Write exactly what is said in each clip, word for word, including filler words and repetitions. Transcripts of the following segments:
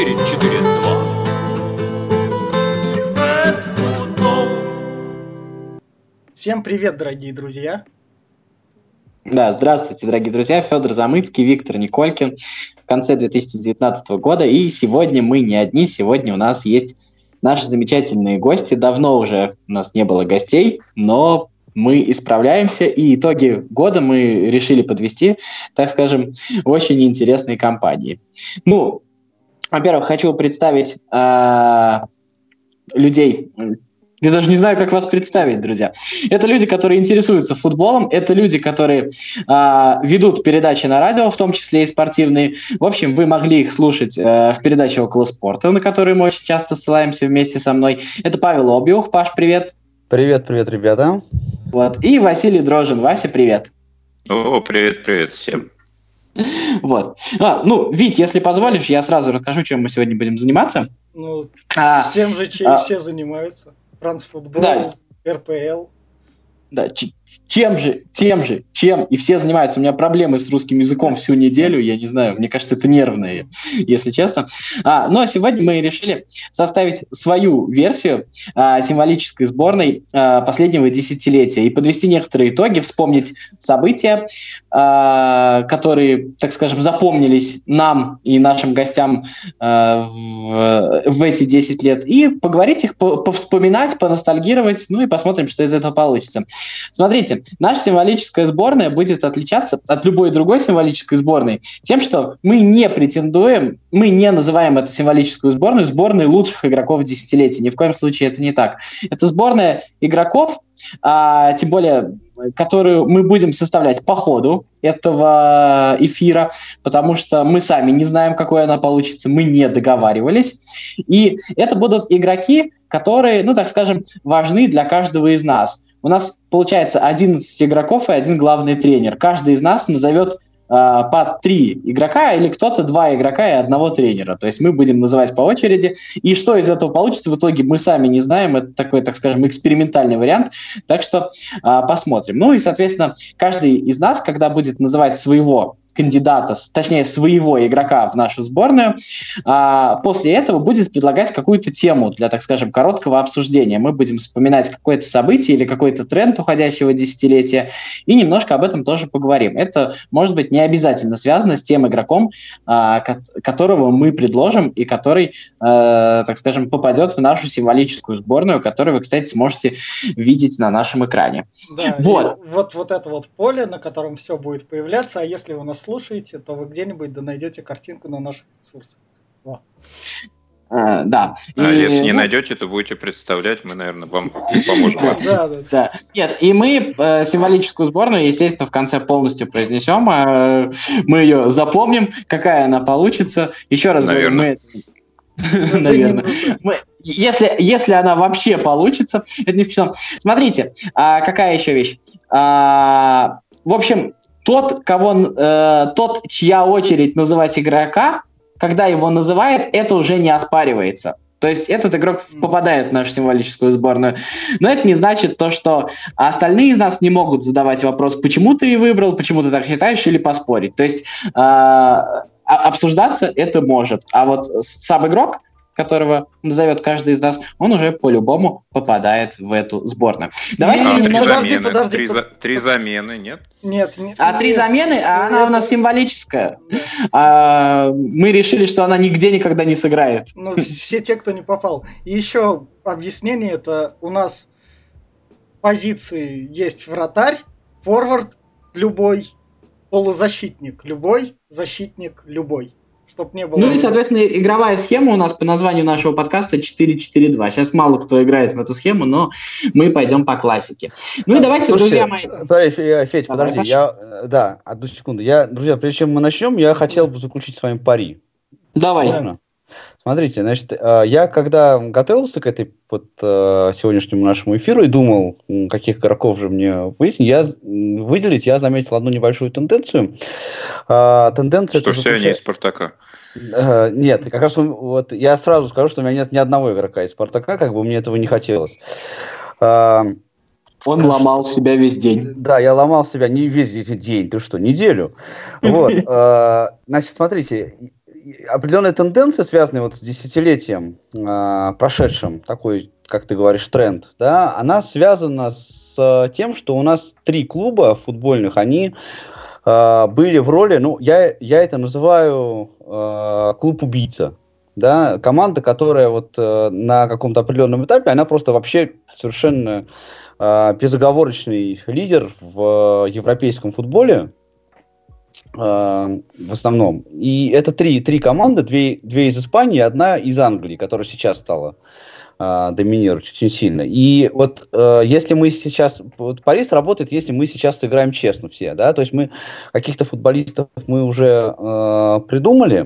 четыре четыре два. Всем привет, дорогие друзья! Да, здравствуйте, дорогие друзья. Федор Замыцкий, Виктор Николькин в конце две тысячи девятнадцатого года. И сегодня мы не одни, сегодня у нас есть наши замечательные гости. Давно уже у нас не было гостей, но мы исправляемся, и итоги года мы решили подвести, так скажем, в очень интересной компании. Ну, во-первых, хочу представить э, людей. Я даже не знаю, как вас представить, друзья. Это люди, которые интересуются футболом, это люди, которые э, ведут передачи на радио, в том числе и спортивные. В общем, вы могли их слушать э, в передаче «Около спорта», на которую мы очень часто ссылаемся вместе со мной. Это Павел Обиух. Паш, привет. Привет, привет, ребята. Вот. И Василий Дрожжин. Вася, привет. О, привет, привет всем. Вот. А, ну, Вить, если позволишь, я сразу расскажу, чем мы сегодня будем заниматься. Ну, а, с тем же, чем а, все занимаются. Францфутбол, да. эр пэ эл. Да, ч- тем же, тем же, чем, и все занимаются. У меня проблемы с русским языком всю неделю, я не знаю, мне кажется, это нервные, если честно. А, но сегодня мы решили составить свою версию а, символической сборной а, последнего десятилетия и подвести некоторые итоги, вспомнить события, а, которые, так скажем, запомнились нам и нашим гостям а, в, в эти десять лет, и поговорить их, по- повспоминать, поностальгировать, ну и посмотрим, что из этого получится. Смотрите, наша символическая сборная будет отличаться от любой другой символической сборной тем, что мы не претендуем, мы не называем эту символическую сборную сборной лучших игроков десятилетия. Ни в коем случае это не так. Это сборная игроков, а, тем более, которую мы будем составлять по ходу этого эфира, потому что мы сами не знаем, какой она получится, мы не договаривались. И это будут игроки, которые, ну так скажем, важны для каждого из нас. У нас получается одиннадцать игроков и один главный тренер. Каждый из нас назовет э, по три игрока или кто-то два игрока и одного тренера. То есть мы будем называть по очереди. И что из этого получится в итоге, мы сами не знаем. Это такой, так скажем, экспериментальный вариант. Так что э, посмотрим. Ну и, соответственно, каждый из нас, когда будет называть своего кандидата, точнее, своего игрока в нашу сборную, а, после этого будет предлагать какую-то тему для, так скажем, короткого обсуждения. Мы будем вспоминать какое-то событие или какой-то тренд уходящего десятилетия и немножко об этом тоже поговорим. Это, может быть, не обязательно связано с тем игроком, а, ко- которого мы предложим и который, а, так скажем, попадет в нашу символическую сборную, которую вы, кстати, сможете видеть на нашем экране. Да, Вот. вот, вот это вот поле, на котором все будет появляться, а если вы нас слушаете, то вы где-нибудь да найдете картинку на наших ресурсах. Во. А, да. А И, если не ну, найдете, то будете представлять, мы, наверное, вам поможем. Да, да. Да. Нет, и мы э, символическую сборную, естественно, в конце полностью произнесем. Э, мы ее запомним, какая она получится. Еще раз говорю, мы... Наверное. Мы, если, если она вообще получится, это не смешно. Смотрите, а, какая еще вещь. А, в общем, тот, кого, э, тот, чья очередь называть игрока, когда его называет, это уже не оспаривается. То есть этот игрок попадает в нашу символическую сборную. Но это не значит то, что остальные из нас не могут задавать вопрос, почему ты выбрал, почему ты так считаешь, или поспорить. То есть э, обсуждаться это может. А вот сам игрок, которого назовет каждый из нас, он уже по-любому попадает в эту сборную. Давайте А, три немного... Подожди, замены, подожди. три, за- три замены, нет? Нет, нет. А три нет. замены, а она у нас Это- символическая. Да. А, мы решили, что она нигде никогда не сыграет. Ну, все те, кто не попал. И еще объяснение, это у нас позиции есть вратарь, форвард любой, полузащитник любой, защитник любой. Чтоб не было... Ну и, соответственно, игровая схема у нас по названию нашего подкаста четыре четыре два. Сейчас мало кто играет в эту схему, но мы пойдем по классике. Ну и давайте, Слушайте, друзья мои... Подожди, Фе- Федь, Давай, подожди, Паша. я, э, да, одну секунду. Я, друзья, прежде чем мы начнем, я хотел бы заключить с вами пари. Давай. Можно? Смотрите, значит, э, я когда готовился к этой вот э, сегодняшнему нашему эфиру и думал, м, каких игроков же мне выделить, я, м, выделить, я заметил одну небольшую тенденцию. А, тенденция Что это все они заключа- из «Спартака». Э, Нет, как раз он- вот я сразу скажу, что у меня нет ни одного игрока из «Спартака», как бы мне этого не хотелось. А, Он ломал себя весь день. Да, я ломал себя не весь этот день, ты что, неделю. Вот, э, значит, смотрите, определенная тенденция, связанная вот с десятилетием э, прошедшим, такой, как ты говоришь, тренд, да, она связана с тем, что у нас три клуба футбольных, они э, были в роли, ну, я, я это называю э, клуб-убийца. Да, команда, которая вот э, на каком-то определенном этапе, она просто вообще совершенно э, безоговорочный лидер в э, европейском футболе, э, в основном. И это три, три команды, две, две из Испании, одна из Англии, которая сейчас стала э, доминировать очень сильно. И вот э, если мы сейчас, вот Пари сработает, если мы сейчас сыграем честно все, да, то есть мы каких-то футболистов мы уже э, придумали.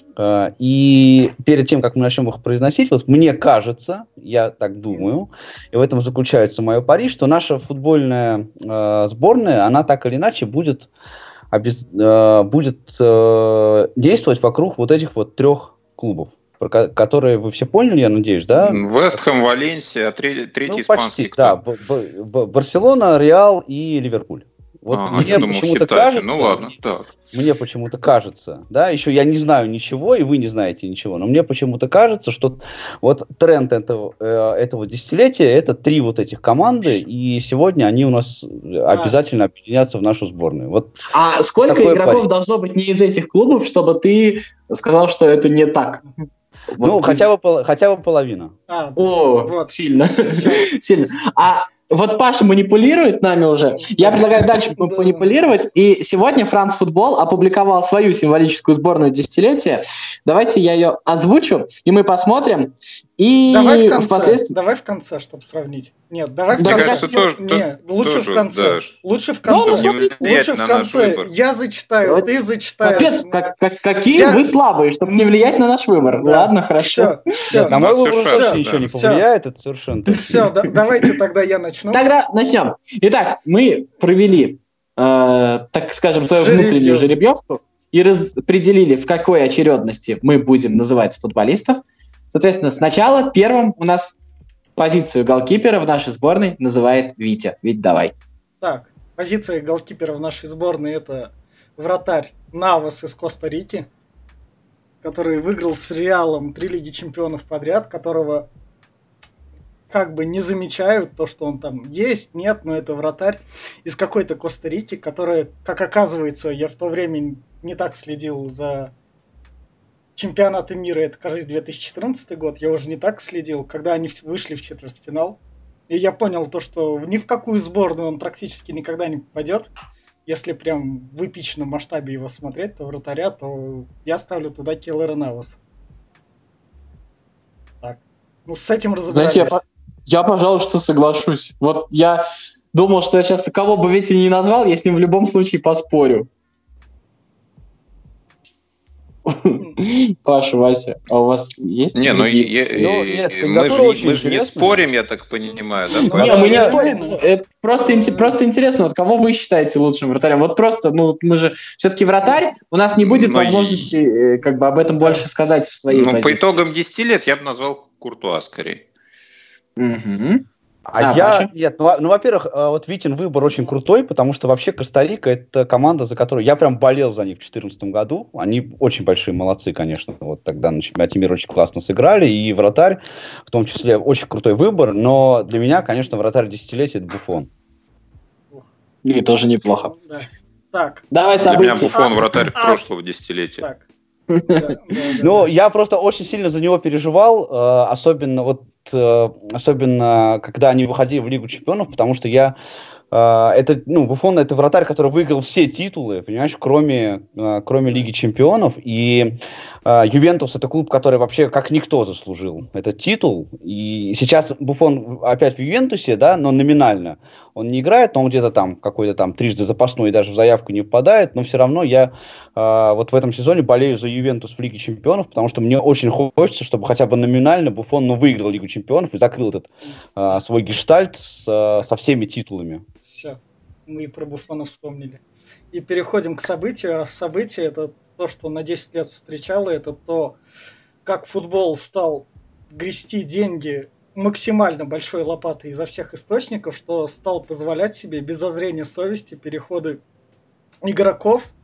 И перед тем, как мы начнем их произносить, вот мне кажется, я так думаю, и в этом заключается мое пари, что наша футбольная э, сборная, она так или иначе будет, обез... э, будет э, действовать вокруг вот этих вот трех клубов, которые вы все поняли, я надеюсь, да? Вест Хэм, Валенсия, третий, третий ну, испанский почти, да, Б- Б- Барселона, Реал и Ливерпуль. Вот а, мне думал, почему-то Хетафе. кажется, Ну ладно, так. мне почему-то кажется, да, еще я не знаю ничего, и вы не знаете ничего, но мне почему-то кажется, что вот тренд этого, э, этого десятилетия, это три вот этих команды, и сегодня они у нас обязательно объединятся в нашу сборную. Вот а сколько игроков парень. должно быть не из этих клубов, чтобы ты сказал, что это не так? Ну, вот хотя, бы, хотя бы половина. А, О, вот. сильно. сильно. А вот Паша манипулирует нами уже. Я предлагаю дальше манипулировать. И сегодня France Football опубликовал свою символическую сборную десятилетия. Давайте я ее озвучу, и мы посмотрим. И давай в конце, впоследствии... давай в конце, чтобы сравнить. Нет, давай в да, конце. Кажется, тоже, Нет, лучше тоже, в конце. Да. Лучше в конце. Ну, лучше в конце. Я зачитаю, вот. Ты зачитаешь. Капец, как, как, какие я... вы слабые, чтобы не влиять на наш выбор. Да. Ладно, хорошо. Все, все. На мой выбор вообще ничего не повлияет, это совершенно точно. Все, да, давайте тогда я начну. Тогда начнем. Итак, мы провели, э, так скажем, свою Жеребьев. внутреннюю жеребьевку и распределили, в какой очередности мы будем называть футболистов. Соответственно, сначала первым у нас позицию голкипера в нашей сборной называет Витя. Вить, давай. Так, позиция голкипера в нашей сборной — это вратарь Навас из Коста-Рики, который выиграл с Реалом три Лиги Чемпионов подряд, которого как бы не замечают, то, что он там есть, нет, но это вратарь из какой-то Коста-Рики, которая, как оказывается, я в то время не так следил за чемпионаты мира, это, кажется, две тысячи четырнадцатый год, я уже не так следил, когда они вышли в четвертьфинал. И я понял то, что ни в какую сборную он практически никогда не попадет. Если прям в эпичном масштабе его смотреть, то вратаря, то я ставлю туда Кейлора Наваса. Так. Ну, с этим разобрались. Знаете, я, я, пожалуй, что соглашусь. Вот я думал, что я сейчас кого бы Витя не назвал, я с ним в любом случае поспорю. Паша, Вася, а у вас есть? Не, ну, я, ну нет, мы же, мы же не спорим, я так понимаю, да? Не, мы не спорим. Это просто, просто интересно, вот кого вы считаете лучшим вратарем? Вот просто, ну, мы же все-таки вратарь, у нас не будет но возможности и... как бы об этом больше сказать в своей ну, позиции. По итогам десяти лет я бы назвал Куртуа скорее. Угу. А, а я, Паша? Нет, ну, ну, во-первых, вот Витин выбор очень крутой, потому что вообще Коста-Рика — это команда, за которую я прям болел за них в две тысячи четырнадцатом году. Они очень большие молодцы, конечно. Вот тогда на чемпионате мира очень классно сыграли, и вратарь, в том числе, очень крутой выбор, но для меня, конечно, вратарь десятилетия — это Буфон. И тоже неплохо. Да. Так. Давай события. Для меня Буфон вратарь а, прошлого десятилетия. Так. Ну, я просто очень сильно за него переживал, особенно вот особенно когда они выходили в Лигу Чемпионов, потому что я это, ну, Буфон — это вратарь, который выиграл все титулы, понимаешь, кроме, кроме Лиги Чемпионов, и Ювентус — это клуб, который вообще как никто заслужил этот титул, и сейчас Буфон опять в Ювентусе, да, но номинально он не играет, но он где-то там какой-то там трижды запасной и даже в заявку не попадает, но все равно я вот в этом сезоне болею за Ювентус в Лиге Чемпионов, потому что мне очень хочется, чтобы хотя бы номинально Буфон, ну, выиграл Лигу Чемпионов и закрыл этот свой гештальт с, со всеми титулами. Все, мы про Буфона вспомнили. И переходим к событию. А событие — это то, что на десять лет встречало, это то, как футбол стал грести деньги максимально большой лопатой изо всех источников, что стал позволять себе без зазрения совести переходы игроков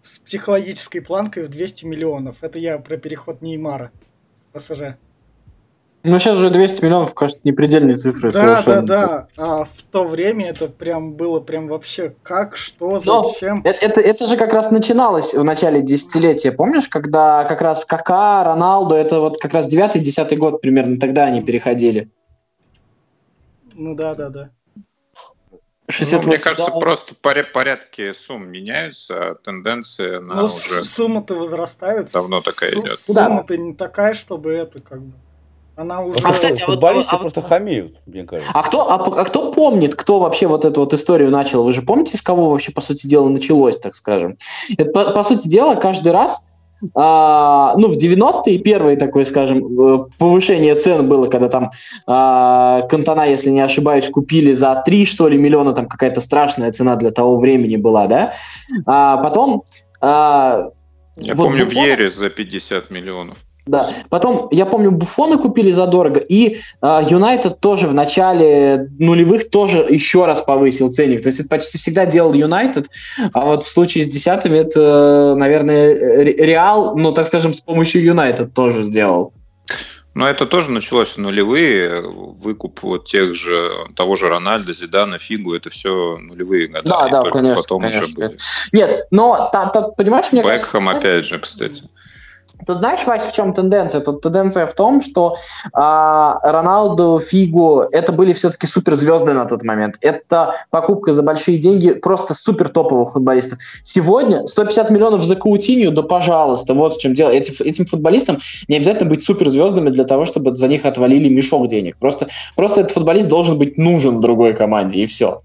с психологической планкой в двести миллионов. Это я про переход Неймара в ПСЖ. Ну, сейчас уже двести миллионов, кажется, непредельные цифры. Да, да, да. А в то время это прям было прям вообще как, что, зачем. Это, это, это же как раз начиналось в начале десятилетия. Помнишь, когда как раз Кака, Роналду, это вот как раз девятый-десятый год примерно, тогда они переходили. Ну да, да, да. Ну, мне кажется, да. Просто порядки сумм меняются, а тенденция на ну, уже... сумма-то возрастает. Давно такая Су- идет. Сумма-то Да. не такая, чтобы это как бы... Она уже... А, кстати, а футболисты а вот, просто а вот... хамеют, мне кажется. А кто, а, а кто помнит, кто вообще вот эту вот историю начал? Вы же помните, с кого вообще, по сути дела, началось, так скажем? Это, по, по сути дела, каждый раз, а, ну, в девяностые первое такое, скажем, повышение цен было, когда там а, Кантона, если не ошибаюсь, купили за три, что ли, миллиона, там какая-то страшная цена для того времени была, да? А потом... А, Я вот помню, Буфона... Вьерри за пятьдесят миллионов. Да, потом, я помню, Буфона купили задорого, и Юнайтед uh, тоже в начале нулевых тоже еще раз повысил ценник. То есть это почти всегда делал Юнайтед, а вот в случае с десятыми это, наверное, Реал, ну, так скажем, с помощью Юнайтед тоже сделал. Но это тоже началось в нулевые, выкуп вот тех же, того же Рональдо, Зидана, Фигу, это все нулевые годы. Да, да, конечно, потом конечно. Уже были. Нет, но, там, там, понимаешь, мне кажется... Бекхэм опять же, кстати. Тут знаешь, Вась, в чем тенденция? Тут тенденция в том, что а, Роналду, Фигу, это были все-таки суперзвезды на тот момент. Это покупка за большие деньги просто супер топовых футболистов. Сегодня сто пятьдесят миллионов за Каутинью, да пожалуйста, вот в чем дело. Эти, этим футболистам не обязательно быть суперзвездами для того, чтобы за них отвалили мешок денег. Просто, просто этот футболист должен быть нужен другой команде, и все.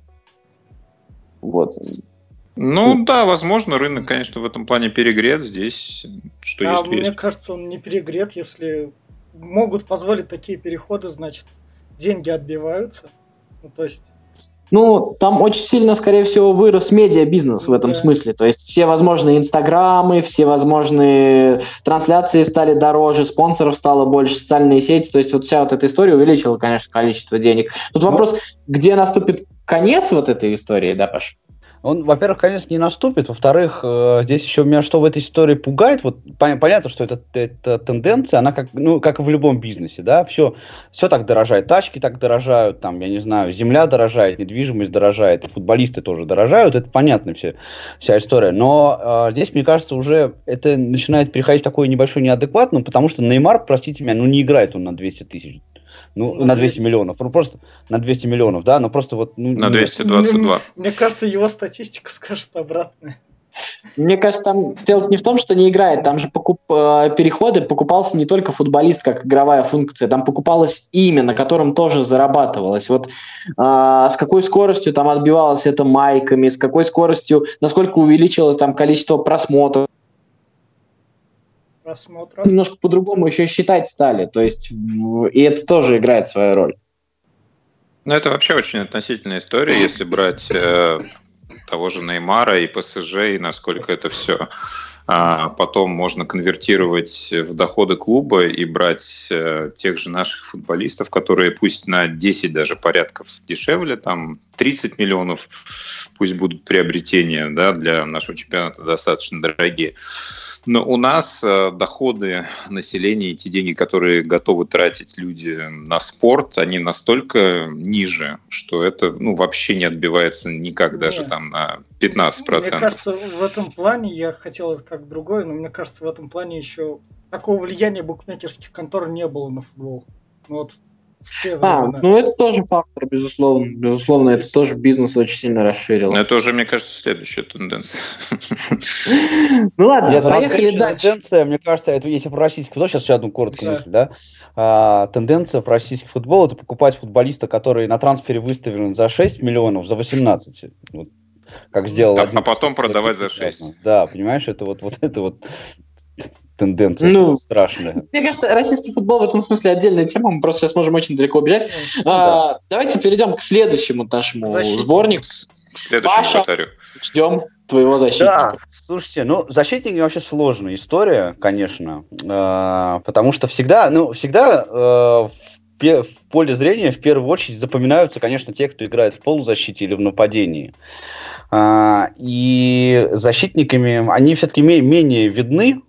Вот. Ну да, возможно, рынок, конечно, в этом плане перегрет. Здесь что а есть, мне есть. кажется, он не перегрет, если могут позволить такие переходы, значит, деньги отбиваются. Ну, то есть... Ну, там очень сильно, скорее всего, вырос медиабизнес в этом да. смысле. То есть все возможные инстаграмы, все возможные трансляции стали дороже, спонсоров стало больше, социальные сети. То есть вот вся вот эта история увеличила, конечно, количество денег. Тут ну, вопрос, где наступит конец вот этой истории, да, Паш? Он, во-первых, конечно, не наступит. Во-вторых, э, здесь еще меня что в этой истории пугает. Вот пон- понятно, что это, это тенденция, она как, ну, как и в любом бизнесе, да, все, все так дорожает. Тачки так дорожают, там, я не знаю, земля дорожает, недвижимость дорожает, футболисты тоже дорожают, это понятно все, вся история. Но э, здесь, мне кажется, уже это начинает переходить в такой небольшой неадекват, ну, потому что Неймар, простите меня, ну, не играет он на двести тысяч. Ну, на, на двести миллионов. Ну, просто на двести миллионов, да, но просто вот... Ну, на двести двадцать два. Мне, мне кажется, его статистика скажет обратное. Мне кажется, там дело не в том, что не играет, там же покуп, переходы покупался не только футболист как игровая функция, там покупалось имя, на котором тоже зарабатывалось. Вот э, с какой скоростью там отбивалось это майками, с какой скоростью, насколько увеличилось там количество просмотров. Просмотров. Немножко по-другому еще считать стали, то есть и это тоже играет свою роль. Ну, это вообще очень относительная история, если брать э, того же Неймара и ПСЖ, и насколько это все а потом можно конвертировать в доходы клуба и брать э, тех же наших футболистов, которые пусть на десять даже порядков дешевле, там тридцать миллионов, пусть будут приобретения, да, для нашего чемпионата достаточно дорогие. Но у нас э, доходы населения и те деньги, которые готовы тратить люди на спорт, они настолько ниже, что это ну, вообще не отбивается никак, Нет. даже там на пятнадцать процентов. Мне кажется, в этом плане, я хотел как другое, но мне кажется, в этом плане еще такого влияния букмекерских контор не было на футбол. Ну, вот все а, ну это тоже фактор, безусловно. Безусловно, это тоже бизнес очень сильно расширил. Но это уже, мне кажется, следующая тенденция. Ну ладно, поехали дальше. Тенденция, мне кажется, это если про российский футбол, сейчас еще одну короткую мысль, да? А, тенденция про российский футбол — это покупать футболиста, который на трансфере выставлен за шесть миллионов, за восемнадцать. Вот, как сделал а, один. А потом продавать за шесть. Да, понимаешь, это вот, вот это вот тенденция ну, страшная. Мне кажется, российский футбол в этом смысле отдельная тема, мы просто сейчас можем очень далеко убежать. Ну, а, да. Давайте перейдем к следующему нашему Защитник. сборнику. К следующему Паша, вратарю. Ждем твоего защитника. Да, слушайте, ну, защитники вообще сложная история, конечно, э, потому что всегда, ну, всегда э, в, в поле зрения в первую очередь запоминаются, конечно, те, кто играет в полузащите или в нападении. А, и защитниками они все-таки ме- менее видны.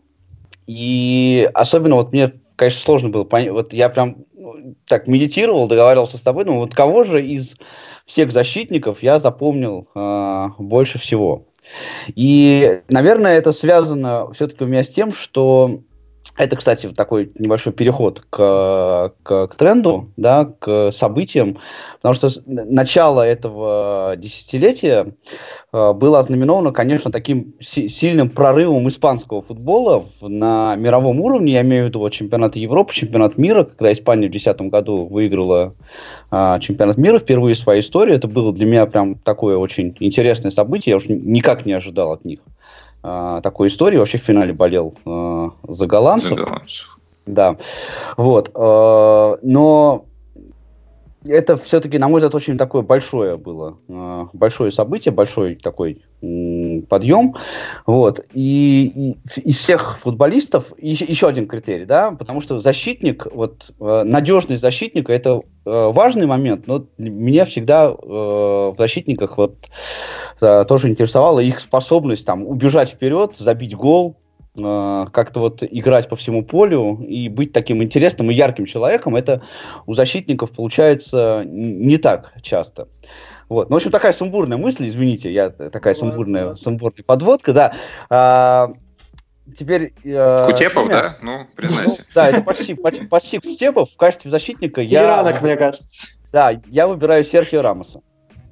И особенно вот мне, конечно, сложно было понять. Вот я прям ну, так медитировал, договаривался с тобой. Ну вот кого же из всех защитников я запомнил а, больше всего? И, наверное, это связано все-таки у меня с тем, что это, кстати, такой небольшой переход к, к, к тренду, да, к событиям, потому что начало этого десятилетия э, было ознаменовано, конечно, таким си- сильным прорывом испанского футбола в, на мировом уровне, я имею в виду вот, чемпионат Европы, чемпионат мира, когда Испания в две тысячи десятом году выиграла э, чемпионат мира впервые в своей истории, это было для меня прям такое очень интересное событие, я уж никак не ожидал от них такой истории. Вообще в финале болел э, за голландцев. За голландцев. Да. Вот. Э, но это все-таки, на мой взгляд, очень такое большое было. Э, большое событие, большой такой м, подъем. Вот. И, и из всех футболистов и, еще один критерий, да, потому что защитник, вот, э, надежность защитника, это э, важный момент, но меня всегда э, в защитниках вот тоже интересовала их способность там убежать вперед, забить гол, э, как-то вот играть по всему полю и быть таким интересным и ярким человеком. Это у защитников получается не так часто. Вот. Ну, в общем, такая сумбурная мысль, извините, я такая сумбурная, сумбурная подводка, да. А, теперь... Э, Кутепов, имя... да? Ну, признайся. Ну, да, это почти, почти, почти Кутепов. В качестве защитника я... Иранок, мне кажется. Да, я выбираю Серхио Рамоса.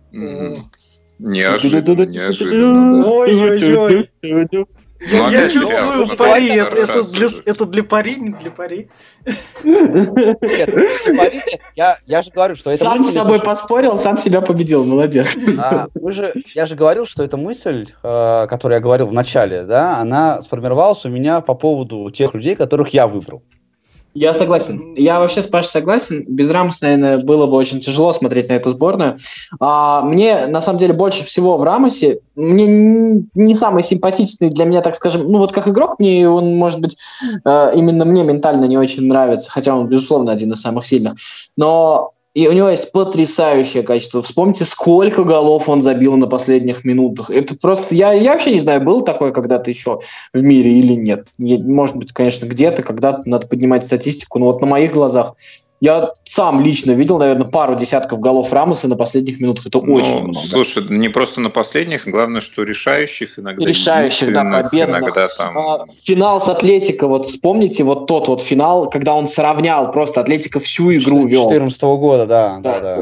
Неожиданно, неожиданно, да. Ой-ой-ой. Я, я чувствую тебя, пари. смотри, Это, это, раз для, уже. это для пари, не для пари. Нет, не пари, нет. Я, я же говорю, что это Сам мысль, с собой это- поспорил, сам себя победил, молодец. А, вы же, я же говорил, что эта мысль, э, которую я говорил в начале, да, она сформировалась у меня по поводу тех людей, которых я выбрал. Я согласен. Я вообще с Пашей согласен. Без Рамоса, наверное, было бы очень тяжело смотреть на эту сборную. А, мне, на самом деле, больше всего в Рамосе, мне не самый симпатичный для меня, так скажем, ну вот как игрок, мне он, может быть, именно мне ментально не очень нравится, хотя он, безусловно, один из самых сильных. Но и у него есть потрясающее качество. Вспомните, сколько голов он забил на последних минутах. Это просто... Я, я вообще не знаю, был такое когда-то еще в мире или нет. Я, может быть, конечно, где-то, когда-то надо поднимать статистику. Но вот на моих глазах я сам лично видел, наверное, пару десятков голов Рамоса на последних минутах. Это Ну, очень много. слушай, не просто на последних, главное, что решающих иногда. Решающих, да, единственных, победных. Иногда там... А, финал с Атлетико, вот вспомните, вот тот вот финал, когда он сравнял, просто Атлетико всю игру вел. две тысячи четырнадцатого года, да, да, да.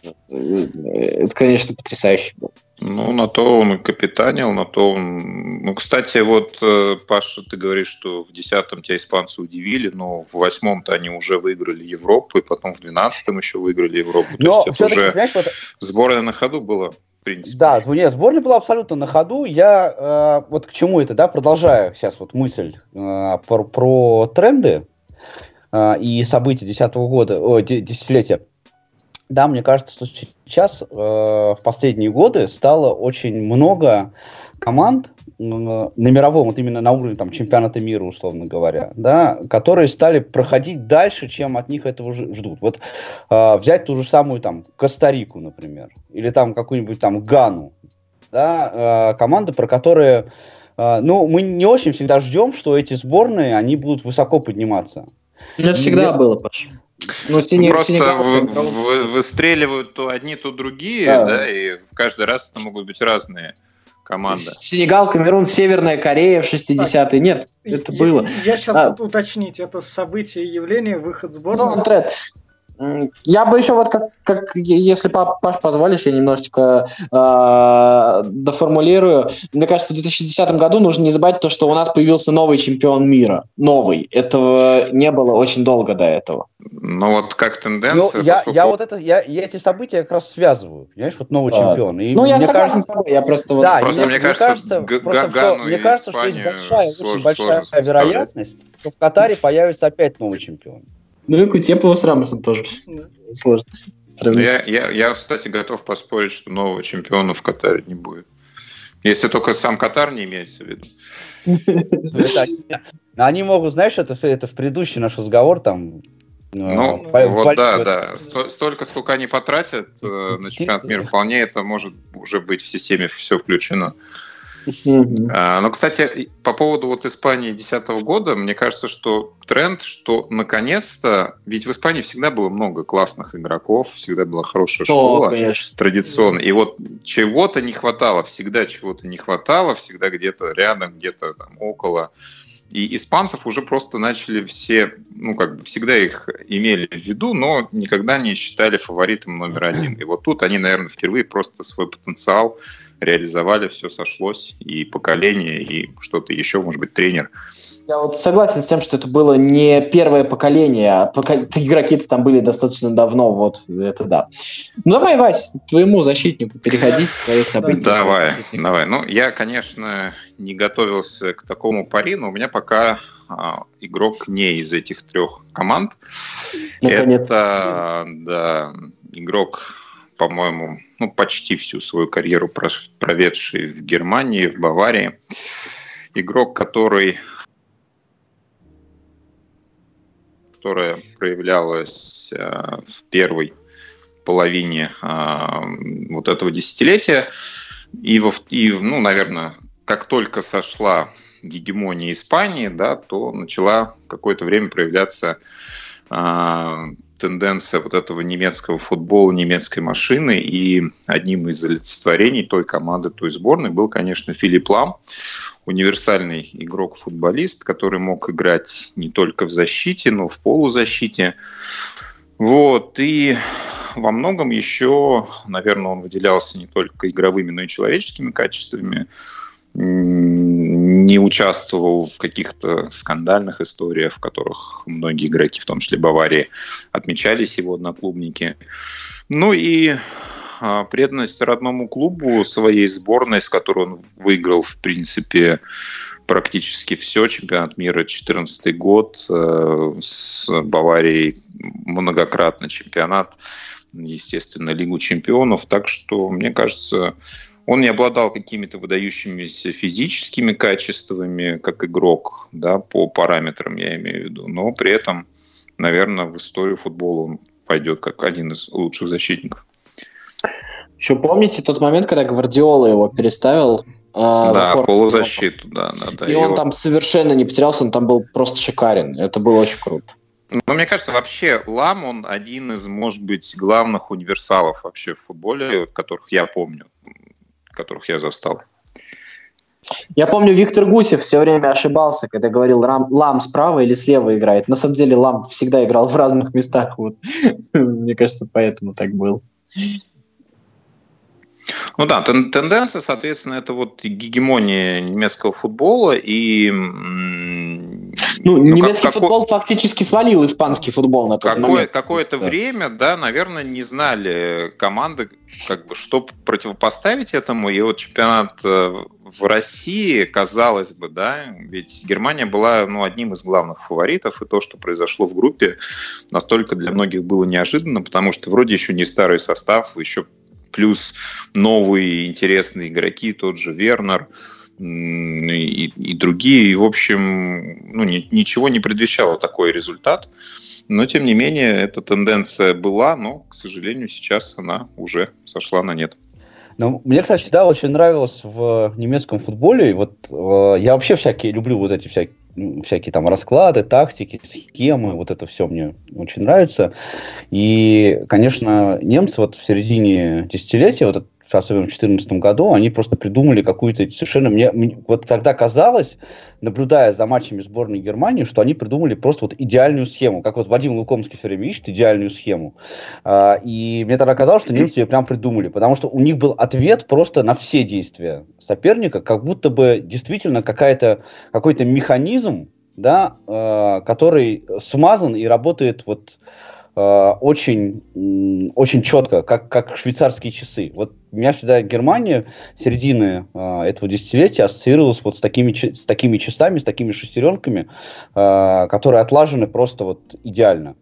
Это, конечно, потрясающе было. Ну, на то он и капитанил, на то он... Ну, кстати, вот, Паша, ты говоришь, что в десятом тебя испанцы удивили, но в восьмом-то они уже выиграли Европу, и потом в двенадцатом еще выиграли Европу. То Но есть это всё-таки, уже понимаешь, вот- сборная на ходу была, в принципе. Да, нет, сборная была абсолютно на ходу. Я э, вот к чему это, да, продолжаю сейчас вот мысль э, про, про тренды э, и события десятого года, о, де- десятилетия. Да, мне кажется, что сейчас э, в последние годы стало очень много команд э, на мировом, вот именно на уровне там, чемпионата мира, условно говоря, да, которые стали проходить дальше, чем от них этого ж- ждут. Вот э, взять ту же самую там Коста-Рику, например, или там какую-нибудь там Гану, да, э, команды, про которые, э, ну, мы не очень всегда ждем, что эти сборные, они будут высоко подниматься. Это всегда Я- было, Паша. Ну, Ну, Сене- просто Сенегал, вы- Сенегал. вы- выстреливают то одни, то другие, Да. да, и в каждый раз это могут быть разные команды. Сенегал, Камерун, Северная Корея в шестидесятые. Нет, это Я- было. Я, сейчас А. уточнить, это событие, явление, выход Ну, сборной. тред. М, Я бы еще вот как, как е- если, па- Паш, позволишь, я немножечко э, доформулирую. Мне кажется, в две тысячи десятом году нужно не забывать то, что у нас появился новый чемпион мира. Новый. Этого не было очень долго до этого. Но вот как Ну, тенденция, я, поскольку- я вот это, я, я эти события как раз связываю, понимаешь, вот новый А. чемпион. И Ну, я мне согласен кажется, с тобой, я просто... вот- Да, Просто и мне кажется, Г- просто Гагану что, мне и кажется, что есть Испанию большая, очень сложно- большая сложно представлять. вероятность, что в Катаре появится опять новый чемпион. Ну и Кутепова с Рамосом тоже Да. сложно Ну, сравнить. я, я, я, кстати, готов поспорить, что нового чемпиона в Катаре не будет. Если только сам Катар не имеется в виду. Ну, это они- Они могут, знаешь, это, это в предыдущий наш разговор, там, Ну, по- вот по- да, по- да. Сто- столько, сколько они потратят э, на чемпионат мира, вполне это может уже быть в системе все включено. А, но, кстати, по поводу вот Испании две тысячи десятого года, мне кажется, что тренд, что наконец-то, ведь в Испании всегда было много классных игроков, всегда была хорошая школа, конечно. традиционно, и вот чего-то не хватало, всегда чего-то не хватало, всегда где-то рядом, где-то там около. И испанцев уже просто начали все, ну, как бы всегда их имели в виду, но никогда не считали фаворитом номер один. И вот тут они, наверное, впервые просто свой потенциал реализовали, все сошлось, и поколение, и что-то еще, может быть, тренер. Я вот согласен с тем, что это было не первое поколение, а пока... игроки-то там были достаточно давно, вот это да. Ну давай, Вась, к твоему защитнику переходить, твое событие. Давай, давай. Ну, я, конечно, не готовился к такому пари, но у меня пока а, игрок не из этих трех команд. Наконец. Это, да, игрок, по-моему, ну, почти всю свою карьеру проведший в Германии, в Баварии. Игрок, который... которая проявлялась э, в первой половине э, вот этого десятилетия. И, во, и, ну, наверное, как только сошла гегемония Испании, да, то начала какое-то время проявляться э, тенденция вот этого немецкого футбола, немецкой машины. И одним из олицетворений той команды, той сборной был, конечно, Филипп Лам. Универсальный игрок-футболист, который мог играть не только в защите, но и в полузащите. Вот. И во многом еще, наверное, он выделялся не только игровыми, но и человеческими качествами. Не участвовал в каких-то скандальных историях, в которых многие игроки, в том числе Баварии, отмечались, его одноклубники. Ну и преданность родному клубу, своей сборной, с которой он выиграл, в принципе, практически все. Чемпионат мира две тысячи четырнадцатый год, с Баварией многократно чемпионат, естественно, Лигу чемпионов. Так что, мне кажется, он не обладал какими-то выдающимися физическими качествами, как игрок, да, по параметрам я имею в виду, но при этом, наверное, в историю футбола он пойдет как один из лучших защитников. Еще помните тот момент, когда Гвардиола его переставил? Э, да, в в полузащиту, да, да, да. И, и он вот... там совершенно не потерялся, он там был просто шикарен. Это было очень круто. Ну, мне кажется, вообще Лам, он один из, может быть, главных универсалов вообще в футболе, которых я помню, которых я застал. Я помню, Виктор Гусев все время ошибался, когда говорил, Лам справа или слева играет. На самом деле Лам всегда играл в разных местах. Вот. Мне кажется, поэтому так было. Ну да, тенденция, соответственно, это вот гегемония немецкого футбола и... Ну, ну немецкий как, футбол какой... фактически свалил испанский футбол на тот какое, момент. Какое-то да. время, да, наверное, не знали команды, как бы, что противопоставить этому. И вот чемпионат в России, казалось бы, да, ведь Германия была, ну, одним из главных фаворитов, и то, что произошло в группе, настолько для многих было неожиданно, потому что вроде еще не старый состав, еще плюс новые интересные игроки, тот же Вернер и, и другие. И, в общем, ну, ни, ничего не предвещало такой результат. Но, тем не менее, эта тенденция была, но, к сожалению, сейчас она уже сошла на нет. Ну, мне, кстати, всегда очень нравилось в немецком футболе. Вот э, я вообще всякие люблю вот эти всякие, всякие там расклады, тактики, схемы. Вот это все мне очень нравится. И, конечно, немцы вот в середине десятилетия, вот особенно в две тысячи четырнадцатом году, они просто придумали какую-то совершенно... Мне, мне вот тогда казалось, наблюдая за матчами сборной Германии, что они придумали просто вот идеальную схему. Как вот Вадим Лукомский все время ищет идеальную схему. А, и мне тогда казалось, что немцы ее прям придумали, потому что у них был ответ просто на все действия соперника, как будто бы действительно какая-то, какой-то механизм, да, э, который смазан и работает вот очень, очень четко, как, как швейцарские часы. Вот у меня всегда Германия середины э, этого десятилетия ассоциировалась вот с такими, с такими часами, с такими шестеренками, э, которые отлажены просто вот идеально.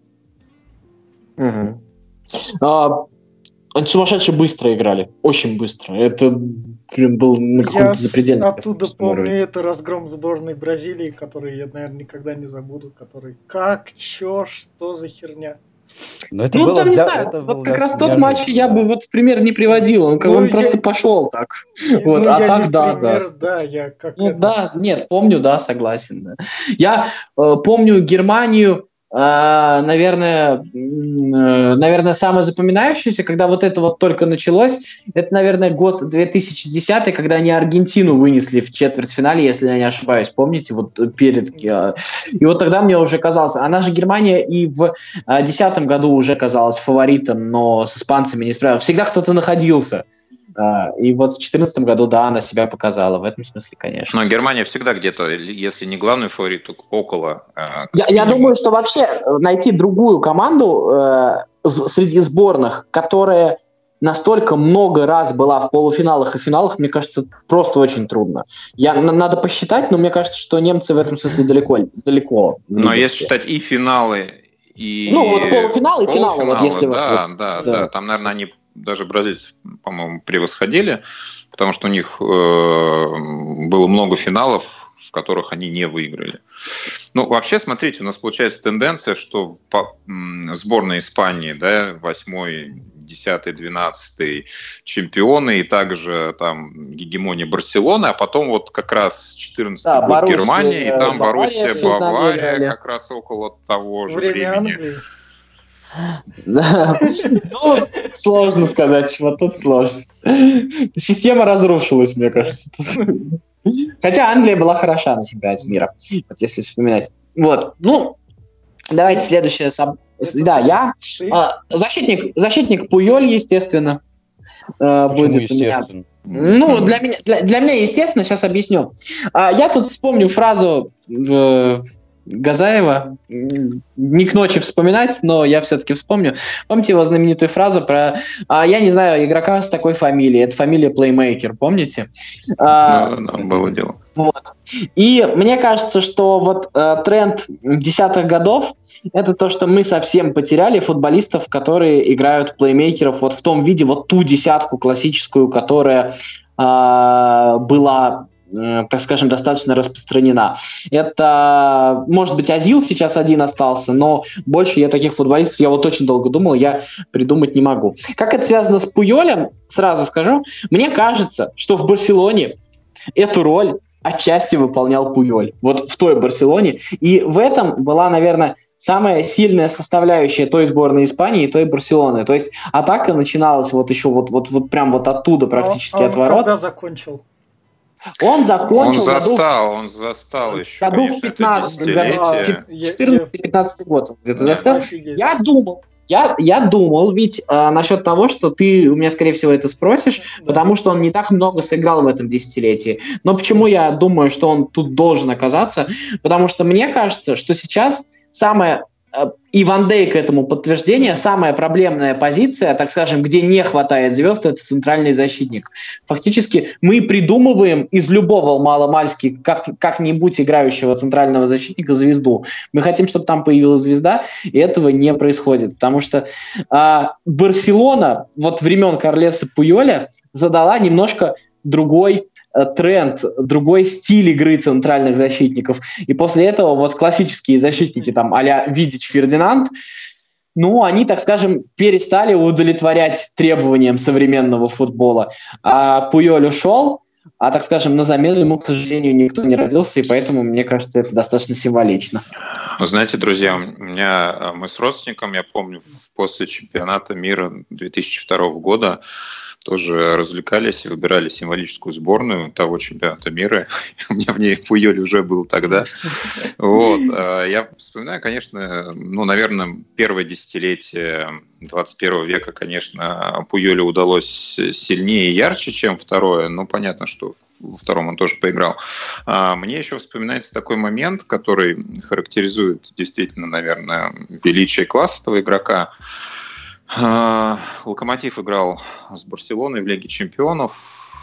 Угу. А, они сумасшедше быстро играли, очень быстро. Это прям был на каком-то Я запредельном оттуда помню уровне. Это разгром сборной Бразилии, который я, наверное, никогда не забуду, который как, чё, что за херня. Но это ну, было там, не для, знаю, это вот как раз тот матч я бы вот в пример не приводил, он, ну, он я... просто пошел так. Ну, вот, а так, да, пример, да. да я как ну, это... да, нет, помню, да, согласен. Да. Я э, помню Германию, э, наверное, э, наверное, самое запоминающееся, когда вот это вот только началось, это, наверное, год две тысячи десятый, когда они Аргентину вынесли в четвертьфинале, если я не ошибаюсь, помните, вот перед... Э, и вот тогда мне уже казалось, она же Германия и в две тысячи десятом году уже казалась фаворитом, но с испанцами не справилась. Всегда кто-то находился. И вот в две тысячи четырнадцатом году, да, она себя показала. В этом смысле, конечно. Но Германия всегда где-то, если не главный фаворит, то около. Я, я думаю, что вообще найти другую команду э, среди сборных, которая настолько много раз была в полуфиналах и финалах, мне кажется, просто очень трудно. Я, надо посчитать, но мне кажется, что немцы в этом смысле далеко. далеко но если считать и финалы, и ну, вот полуфиналы и финалы. Вот если да, вот, да, да, да. Там, наверное, они даже бразильцев, по-моему, превосходили, потому что у них э, было много финалов, в которых они не выиграли. Ну, вообще, смотрите, у нас получается тенденция, что по, м, сборная Испании, да, восьмой, десятый, двенадцатый чемпионы, и также там гегемония Барселоны, а потом вот как раз четырнадцатый да, год Боруссия, Германия, и там Бавария, Боруссия, Бавария, как раз около того же Время времени. Англии. Да, ну, сложно сказать, вот тут сложно. Система разрушилась, мне кажется. Хотя Англия была хороша на чемпионате мира, вот если вспоминать. Вот, ну, давайте следующее. Да, я защитник, защитник Пуйоль, естественно, будет у меня. Ну, для меня, для, для меня, естественно, сейчас объясню. Я тут вспомню фразу Газаева, не к ночи вспоминать, но я все-таки вспомню. Помните его знаменитую фразу про, а, я не знаю, игрока с такой фамилией, это фамилия Playmaker, помните? Да, да, было дело. Вот. И мне кажется, что вот э, тренд десятых годов это то, что мы совсем потеряли футболистов, которые играют плеймейкеров вот в том виде, вот ту десятку классическую, которая э, была, так скажем, достаточно распространена. Это, может быть, Азил сейчас один остался, но больше я таких футболистов, я вот очень долго думал, я придумать не могу. Как это связано с Пуйолем, сразу скажу. Мне кажется, что в Барселоне эту роль отчасти выполнял Пуйоль. Вот в той Барселоне. И в этом была, наверное, самая сильная составляющая той сборной Испании и той Барселоны. То есть атака начиналась вот еще вот, вот, вот прям вот оттуда практически а, от ворот. Когда закончил? Он закончил... Он застал, он застал еще, году конечно, это десятилетие. четырнадцатый-пятнадцатый год он где-то застал. Я думал, я, я думал, ведь э, насчет того, что ты у меня, скорее всего, это спросишь, да. Потому что он не так много сыграл в этом десятилетии. Но почему я думаю, что он тут должен оказаться? Потому что мне кажется, что сейчас самое... И Ван Дейк этому подтверждение, самая проблемная позиция, так скажем, где не хватает звезд, это центральный защитник. Фактически мы придумываем из любого маломальски как, как-нибудь играющего центрального защитника звезду. Мы хотим, чтобы там появилась звезда, и этого не происходит. Потому что а, Барселона вот времен Карлеса Пуйоля задала немножко другой тренд, другой стиль игры центральных защитников. И после этого вот классические защитники, там, а-ля Видич, Фердинанд, ну, они, так скажем, перестали удовлетворять требованиям современного футбола. А Пуйоль ушел, а, так скажем, на замену ему, к сожалению, никто не родился, и поэтому, мне кажется, это достаточно символично. Вы знаете, друзья, у меня, мы с родственником, я помню, после чемпионата мира две тысячи второго года тоже развлекались и выбирали символическую сборную того чемпионата мира. У меня в ней Пуйоль уже был тогда. Вот. Я вспоминаю, конечно, ну, наверное, первое десятилетие двадцать первого века, конечно, Пуйолю удалось сильнее и ярче, чем второе, но понятно, что во втором он тоже поиграл. Мне еще вспоминается такой момент, который характеризует действительно, наверное, величие класса этого игрока. Локомотив играл с Барселоной в Лиге чемпионов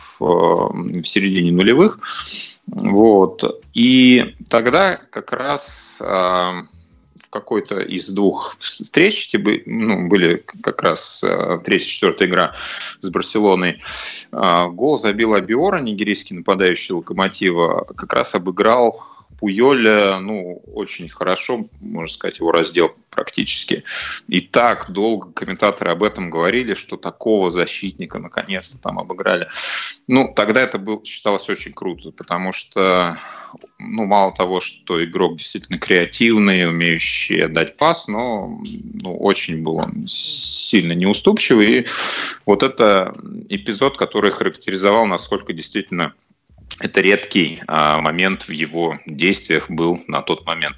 в середине нулевых. Вот. И тогда как раз в в какой-то из двух встреч, ну, были как раз третья, четвертая игра с Барселоной, гол забил Абиора, нигерийский нападающий Локомотива, как раз обыграл Пуйоля, ну, очень хорошо, можно сказать, его раздел практически. И так долго комментаторы об этом говорили, что такого защитника наконец-то там обыграли. Ну, тогда это было, считалось очень круто, потому что, ну, мало того, что игрок действительно креативный, умеющий отдать пас, но ну, очень был он сильно неуступчивый. И вот это эпизод, который характеризовал, насколько действительно это редкий а, момент в его действиях был на тот момент.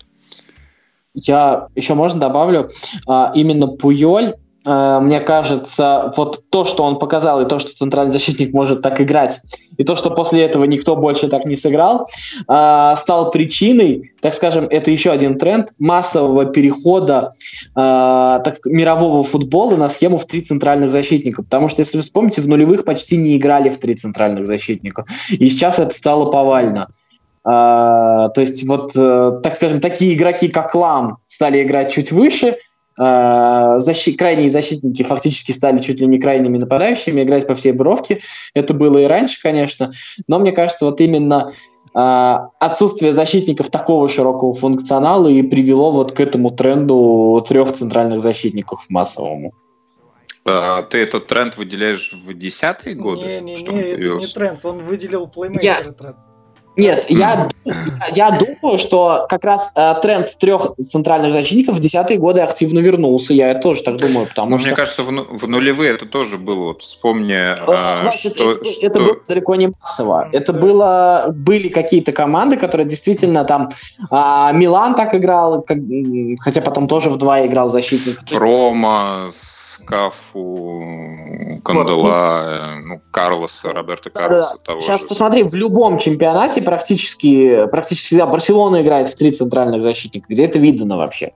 Я еще, можно, добавлю, а, именно Пуйоль, а, мне кажется, вот то, что он показал, и то, что центральный защитник может так играть, и то, что после этого никто больше так не сыграл, а, стал причиной, так скажем, это еще один тренд массового перехода а, так, мирового футбола на схему в три центральных защитника. Потому что, если вы вспомните, в нулевых почти не играли в три центральных защитника. И сейчас это стало повально. А, то есть, вот, так скажем, такие игроки, как Лам, стали играть чуть выше, Защит, крайние защитники фактически стали чуть ли не крайними нападающими, играть по всей бровке. Это было и раньше, конечно. Но мне кажется, вот именно э, отсутствие защитников такого широкого функционала и привело вот к этому тренду трех центральных защитников массовому. А ты этот тренд выделяешь в десятые годы? Не-не-не, это не тренд. Он выделил плеймейкеры Я... тренд. Нет, я, я думаю, что как раз э, тренд трех центральных защитников в десятые годы активно вернулся. Я тоже так думаю, потому Но что... Мне кажется, в, в нулевые это тоже было. Вот вспомни, э, Влад, что, это, что... это было далеко не массово. Это было, были какие-то команды, которые действительно там... А, Милан так играл, как, хотя потом тоже в два играл защитник. Рома... Кафу, Кандела, вот. ну, Карлоса, Роберто Карлоса. Да, того Сейчас же. Посмотри, в любом чемпионате практически, практически да, Барселона играет в три центральных защитника. Где это видно вообще?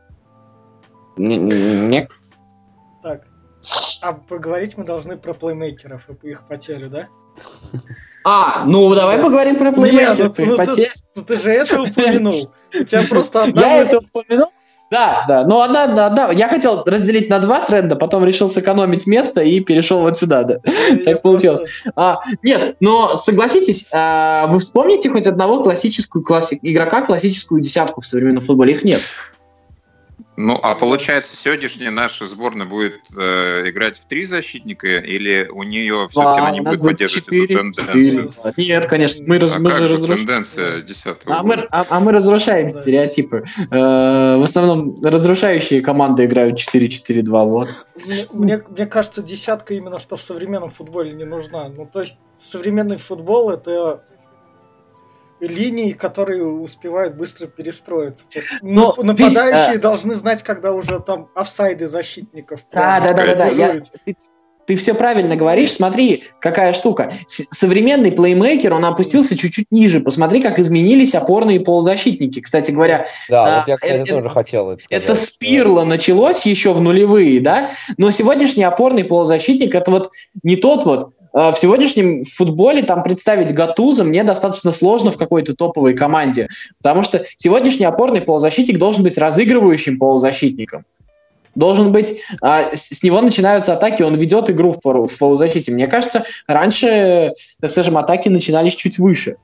Не... Так, а поговорить мы должны про плеймейкеров и по их потерю, да? А, ну давай да. поговорим про плеймейкеров и их ну, потерю. Ты, ты же это упомянул. У тебя просто одна... Я это упомянул? Да, да, но одна, одна, я хотел разделить на два тренда, потом решил сэкономить место и перешел вот сюда, да, я так получилось. Просто... А, нет, но согласитесь, а, вы вспомните хоть одного классическую классик, игрока классическую десятку в современном футболе, их нет. Ну, а получается, сегодняшняя наша сборная будет э, играть в три защитника, или у нее все-таки она не будет поддерживать четыре, эту тенденцию? четыре. Нет, конечно, мы, раз, а мы как же же разрушаем. Тенденция десятого а мы, а, а мы разрушаем да. стереотипы. Э, в основном разрушающие команды играют четыре четыре два. Вот. Мне, мне, мне кажется, десятка именно что в современном футболе не нужна. Ну, то есть, современный футбол — это... линии, которые успевают быстро перестроиться. То есть Но, нападающие видишь, должны знать, когда уже там офсайды защитников. Да, да, да, да, да. Я, ты, ты все правильно говоришь. Смотри, какая штука. С- современный плеймейкер, он опустился чуть-чуть ниже. Посмотри, как изменились опорные полузащитники. Кстати говоря, да, а, вот я, кстати, это, тоже хотел это сказать. Это с Пирло началось еще в нулевые, да? Но сегодняшний опорный полузащитник это вот не тот вот. В сегодняшнем футболе там представить Гатуза мне достаточно сложно в какой-то топовой команде, потому что сегодняшний опорный полузащитник должен быть разыгрывающим полузащитником. Должен быть, а, с него начинаются атаки, он ведет игру в, в полузащите. Мне кажется, раньше, так скажем, атаки начинались чуть выше.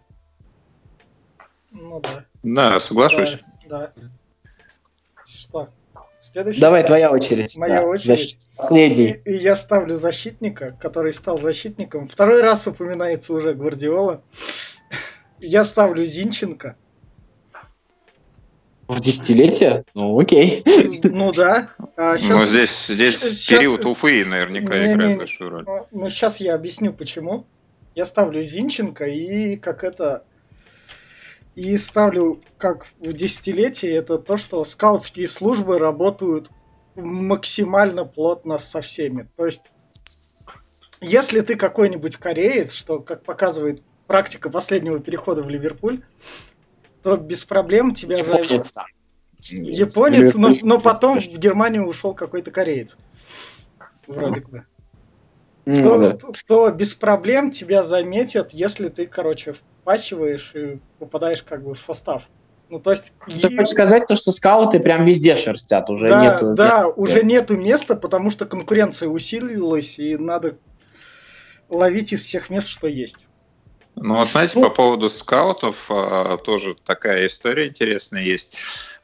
Ну да. Да, соглашусь. Да, да. Что? Следующий? Давай, твоя очередь. Моя да, очередь. Защ... Последний. И, и я ставлю защитника, который стал защитником. Второй раз упоминается уже Гвардиола. Я ставлю Зинченко. В десятилетие? Ну, окей. Ну да. А сейчас, ну, здесь, здесь сейчас... период Уфы наверняка не, играет не, большую роль. Ну, сейчас я объясню, почему. Я ставлю Зинченко и как это... И ставлю как в десятилетие, это то, что скаутские службы работают максимально плотно со всеми. То есть, если ты какой-нибудь кореец, что, как показывает практика последнего перехода в Ливерпуль, то без проблем тебя займут. Японец, но, но потом в Германию ушел какой-то кореец. Вроде бы. Mm, то, да. то, то без проблем тебя заметят, если ты, короче, впачиваешь и попадаешь как бы в состав. Ну, то есть... Ты и... хочешь сказать то, что скауты прям везде шерстят, уже да, нету... Да, места. уже нету места, потому что конкуренция усилилась, и надо ловить из всех мест, что есть. Ну, вот знаете, ну, по поводу скаутов тоже такая история интересная есть.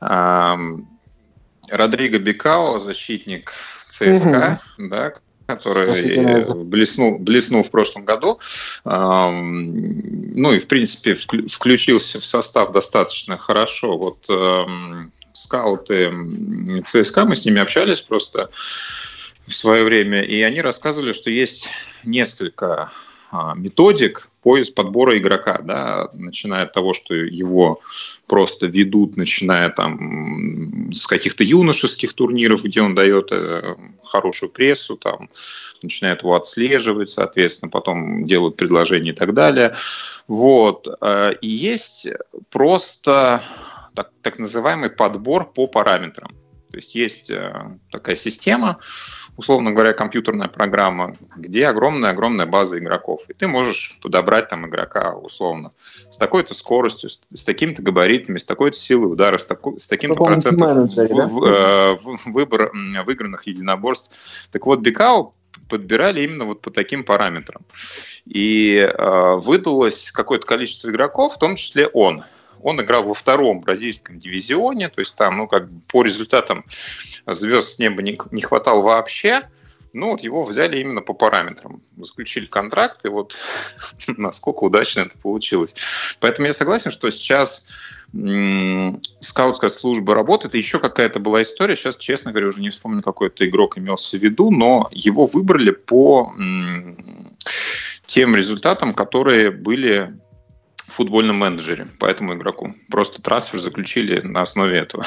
Родриго Бикао, защитник ЦСКА, угу. да, который блеснул, блеснул в прошлом году. Ну и, в принципе, включился в состав достаточно хорошо. Вот скауты ЦСКА, мы с ними общались просто в свое время, и они рассказывали, что есть несколько методик поиск подбора игрока, да, начиная от того, что его просто ведут, начиная там с каких-то юношеских турниров, где он дает хорошую прессу, там, начинают его отслеживать, соответственно, потом делают предложения и так далее. Вот. И есть просто так, так называемый подбор по параметрам. То есть есть такая система, условно говоря, компьютерная программа, где огромная-огромная база игроков. И ты можешь подобрать там игрока, условно, с такой-то скоростью, с, с такими-то габаритами, с такой-то силой удара, с, таку, с таким-то процентом менеджере, в, да? в, в, выбор, выигранных единоборств. Так вот, Бикао подбирали именно вот по таким параметрам. И э, выдалось какое-то количество игроков, в том числе он. Он играл во втором бразильском дивизионе, то есть там, ну, как бы по результатам звезд с неба не, не хватало вообще. Ну, вот его взяли именно по параметрам. Заключили контракт, и вот насколько удачно это получилось. Поэтому я согласен, что сейчас м- скаутская служба работает. И еще какая-то была история, сейчас, честно говоря, уже не вспомню, какой это игрок имелся в виду, но его выбрали по м- тем результатам, которые были в футбольном менеджере по этому игроку. Просто трансфер заключили на основе этого.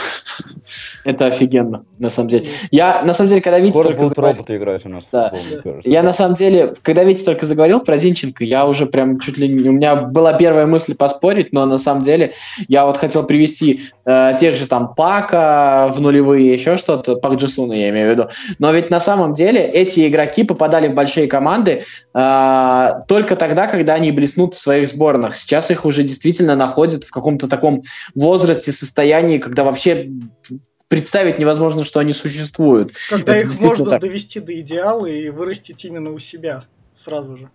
Это офигенно, на самом деле. Я, на самом деле, когда Витя только будут заговорил... роботы играть у нас. Да. Футбол, я, на самом деле, когда Витя только заговорил про Зинченко, я уже прям чуть ли не... У меня была первая мысль поспорить, но на самом деле я вот хотел привести э, тех же там Пака в нулевые, еще что-то, Пак Джисуна я имею в виду. Но ведь на самом деле эти игроки попадали в большие команды э, только тогда, когда они блеснут в своих сборных. Сейчас их уже действительно находят в каком-то таком возрасте, состоянии, когда вообще представить невозможно, что они существуют. Когда это их можно так довести до идеала и вырастить именно у себя сразу же.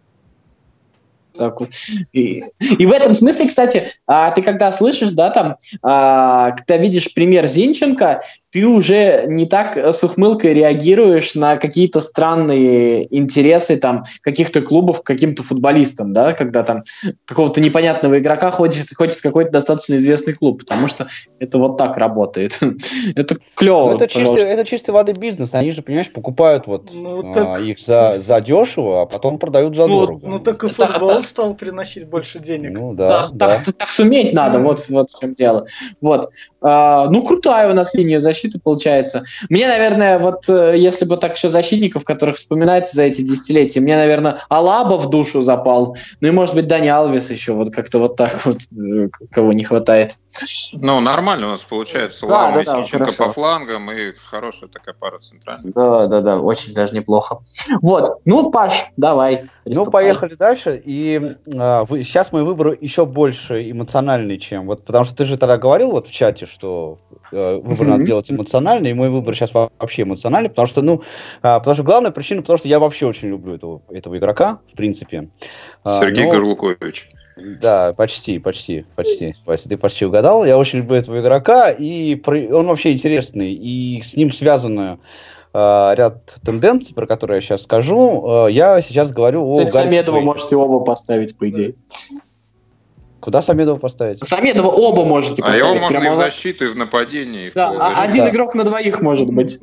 Так вот. И, и в этом смысле, кстати, а, ты когда слышишь, да, там, а, когда видишь пример Зинченко, ты уже не так с ухмылкой реагируешь на какие-то странные интересы там каких-то клубов к каким-то футболистам, да, когда там какого-то непонятного игрока хочет, хочет какой-то достаточно известный клуб, потому что это вот так работает. Это клево. Это чистой, это чистой воды бизнес. Они же, понимаешь, покупают вот ну, так... их за, за дешево, а потом продают за ну, дорого. Ну так и футбол стал приносить больше денег. Ну да, да. Так, так, так суметь надо, вот, вот в чем дело. Вот. А, ну, крутая у нас линия защиты получается. Мне, наверное, вот если бы так еще защитников, которых вспоминается за эти десятилетия, мне, наверное, Алаба в душу запал. Ну и, может быть, Дани Алвес еще вот как-то вот так вот, кого не хватает. Ну, нормально у нас получается. Да, Лама да, и Синченко да, по флангам, и хорошая такая пара центральная. Да, да, да, очень даже неплохо. Вот, ну, Паш, давай. Ну, поехали дальше. И а, вы, сейчас мой выбор еще больше эмоциональный, чем... Вот, потому что ты же тогда говорил вот в чате, что э, выбор mm-hmm. надо делать эмоциональный, и мой выбор сейчас вообще эмоциональный, потому что, ну, а, потому что главная причина, потому что я вообще очень люблю этого, этого игрока, в принципе. Сергей а, но... Горлукович. Да, почти, почти, почти. Ты почти угадал. Я очень люблю этого игрока, и он вообще интересный, и с ним связаны э, ряд тенденций, про которые я сейчас скажу. Э, я сейчас говорю о... Самедова можете оба поставить, по идее. Куда Самедова поставить? Самедова оба можете поставить. А его можно и в защиту, и в нападении. И в да, а один да. игрок на двоих может быть.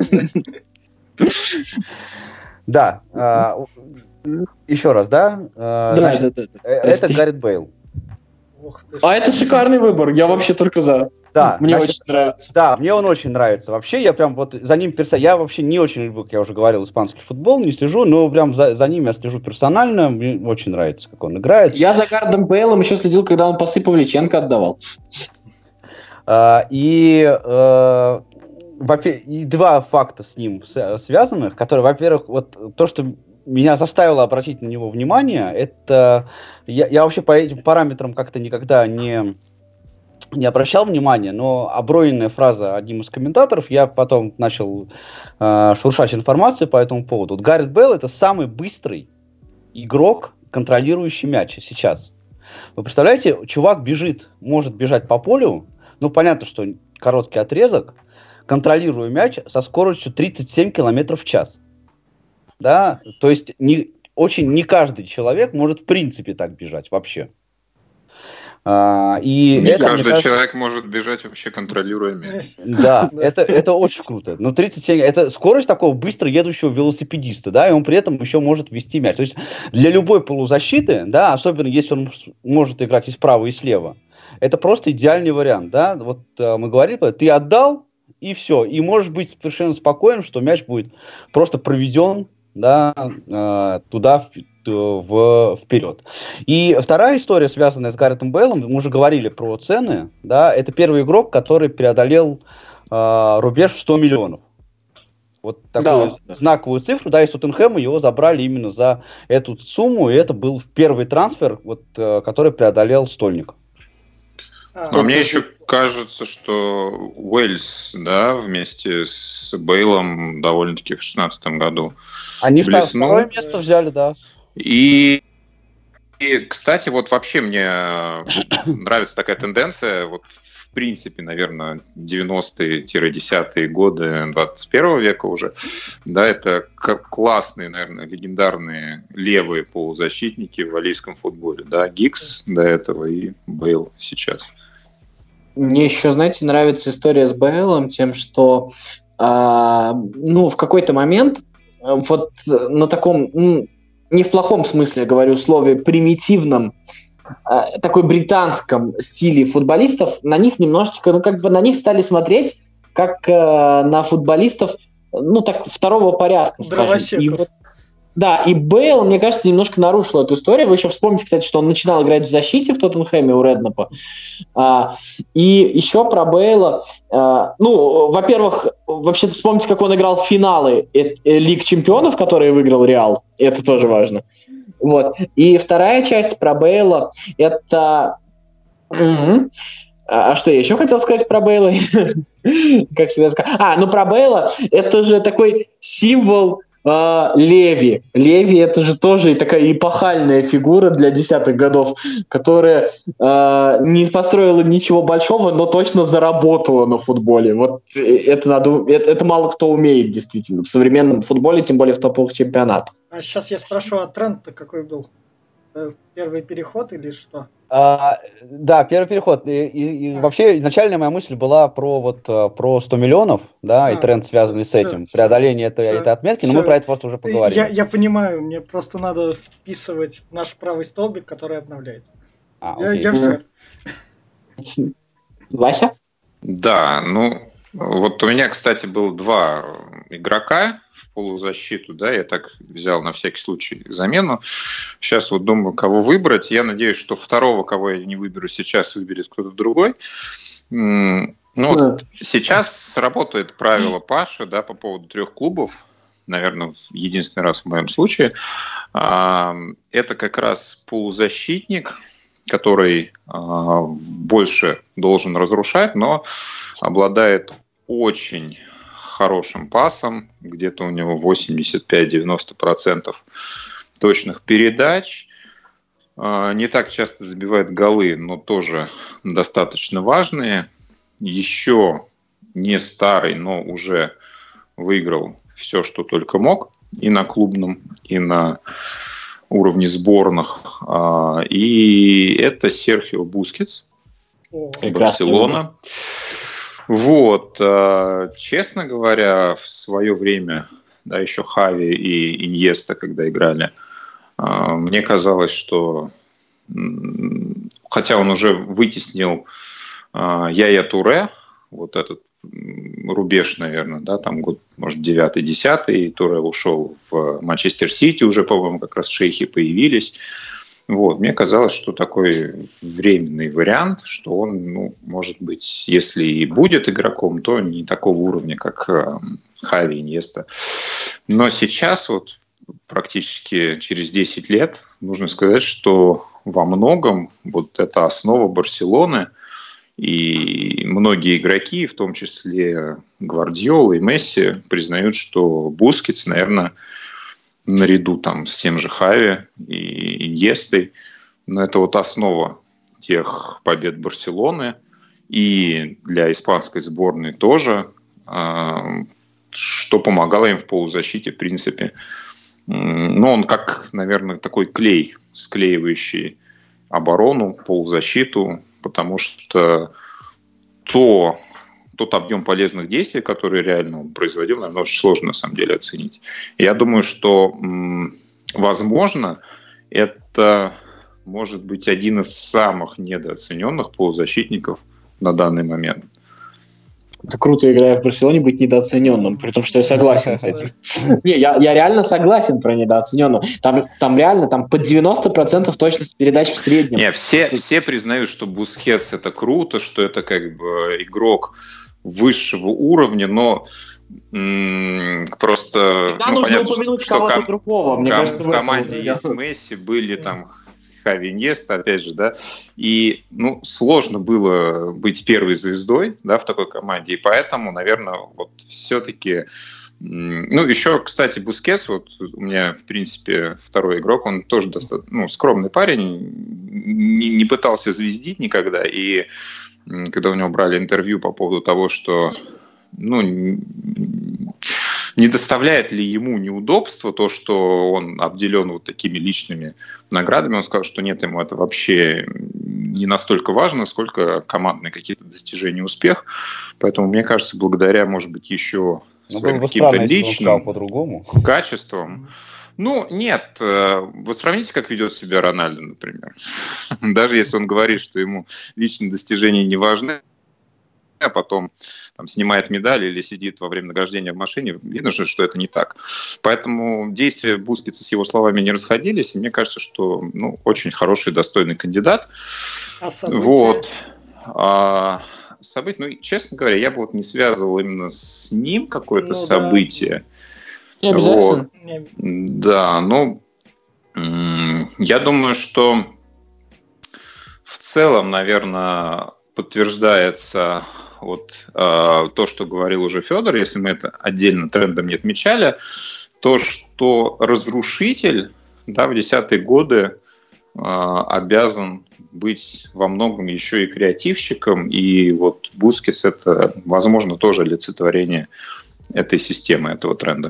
Да. Еще раз, да? Да, Значит, да, да, да. Это Прости. Гаррет Бейл. А это шикарный выбор, я вообще только за. Да, мне значит, очень нравится. Да, мне он очень нравится. Вообще, я прям вот за ним персо... Я вообще не очень люблю, как я уже говорил, испанский футбол, не слежу, но прям за, за ним я слежу персонально. Мне очень нравится, как он играет. Я за Гардом Бейлом еще следил, когда он пасы Павличенко отдавал. А, и, а, и два факта с ним связанных, которые, во-первых, вот то, что меня заставило обратить на него внимание, это я, я вообще по этим параметрам как-то никогда не, не обращал внимания, но оброненная фраза одним из комментаторов, я потом начал э, шуршать информацию по этому поводу. Вот Гаррет Бейл — это самый быстрый игрок, контролирующий мяч сейчас. Вы представляете, чувак бежит, может бежать по полю, ну, понятно, что короткий отрезок, контролируя мяч со скоростью тридцать семь километров в час. Да, то есть не, очень не каждый человек может в принципе так бежать вообще. А, и не это, каждый кажется, человек может бежать вообще контролируя мяч. Да, это, это очень круто. Но тридцать семь, это скорость такого быстро едущего велосипедиста, да, и он при этом еще может вести мяч. То есть для любой полузащиты, да, особенно если он может играть и справа, и слева, это просто идеальный вариант, да. Вот а, мы говорили, ты отдал, и все, и можешь быть совершенно спокоен, что мяч будет просто проведен, да, а, туда, в, вперед. И вторая история, связанная с Гарретом Бейлом, мы уже говорили про цены, да, это первый игрок, который преодолел э, рубеж в сто миллионов. Вот такую да. знаковую цифру, да, из Тоттенхэма его забрали именно за эту сумму, и это был первый трансфер, вот, э, который преодолел стольник. Но а, мне еще кажется, что Уэльс, да, вместе с Бейлом довольно-таки в шестнадцатом году они блеснул. Второе место взяли, да. И, и, кстати, вот вообще мне нравится такая тенденция, вот в принципе, наверное, девяностые-десятые годы двадцать первого века уже, да, это классные, наверное, легендарные левые полузащитники в валлийском футболе, да, Гиггс до этого и Бейл сейчас. Мне еще, знаете, нравится история с Бейлом тем, что а, ну, в какой-то момент вот на таком... Ну, не в плохом смысле, говорю, слове примитивном, э, такой британском стиле футболистов, на них немножечко, ну, как бы на них стали смотреть, как э, на футболистов, ну, так, второго порядка, скажем. И вот, да, и Бейл, мне кажется, немножко нарушил эту историю. Вы еще вспомните, кстати, что он начинал играть в защите в Тоттенхэме у Реднапа. А, и еще про Бейла. А, ну, во-первых, вообще-то вспомните, как он играл в финалы э- э- Лиг Чемпионов, которые выиграл Реал. Это тоже важно. Вот. И вторая часть про Бейла – это... Угу. А что я еще хотел сказать про Бейла? Как всегда сказать. А, ну про Бейла – это же такой символ... Uh, Леви. Леви — это же тоже такая эпохальная фигура для десятых годов, которая uh, не построила ничего большого, но точно заработала на футболе. Вот это, надо, это, это мало кто умеет действительно в современном футболе, тем более в топовых чемпионатах. А сейчас я спрошу, а тренд-то какой был? Первый переход или что? А, да, первый переход. И, и, и а. вообще изначальная моя мысль была про вот про сто миллионов, да, а, и тренд, связанный все, с этим, все, преодоление все, этой, этой отметки, все. Но мы про это просто уже поговорили. Я, я понимаю, мне просто надо вписывать в наш правый столбик, который обновляется. А, я, я все. Вася? Да, ну, вот у меня, кстати, было два игрока в полузащиту, да, я так взял на всякий случай замену. Сейчас вот думаю, кого выбрать. Я надеюсь, что второго, кого я не выберу сейчас, выберет кто-то другой. Ну, вот сейчас сработает правило Паши, да, по поводу трех клубов. Наверное, единственный раз в моем случае. Это как раз полузащитник, который больше должен разрушать, но обладает очень хорошим пасом, где-то у него восемьдесят пять - девяносто процентов точных передач, не так часто забивает голы, но тоже достаточно важные, еще не старый, но уже выиграл все, что только мог, и на клубном, и на уровне сборных, и это Серхио Бускетс, Барселона. Вот, честно говоря, в свое время, да, еще Хави и Иньеста, когда играли, мне казалось, что, хотя он уже вытеснил Яя Туре, вот этот рубеж, наверное, да, там год, может, девятый-десятый, Туре ушел в Манчестер Сити, уже, по-моему, как раз шейхи появились. Вот, мне казалось, что такой временный вариант, что он, ну, может быть, если и будет игроком, то не такого уровня, как э, Хави, Иньеста. Но сейчас, вот практически через десять лет, нужно сказать, что во многом вот эта основа Барселоны И многие игроки, в том числе Гвардиола и Месси, признают, что Бускетс, наверное, наряду там с тем же Хави и Иньестой, но это вот основа тех побед Барселоны. И для испанской сборной тоже, что помогало им в полузащите, в принципе. Ну, он как, наверное, такой клей, склеивающий оборону, полузащиту, потому что то, тот объем полезных действий, который реально он производил, наверное, очень сложно на самом деле оценить. Я думаю, что, возможно, это может быть один из самых недооцененных полузащитников на данный момент. Это круто, играя в Барселоне, быть недооцененным, при том, что я согласен с этим. Не, я, я реально согласен про недооцененного. Там, там реально там под девяносто процентов точность передач в среднем. Не, все, все признают, что Бускетс это круто, что это как бы игрок высшего уровня, но м- просто... Всегда ну, нужно понятно, упомянуть что кого-то ком- другого. Мне ком- кажется, в команде этом... есть Месси, были там Хави, Иньеста, опять же, да, и, ну, сложно было быть первой звездой, да, в такой команде, и поэтому, наверное, вот все-таки, ну, еще, кстати, Бускетс, вот у меня, в принципе, второй игрок, он тоже достаточно, ну, скромный парень, не, не пытался звездить никогда, и когда у него брали интервью по поводу того, что, ну, не доставляет ли ему неудобства то, что он обделен вот такими личными наградами, он сказал, что нет, ему это вообще не настолько важно, сколько командные какие-то достижения, успех. Поэтому, мне кажется, благодаря, может быть, еще ну, своим бы каким-то странно, личным по-другому. качествам. Ну, нет. Вы сравните, как ведет себя Рональдо, например. Даже если он говорит, что ему личные достижения не важны, а потом там, снимает медаль или сидит во время награждения в машине, видно же, что это не так. Поэтому действия Бускетса с его словами не расходились, и мне кажется, что ну, очень хороший, достойный кандидат. А события? Вот. А, события, ну, честно говоря, я бы вот не связывал именно с ним какое-то ну, событие. Да. Не обязательно. Вот. Да, ну, я думаю, что в целом, наверное, подтверждается вот э, то, что говорил уже Федор, если мы это отдельно трендом не отмечали, то, что разрушитель, да, в десятые годы э, обязан быть во многом еще и креативщиком, и вот Бускетс это, возможно, тоже олицетворение этой системы, этого тренда.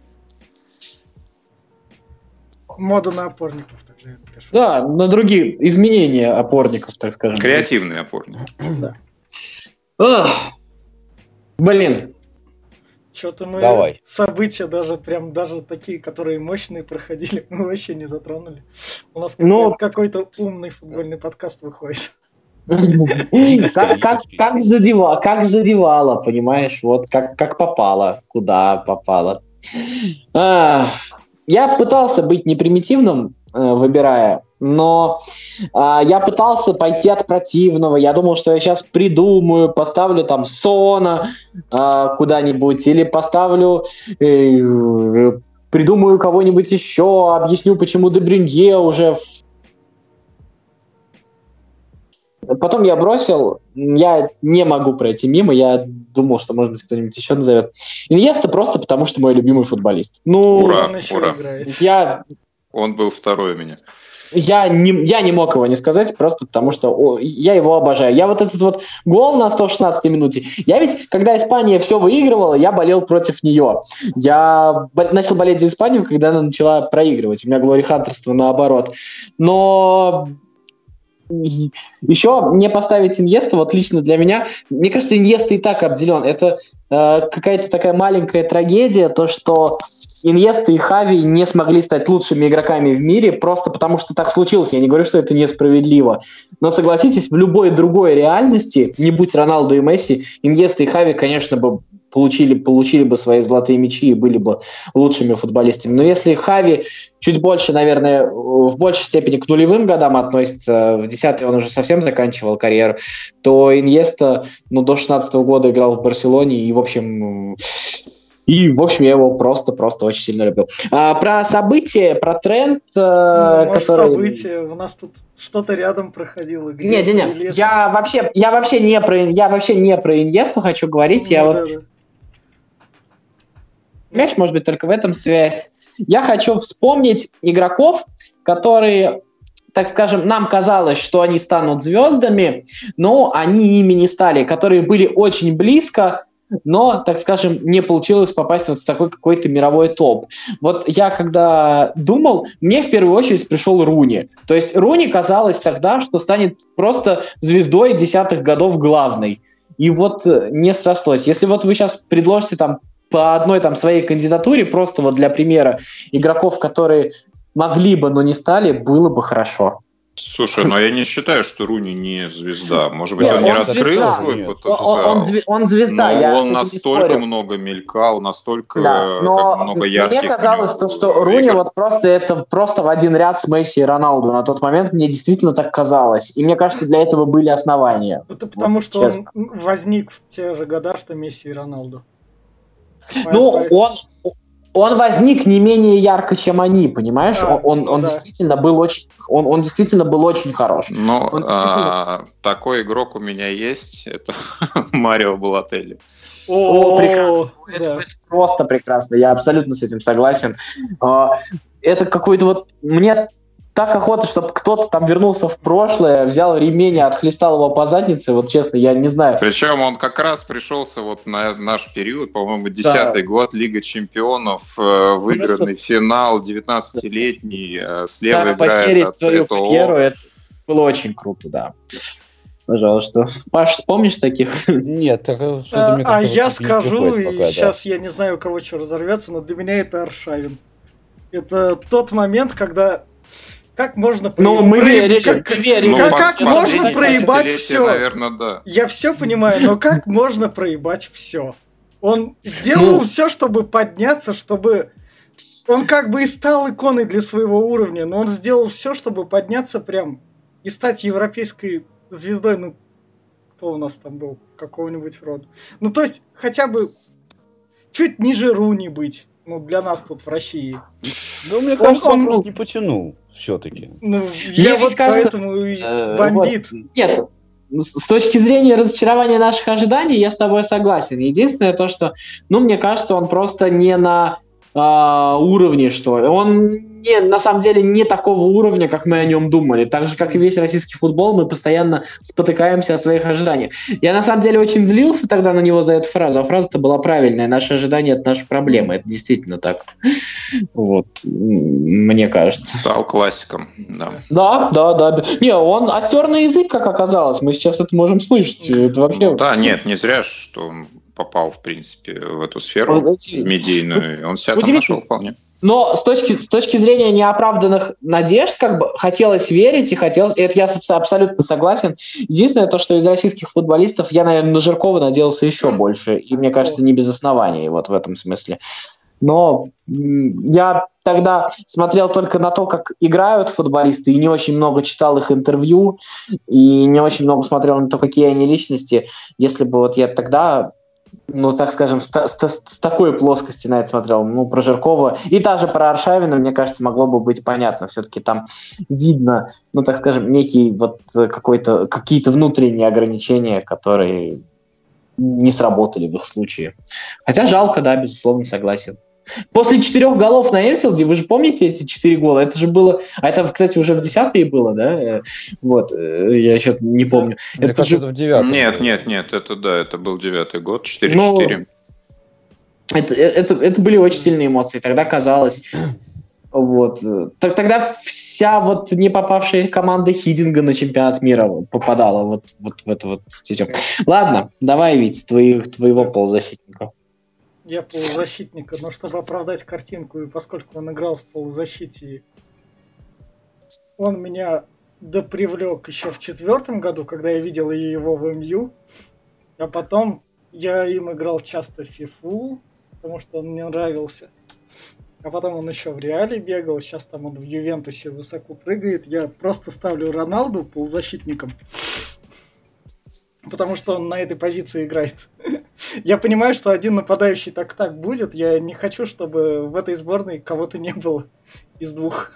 Мода на опорников. Тогда, да, на другие изменения опорников, так скажем. Креативные опорники. Да. Ох, блин. Что-то мы Давай. события даже прям даже такие, которые мощные проходили, мы вообще не затронули. У нас ну, какой-то умный футбольный подкаст выходит. Как, как, как, задевало, как задевало, понимаешь? Вот как, как попало, куда попало. А, я пытался быть непримитивным, выбирая, но а, я пытался пойти от противного. Я думал, что я сейчас придумаю, поставлю там Сона а, куда-нибудь, или поставлю, э, придумаю кого-нибудь еще, объясню, почему Де Брюнье уже... Потом я бросил, я не могу пройти мимо, я думал, что, может быть, кто-нибудь еще назовет. Иньеста просто потому, что мой любимый футболист. Ну, ура, ура. Я... Он был второй у меня. Я не, я не мог его не сказать, просто потому что о, я его обожаю. Я вот этот вот гол на сто шестнадцатой минуте, я ведь, когда Испания все выигрывала, я болел против нее. Я начал болеть за Испанию, когда она начала проигрывать. У меня Глори Хантерство наоборот. Но... Еще не поставить Иньеста, вот лично для меня, мне кажется, Иньеста и так обделен. Это э, какая-то такая маленькая трагедия, то, что Иньеста и Хави не смогли стать лучшими игроками в мире, просто потому что так случилось. Я не говорю, что это несправедливо. Но согласитесь, в любой другой реальности, не будь Роналду и Месси, Иньеста и Хави, конечно, бы получили, получили бы свои золотые мячи и были бы лучшими футболистами. Но если Хави чуть больше, наверное, в большей степени к нулевым годам относится, в десятые он уже совсем заканчивал карьеру, то Иньеста ну, до шестнадцатого года играл в Барселоне и, в общем, И, в общем, я его просто-просто очень сильно любил. А, про события, про тренд, Ну, может, который... события. У нас тут что-то рядом проходило. Не-не-не, я вообще, я вообще не про, я вообще не про Иньесту хочу говорить. Ну, я да, вот, да. понимаешь, может быть, только в этом связь. Я хочу вспомнить игроков, которые, так скажем, нам казалось, что они станут звездами, но они ими не стали, которые были очень близко, но, так скажем, не получилось попасть вот в такой какой-то мировой топ. Вот я когда думал, мне в первую очередь пришел Руни. То есть Руни казалось тогда, что станет просто звездой десятых годов главной. И вот не срослось. Если вот вы сейчас предложите там по одной там своей кандидатуре, просто вот для примера, игроков, которые могли бы, но не стали, было бы хорошо. Слушай, но я не считаю, что Руни не звезда. Может быть, Нет, он не он раскрыл звезда. свой Нет. потенциал. Он, он, зве- он звезда, но я он с этим не настолько спорю. много мелькал, настолько Да, но как много ярких. мне казалось, у то, него что Руни игр. вот просто это просто в один ряд с Месси и Роналду. На тот момент мне действительно так казалось. И мне кажется, для этого были основания. Это потому, Вот, что честно. он возник в те же года, что Месси и Роналду. Ну, Поэтому- он, он возник не менее ярко, чем они, понимаешь? А, он он, ну он да. действительно был очень, он, он действительно был очень хорош. Но Он действительно- а, такой игрок у меня есть, это Марио Балотелли. О, О, прекрасно. Это, да. это просто прекрасно. Я абсолютно с этим согласен. А, Это какой-то вот... Мне так охота, чтобы кто-то там вернулся в прошлое, взял ремень и отхлестал его по заднице. Вот честно, я не знаю. Причем он как раз пришелся вот на наш период, по-моему, десятый год, Лига Чемпионов, э, выигранный финал, девятнадцатилетний, э, слева Так играет похерить от свою этого. карьеру, это было очень круто, да. Пожалуйста. Паш, вспомнишь таких? Нет, так, э, что-то А, мне а как-то я вот не скажу, приходит и пока, да. сейчас я не знаю, у кого что разорвется, но для меня это Аршавин. Это тот момент, когда... Как можно... Ну, проеб- мы проеб- верили, как- мы верили. Ну, Как- пос- как последние можно проебать десятилетия, всё? Наверное, да. Я все понимаю, но как можно проебать все? Он сделал Ну. все, чтобы подняться, чтобы... Он как бы и стал иконой для своего уровня, но он сделал все, чтобы подняться прям и стать европейской звездой. Ну, кто у нас там был? Какого-нибудь рода. Ну, то есть, хотя бы чуть ниже Руни быть. Ну, для нас тут в России. Ну, мне кажется, он, он- просто не потянул все-таки. Ну, Мне я ведь вот кажется, поэтому и э, бомбит. Нет, с с точки зрения разочарования наших ожиданий, я с тобой согласен. Единственное то, что, ну, мне кажется, он просто не на а, уровне, что ли. Он не, на самом деле не такого уровня, как мы о нем думали. Так же, как и весь российский футбол, мы постоянно спотыкаемся о своих ожиданиях. Я на самом деле очень злился тогда на него за эту фразу, а фраза-то была правильная. Наши ожидания — это наши проблемы. Это действительно так. Вот, м, мне кажется. Стал классиком, да. Да, да, да. Не, он остер на язык, как оказалось. Мы сейчас это можем слышать. Это вообще... Ну да, нет, не зря, что он попал, в принципе, в эту сферу Он- медийную. Он себя там Удивительно. нашел вполне. Но с точки, с точки зрения неоправданных надежд, как бы хотелось верить и хотелось, и это я абс- абсолютно согласен. Единственное то, что из российских футболистов я, наверное, на Жиркова надеялся еще больше, и мне кажется, не без оснований вот в этом смысле. Но м, я тогда смотрел только на то, как играют футболисты, и не очень много читал их интервью, и не очень много смотрел на то, какие они личности. Если бы вот я тогда, ну, так скажем, с, та- с та- с такой плоскости на это смотрел, ну, про Жиркова и даже про Аршавина, мне кажется, могло бы быть понятно. Все-таки там видно, ну, так скажем, некий вот э, какой-то, какие-то внутренние ограничения, которые не сработали в их случае. Хотя жалко, да, безусловно, согласен. После четырех голов на Энфилде, вы же помните эти четыре гола? Это же было... А это, кстати, уже в десятые было, да? Э, Вот, э, я еще не помню. Мне Это кажется, же... это в девятом. Нет, нет, нет, это да, это был девятый год, четыре Ну, четыре. Это, это, это были очень сильные эмоции. Тогда казалось... Вот. Так, тогда вся вот не попавшая команда Хидинга на чемпионат мира попадала вот, вот в это вот стечение. Ладно, давай, Вить, твоих, твоего полузащитника. Я полузащитника, но чтобы оправдать картинку, и поскольку он играл в полузащите, он меня допривлек еще в четвертом году, когда я видел его в МЮ, а потом я им играл часто в фифу, потому что он мне нравился. А потом он еще в Реале бегал, сейчас там он в Ювентусе высоко прыгает. Я просто ставлю Роналду полузащитником, потому что он на этой позиции играет. Я понимаю, что один нападающий так-так будет. Я не хочу, чтобы в этой сборной кого-то не было из двух.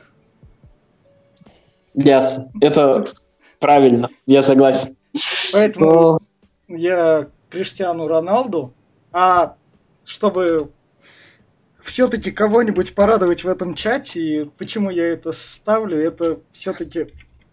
Ясно. Это правильно. Я согласен. Поэтому Но... я Криштиану Роналду. А чтобы все-таки кого-нибудь порадовать в этом чате, и почему я это ставлю, это все-таки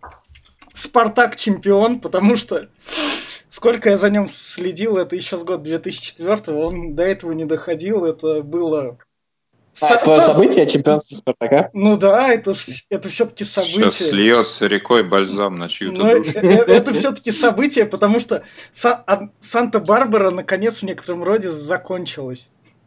Спартак чемпион, потому что сколько я за ним следил, это еще с года две тысячи четвёртого, он до этого не доходил, это было... А, Со- это со- событие, чемпионство Спартака? Ну да, это, это все-таки событие. Сейчас льется рекой бальзам на чью-то Но душу. Это, это все-таки событие, потому что Са- Санта-Барбара наконец в некотором роде закончилась.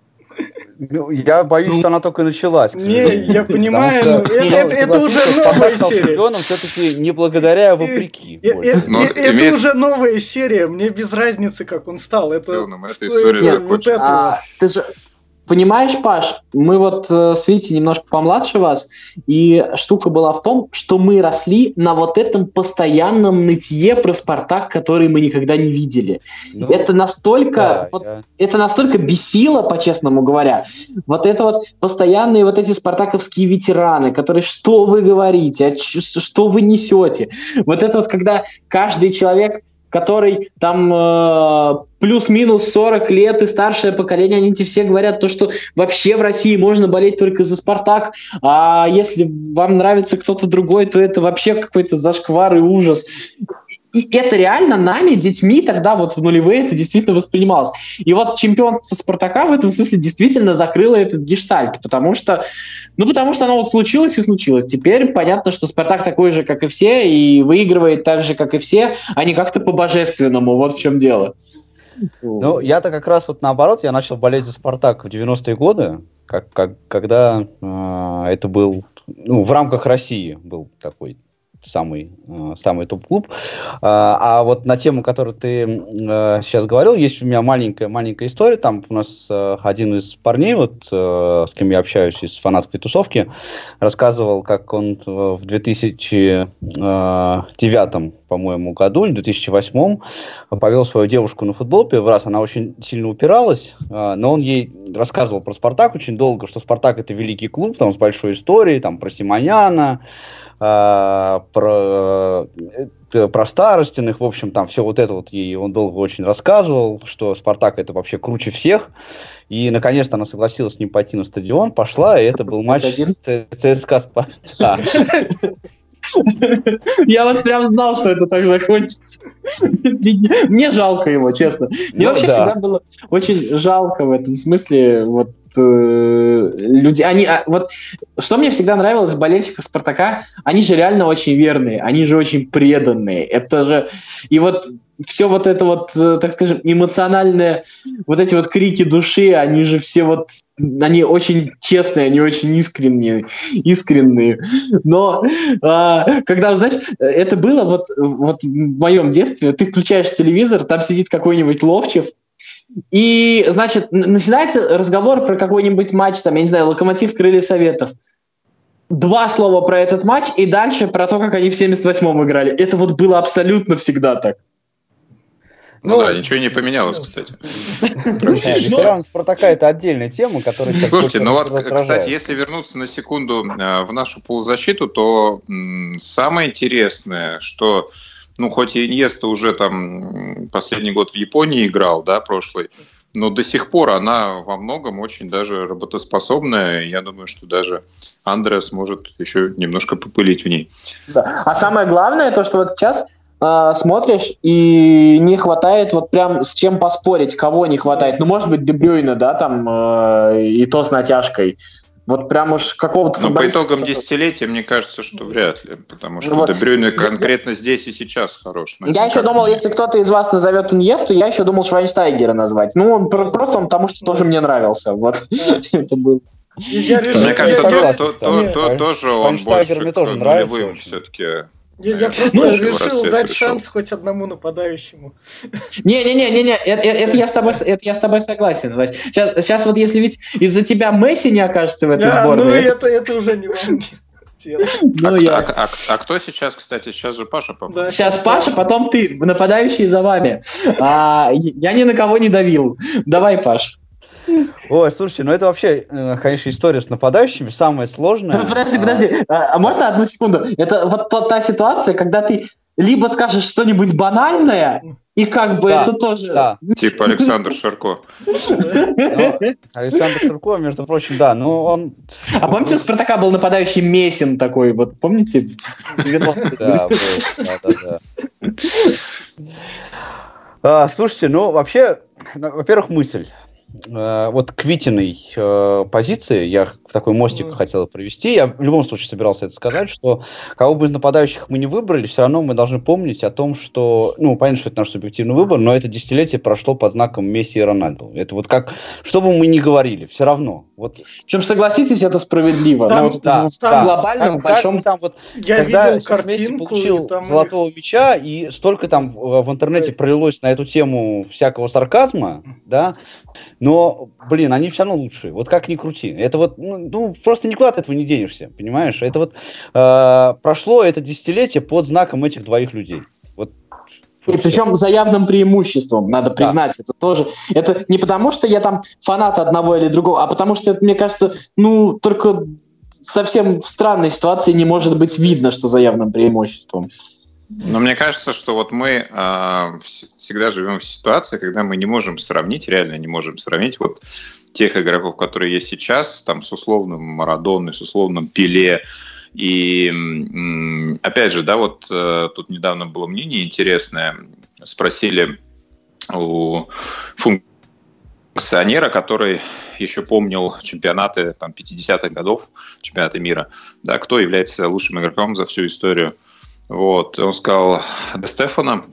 Ну, я боюсь, ну, что она только началась. Не, я понимаю, но это, это, это уже новая серия. Все-таки не благодаря, а вопреки. Это, это имеет... уже новая серия, мне без разницы, как он стал. Это, это история вот это а, вот. Ты же... Понимаешь, Паш, мы вот э, с Витей немножко помладше вас, и штука была в том, что мы росли на вот этом постоянном нытье про Спартак, который мы никогда не видели. Ну, это настолько, да, вот, я... это настолько бесило, по-честному говоря. Вот это вот постоянные вот эти спартаковские ветераны, которые что вы говорите, что вы несете. Вот это вот, когда каждый человек, который там э, плюс-минус сорок лет и старшее поколение, они все говорят то, что вообще в России можно болеть только за «Спартак», а если вам нравится кто-то другой, то это вообще какой-то зашквар и ужас. И это реально нами, детьми, тогда вот в нулевые это действительно воспринималось. И вот чемпионство «Спартака» в этом смысле действительно закрыло этот гештальт, потому что, ну, потому что оно вот случилось и случилось. Теперь понятно, что «Спартак» такой же, как и все, и выигрывает так же, как и все, а не как-то по-божественному. Вот в чем дело. Ну, я-то как раз вот наоборот, я начал болеть за «Спартак» в девяностые годы, как, как, когда э, это был, ну, в рамках России был такой самый, самый топ-клуб. А, а вот на тему, которую ты а, сейчас говорил, есть у меня маленькая, маленькая история. Там у нас а, один из парней, вот, а, с кем я общаюсь из фанатской тусовки, рассказывал, как он в две тысячи девятом, по-моему, году, или две тысячи восьмом повел свою девушку на футбол. Первый раз она очень сильно упиралась, а, но он ей рассказывал про «Спартак» очень долго, что «Спартак» — это великий клуб, там, с большой историей, там, про Симоняна, А, про, про Старостиных, в общем, там все вот это вот ей он долго очень рассказывал, что «Спартак» это вообще круче всех, и наконец-то она согласилась с ним пойти на стадион, пошла, и это был матч ЦСКА «Спартак». Я вот прям знал, что это так закончится. Мне жалко его, честно. Мне вообще всегда было очень жалко в этом смысле, вот, люди, они, вот, что мне всегда нравилось в болельщиках «Спартака», они же реально очень верные, они же очень преданные, это же, и вот все вот это вот, так скажем, эмоциональные, вот эти вот крики души, они же все вот, они очень честные, они очень искренние, искренние, но а, когда, знаешь, это было вот, вот в моем детстве, ты включаешь телевизор, там сидит какой-нибудь Ловчев, и, значит, начинается разговор про какой-нибудь матч, там, я не знаю, «Локомотив Крылья Советов». Два слова про этот матч, и дальше про то, как они в семьдесят восьмом играли. Это вот было абсолютно всегда так. Ну, ну да, ничего не поменялось, кстати. Ветеран «Спартака» — это отдельная тема, которая... Слушайте, ну вот, кстати, если вернуться на секунду в нашу полузащиту, то самое интересное, что... Ну, хоть и Иньеста уже там последний год в Японии играл, да, прошлый, но до сих пор она во многом очень даже работоспособная. Я думаю, что даже Андреас может еще немножко попылить в ней. Да. А самое главное, то, что вот сейчас э, смотришь, и не хватает вот прям с чем поспорить, кого не хватает. Ну, может быть, Де Брюйна, да, там, э, и то с натяжкой. Вот прям уж какого-то... Но по итогам десятилетия, мне кажется, что вряд ли, потому что вот. Де Брюйне конкретно здесь и сейчас хорош. Я еще никак... думал, если кто-то из вас назовет Иньесту, я еще думал Швайнштайгера назвать. Ну, он просто он потому, что тоже мне нравился. Вот. Это был... Мне кажется, тоже он больше к нулевым все-таки... Я, я просто ну, решил дать пришел. шанс хоть одному нападающему. Не-не-не-не, это, это, я с тобой, это я с тобой согласен. Сейчас, сейчас вот если ведь из-за тебя Месси не окажется в этой да, сборной... Ну это, это уже не вам. Ну, а, я. а- а- а кто сейчас, кстати, сейчас же Паша, по-моему. Да. Сейчас Паша, потом ты, нападающий за вами. А, я ни на кого не давил. Давай, Паш. Ой, слушайте, ну это вообще, э, конечно, история с нападающими самая сложная. Ну, подожди, А, подожди. А, а можно одну секунду? Это вот та, та ситуация, когда ты либо скажешь что-нибудь банальное, и как бы Да, это тоже... Да. Типа Александр Ширко. Но Александр Ширко, между прочим, да, ну он... А помните, у Спартака был нападающий Месин такой, вот помните? девяностые? Да, был, да, да, да. А, слушайте, ну вообще, ну, во-первых, мысль. Э, Вот к Витиной э, позиции я такой мостик Мгм. хотел провести. Я в любом случае собирался это сказать, что кого бы из нападающих мы не выбрали, все равно мы должны помнить о том, что, ну, понятно, что это наш субъективный выбор, но это десятилетие прошло под знаком Месси и Рональду. Это вот как, что бы мы ни говорили, все равно. Вот, Причем, согласитесь, это справедливо. Там- На вот да, в да. глобальном, Как- как большом... там вот Я когда видел сейчас Месси картинку, получил и там у них- золотого мяча, и столько там в в интернете пролилось на эту тему всякого сарказма, да, но, блин, они все равно лучшие, вот как ни крути. Это вот, ну, ну, просто никуда от этого не денешься, понимаешь? Это вот э, прошло это десятилетие под знаком этих двоих людей. Вот. И причем за явным преимуществом, надо признать, это тоже. Это не потому, что я там фанат одного или другого, а потому что это, мне кажется, ну, только совсем в странной ситуации не может быть видно, что за явным преимуществом. Но мне кажется, что вот мы э, вс- всегда живем в ситуации, когда мы не можем сравнить, реально не можем сравнить вот тех игроков, которые есть сейчас, там, с условным Марадоной, с условным Пеле. И м, опять же, да, вот э, тут недавно было мнение интересное. Спросили у функционера, который еще помнил чемпионаты там, пятидесятых годов, чемпионаты мира, да, кто является лучшим игроком за всю историю. Вот, он сказал Де Стефано.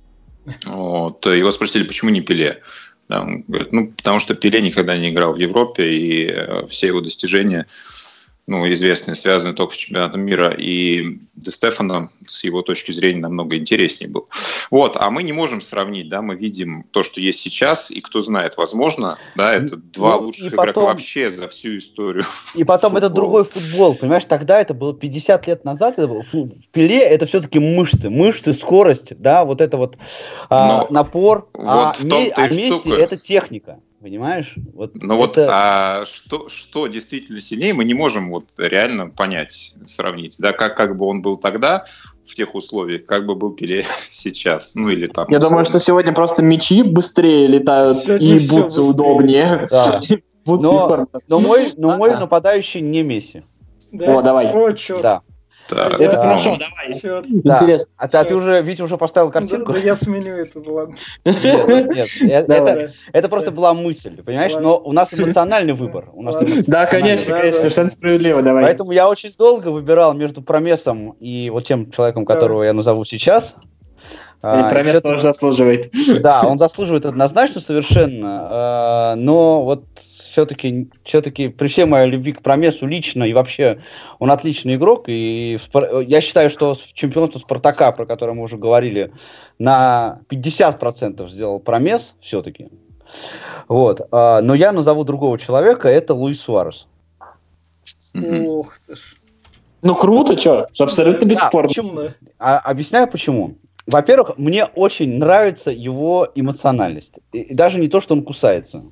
Вот, его спросили, почему не Пеле. Да, он говорит, ну, потому что Пеле никогда не играл в Европе, и э, все его достижения, ну, известные, связаны только с чемпионатом мира. И Де Стефано, с его точки зрения, намного интереснее был. Вот, а мы не можем сравнить, да, мы видим то, что есть сейчас, и кто знает, возможно, да, это два Ну, лучших и игрока потом- вообще за всю историю. И потом это Футбол. другой футбол, понимаешь, тогда это было пятьдесят лет назад, это было, фу- в Пеле это все-таки мышцы, мышцы, скорость, да, вот это вот а, Но напор, а, вот в том-то Ме- и а Месси штука. это техника, понимаешь? Вот Ну вот, это- а что, что действительно сильнее, мы не можем вот реально понять, сравнить. Да, как, как бы он был тогда в тех условиях, как бы был Пеле сейчас. Ну или там. Я думаю, что сегодня просто мячи быстрее летают Сегодня и всё бутсы быстрее. удобнее. Да. Бутсы Но- и форма. Но мой, но мой Ага. нападающий не Месси, Да? О, давай. О, чё? да. Так, Это Да. хорошо, давай. Чё? Да. Интересно. А ты, а ты Всё. уже, Витя уже поставил Да, картинку? да я сменю это, ладно. Нет, нет, э- Давай. это, это просто была мысль, понимаешь? Ладно. Но у нас эмоциональный выбор. У нас Ладно. эмоциональный Да, конечно, Да, конечно, да. совершенно справедливо, давай. Поэтому я очень долго выбирал между Промесом и вот тем человеком, которого я назову сейчас. И А, Промес всё-таки- тоже заслуживает. Да, он заслуживает однозначно совершенно, а, но вот все-таки, все-таки при всей моей любви к Промесу лично и вообще он отличный игрок, и в Спар- я считаю, что с- чемпионство Спартака, про которое мы уже говорили, на пятьдесят процентов сделал Промес все-таки. Вот. а, Но я назову другого человека, это Луис Суарес. мгм. Ох ты ж. Ну круто, что? Абсолютно бесспорно. почему? Да. А- объясняю почему. Во-первых, мне очень нравится его эмоциональность. И, и даже не то, что он кусается.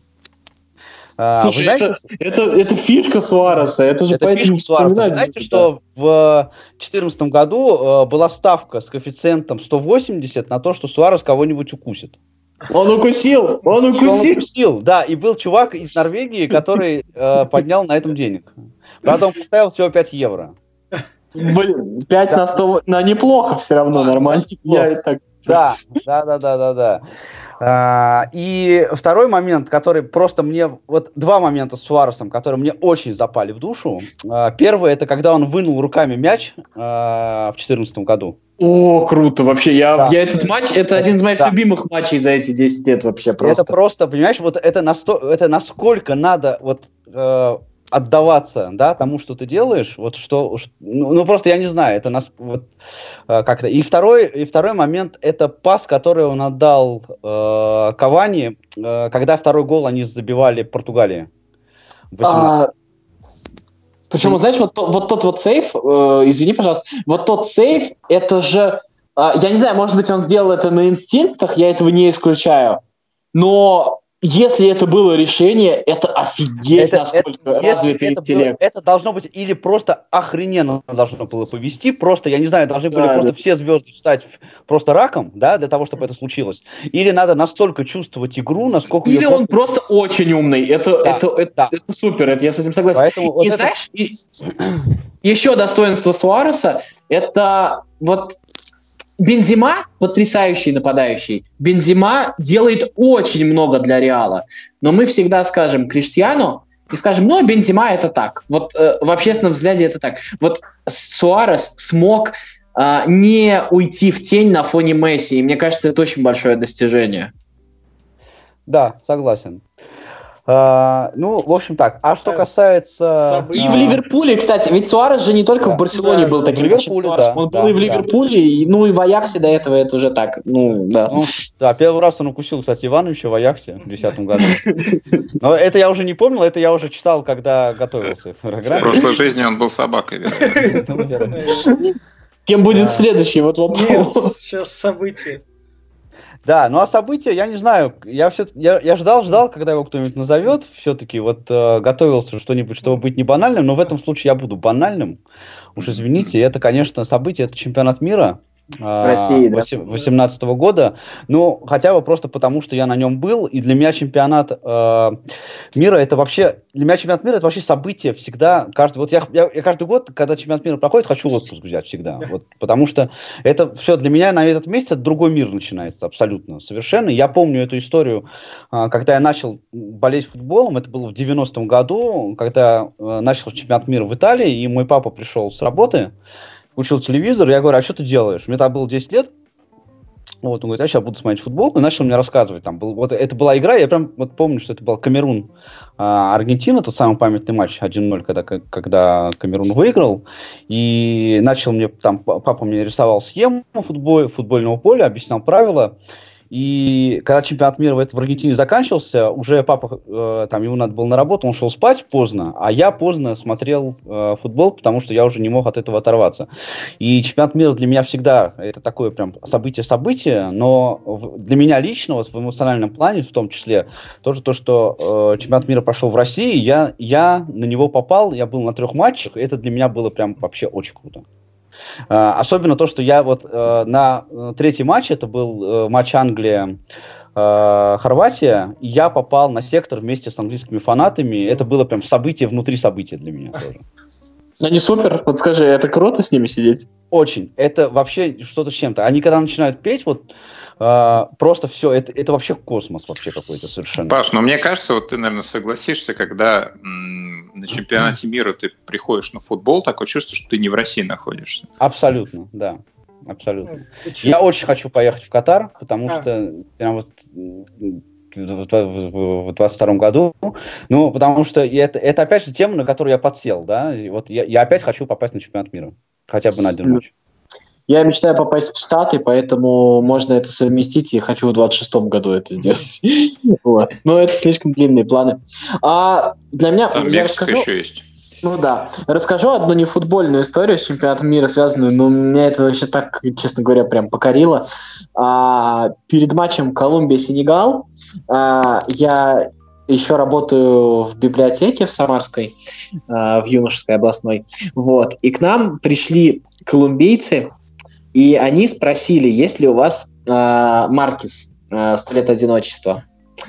А, вы Слушай, знаете, это, это, это фишка Суареса, это же это поэтому фишка Суареса. Вы вспоминать знаете, надо. что в две тысячи четырнадцатом году э, была ставка с коэффициентом сто восемьдесят на то, что Суарес кого-нибудь укусит. Он укусил, он И он укусил. укусил, да, и был чувак из Норвегии, который э, поднял на этом денег. Правда, он поставил всего пять евро. Блин, пять на сто, на неплохо все равно, Да, нормально. неплохо. Я и так... Да, да, да, да, да, да. А, и второй момент, который просто мне... Вот два момента с Суаресом, которые мне очень запали в душу. А, первый, это когда он вынул руками мяч а, в две тысячи четырнадцатом году. О, круто, вообще. Я, Да. я этот матч, это один из моих Да. любимых матчей за эти десять лет вообще И просто. это просто, понимаешь, вот это, насто... это насколько надо вот э, отдаваться, да, тому, что ты делаешь, вот что, ш- ну, ну, просто я не знаю, это нас вот э, как-то. И второй, и второй момент, это пас, который он отдал э, Кавани, э, когда второй гол они забивали Португалии. в восемнадцатом. А, Причем, знаешь, вот, вот тот вот сейф, э, извини, пожалуйста, вот тот сейф, это же, э, я не знаю, может быть, он сделал это на инстинктах, я этого не исключаю, но если это было решение, это офигеть, это, насколько это, развитый это интеллект. Было, это должно быть или просто охрененно должно было повести, просто, я не знаю, должны были да, просто да. все звезды встать просто раком, да, для того, чтобы это случилось. Или надо настолько чувствовать игру, насколько... Или он просто... просто очень умный. Это, да, это, это, да. это супер, это, я с этим согласен. Поэтому и вот знаешь, это... и, еще достоинство Суареса, это вот... Бензема потрясающий нападающий. Бензема делает очень много для Реала. Но мы всегда скажем Криштиану и скажем, ну, Бензема это так. Вот э, в общественном взгляде это так. Вот Суарес смог э, не уйти в тень на фоне Месси. И мне кажется, это очень большое достижение. Да, согласен. Uh, ну, в общем так. А что касается... И uh, в Ливерпуле, кстати, ведь Суарес же не только да, в Барселоне да, был таким Ливерпуле, да, он да, был и в Ливерпуле, да. и, ну и в Аяксе до этого это уже так, ну, да. Ну, да, первый раз он укусил, кстати, Ивановича в Аяксе в две тысячи десятом году. Но это я уже не помнил, это я уже читал, когда готовился. В прошлой жизни он был собакой, вероятно. Кем будет следующий? Вот вопрос. Сейчас события. Да, ну а события, я не знаю, я все, я, я ждал, ждал, когда его кто-нибудь назовет, все-таки вот э, готовился что-нибудь, чтобы быть не банальным, но в этом случае я буду банальным, уж извините, это, конечно, событие, это чемпионат мира России, две тысячи восемнадцатого года, ну, хотя бы просто потому, что я на нем был, и для меня чемпионат э, мира, это вообще, для меня чемпионат мира, это вообще событие всегда, каждый, вот я, я, я каждый год, когда чемпионат мира проходит, хочу отпуск взять всегда, вот, потому что это все для меня на этот месяц другой мир начинается, абсолютно, совершенно. Я помню эту историю, э, когда я начал болеть футболом, это было в девяностом году, когда э, начал чемпионат мира в Италии, и мой папа пришел с работы, включил телевизор, я говорю, а что ты делаешь? Мне тогда было десять лет, вот, он говорит, я сейчас буду смотреть футбол, и начал мне рассказывать, там, был, вот, это была игра, я прям вот помню, что это был Камерун, а, Аргентина, тот самый памятный матч один ноль, когда, когда Камерун выиграл, и начал мне, там, папа мне рисовал схему футбол, футбольного поля, объяснял правила, и когда чемпионат мира в, в Аргентине заканчивался, уже папа, э, там, ему надо было на работу, он шел спать поздно, а я поздно смотрел э, футбол, потому что я уже не мог от этого оторваться. И чемпионат мира для меня всегда это такое прям событие-событие, но в, для меня лично, вот в эмоциональном плане, в том числе, тоже то, что э, чемпионат мира прошел в России, я, я на него попал, я был на трех матчах, и это для меня было прям вообще очень круто. Uh, особенно то, что я вот uh, на uh, третий матч, это был uh, матч Англия-Хорватия, uh, и я попал на сектор вместе с английскими фанатами. Это было прям событие внутри события для меня тоже. Они супер, вот скажи, это круто с ними сидеть? Очень. Это вообще что-то с чем-то. Они когда начинают петь, вот Uh, просто все, это, это вообще космос вообще какой-то совершенно. Паш, но мне кажется, вот ты, наверное, согласишься, когда м- на чемпионате мира ты приходишь на футбол, такое чувство, что ты не в России находишься. Абсолютно, да. Абсолютно. Я очень хочу поехать в Катар, потому а. что прям вот в двадцать втором году, ну, потому что это, это опять же тема, на которую я подсел, да, и вот я, я опять хочу попасть на чемпионат мира, хотя бы на один матч. Я мечтаю попасть в Штаты, поэтому можно это совместить, и хочу в двадцать шестом году это сделать. Вот. Но это слишком длинные планы. А для меня... Там я Мексика расскажу... еще есть. Ну да. Расскажу одну нефутбольную историю с чемпионатом мира связанную, но меня это вообще так, честно говоря, прям покорило. А, перед матчем Колумбия-Сенегал а, я еще работаю в библиотеке в Самарской, а, в Юношеской областной. Вот. И к нам пришли колумбийцы, и они спросили, есть ли у вас э, Маркес, э, «Сто лет одиночества».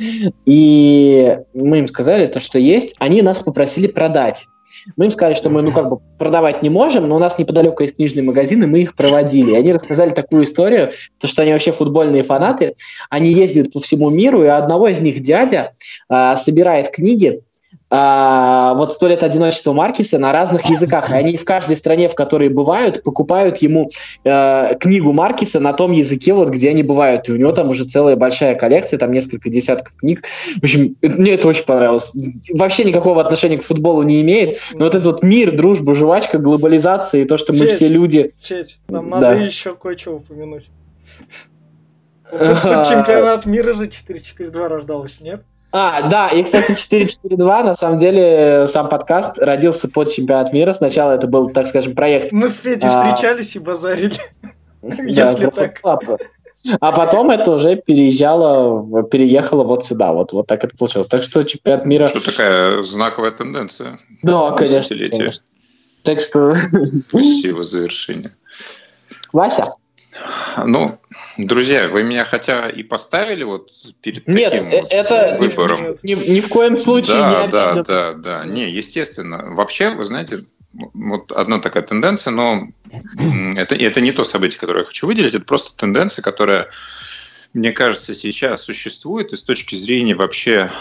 И мы им сказали, то, что есть. Они нас попросили продать. Мы им сказали, что мы ну как бы продавать не можем, но у нас неподалеку есть книжный магазин, и мы их проводили. И они рассказали такую историю, то, что они вообще футбольные фанаты. Они ездят по всему миру, и одного из них дядя э, собирает книги, А, вот «Сто лет одиночества» Маркеса на разных языках. И они в каждой стране, в которой бывают, покупают ему э, книгу Маркеса на том языке, вот где они бывают. И у него там уже целая большая коллекция, там несколько десятков книг. В общем, мне это очень понравилось. Вообще никакого отношения к футболу не имеет. Но вот этот вот мир, дружба, жвачка, глобализация и то, что мы Честь, все люди... Честь, нам да. надо еще кое-что упомянуть. Чемпионат мира же четыре четыре два рождалось, нет? А, да, и, кстати, четыре четыре два, на самом деле, сам подкаст родился под чемпионат мира. Сначала это был, так скажем, проект... Мы с Федей а... встречались и базарили, да, если так. А потом это уже переезжало, переехало вот сюда, вот, вот так это получилось. Так что чемпионат мира... Что такая знаковая тенденция? Да, конечно, конечно. Так что... Почти его завершение. Вася? Ну, друзья, вы меня хотя и поставили вот перед Нет, таким Нет, это вот выбором. Ни, ни, ни в коем случае да, не да, обязан. Да, да, да. Не, естественно. Вообще, вы знаете, вот одна такая тенденция, но это, это не то событие, которое я хочу выделить, это просто тенденция, которая, мне кажется, сейчас существует и с точки зрения вообще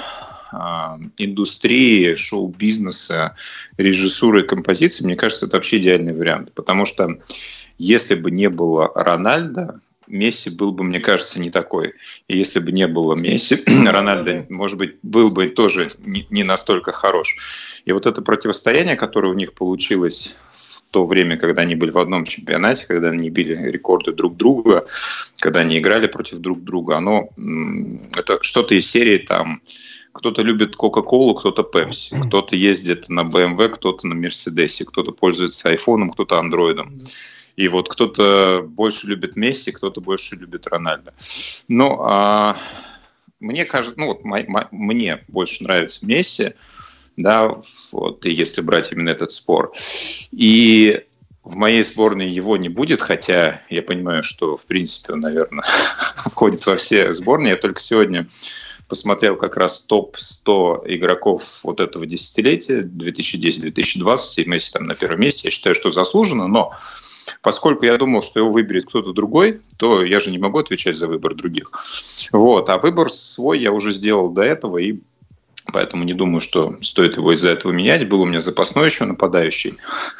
индустрии, шоу-бизнеса, режиссуры и композиции, мне кажется, это вообще идеальный вариант. Потому что если бы не было Рональдо, Месси был бы, мне кажется, не такой. И если бы не было Месси, Рональдо, может быть, был бы тоже не, не настолько хорош. И вот это противостояние, которое у них получилось в то время, когда они были в одном чемпионате, когда они били рекорды друг друга, когда они играли против друг друга, оно это что-то из серии там. Кто-то любит Кока-Колу, кто-то Пепси, кто-то ездит на бэ эм вэ, кто-то на Мерседесе, кто-то пользуется айфоном, кто-то андроидом. И вот кто-то больше любит Месси, кто-то больше любит Рональдо. Ну, а мне кажется, ну вот мо- мо- мне больше нравится Месси, да, вот, если брать именно этот спор. И в моей сборной его не будет, хотя я понимаю, что, в принципе, он, наверное, входит во все сборные. Я только сегодня посмотрел как раз топ сто игроков вот этого десятилетия, две тысячи десятый - две тысячи двадцатый, и Месси там на первом месте. Я считаю, что заслуженно, но поскольку я думал, что его выберет кто-то другой, то я же не могу отвечать за выбор других. Вот. А выбор свой я уже сделал до этого, и поэтому не думаю, что стоит его из-за этого менять. Был у меня запасной еще нападающий.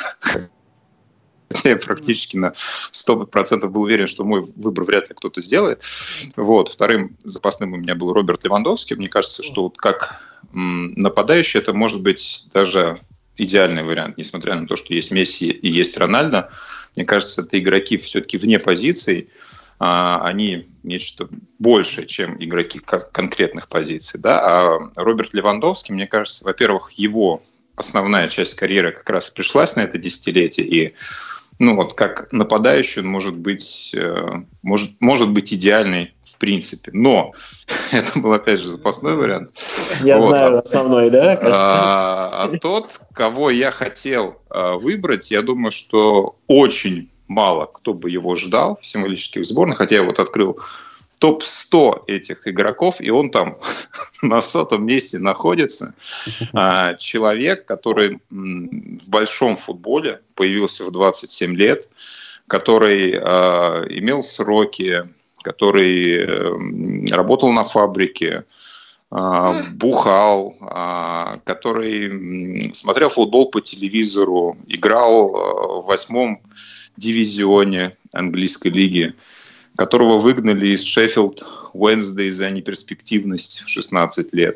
Я практически на сто процентов был уверен, что мой выбор вряд ли кто-то сделает. Вот. Вторым запасным у меня был Роберт Левандовский. Мне кажется, что вот как нападающий это может быть даже идеальный вариант, несмотря на то, что есть Месси и есть Рональдо. Мне кажется, это игроки все-таки вне позиций. Они нечто большее, чем игроки конкретных позиций. Да? А Роберт Левандовский, мне кажется, во-первых, его основная часть карьеры как раз пришлась на это десятилетие, и ну вот как нападающий он может быть, может, может быть идеальный в принципе, но это был опять же запасной вариант. Я вот. знаю основной, да? А, а тот, кого я хотел выбрать, я думаю, что очень мало кто бы его ждал в символических сборных, хотя я вот открыл топ сто этих игроков, и он там на сотом месте находится. А, человек, который м, в большом футболе появился в двадцать семь лет, который а, имел сроки, который а, работал на фабрике, а, бухал, а, который м, смотрел футбол по телевизору, играл а, в восьмом дивизионе английской лиги, которого выгнали из Шеффилд Уэнсдей за неперспективность в шестнадцать лет.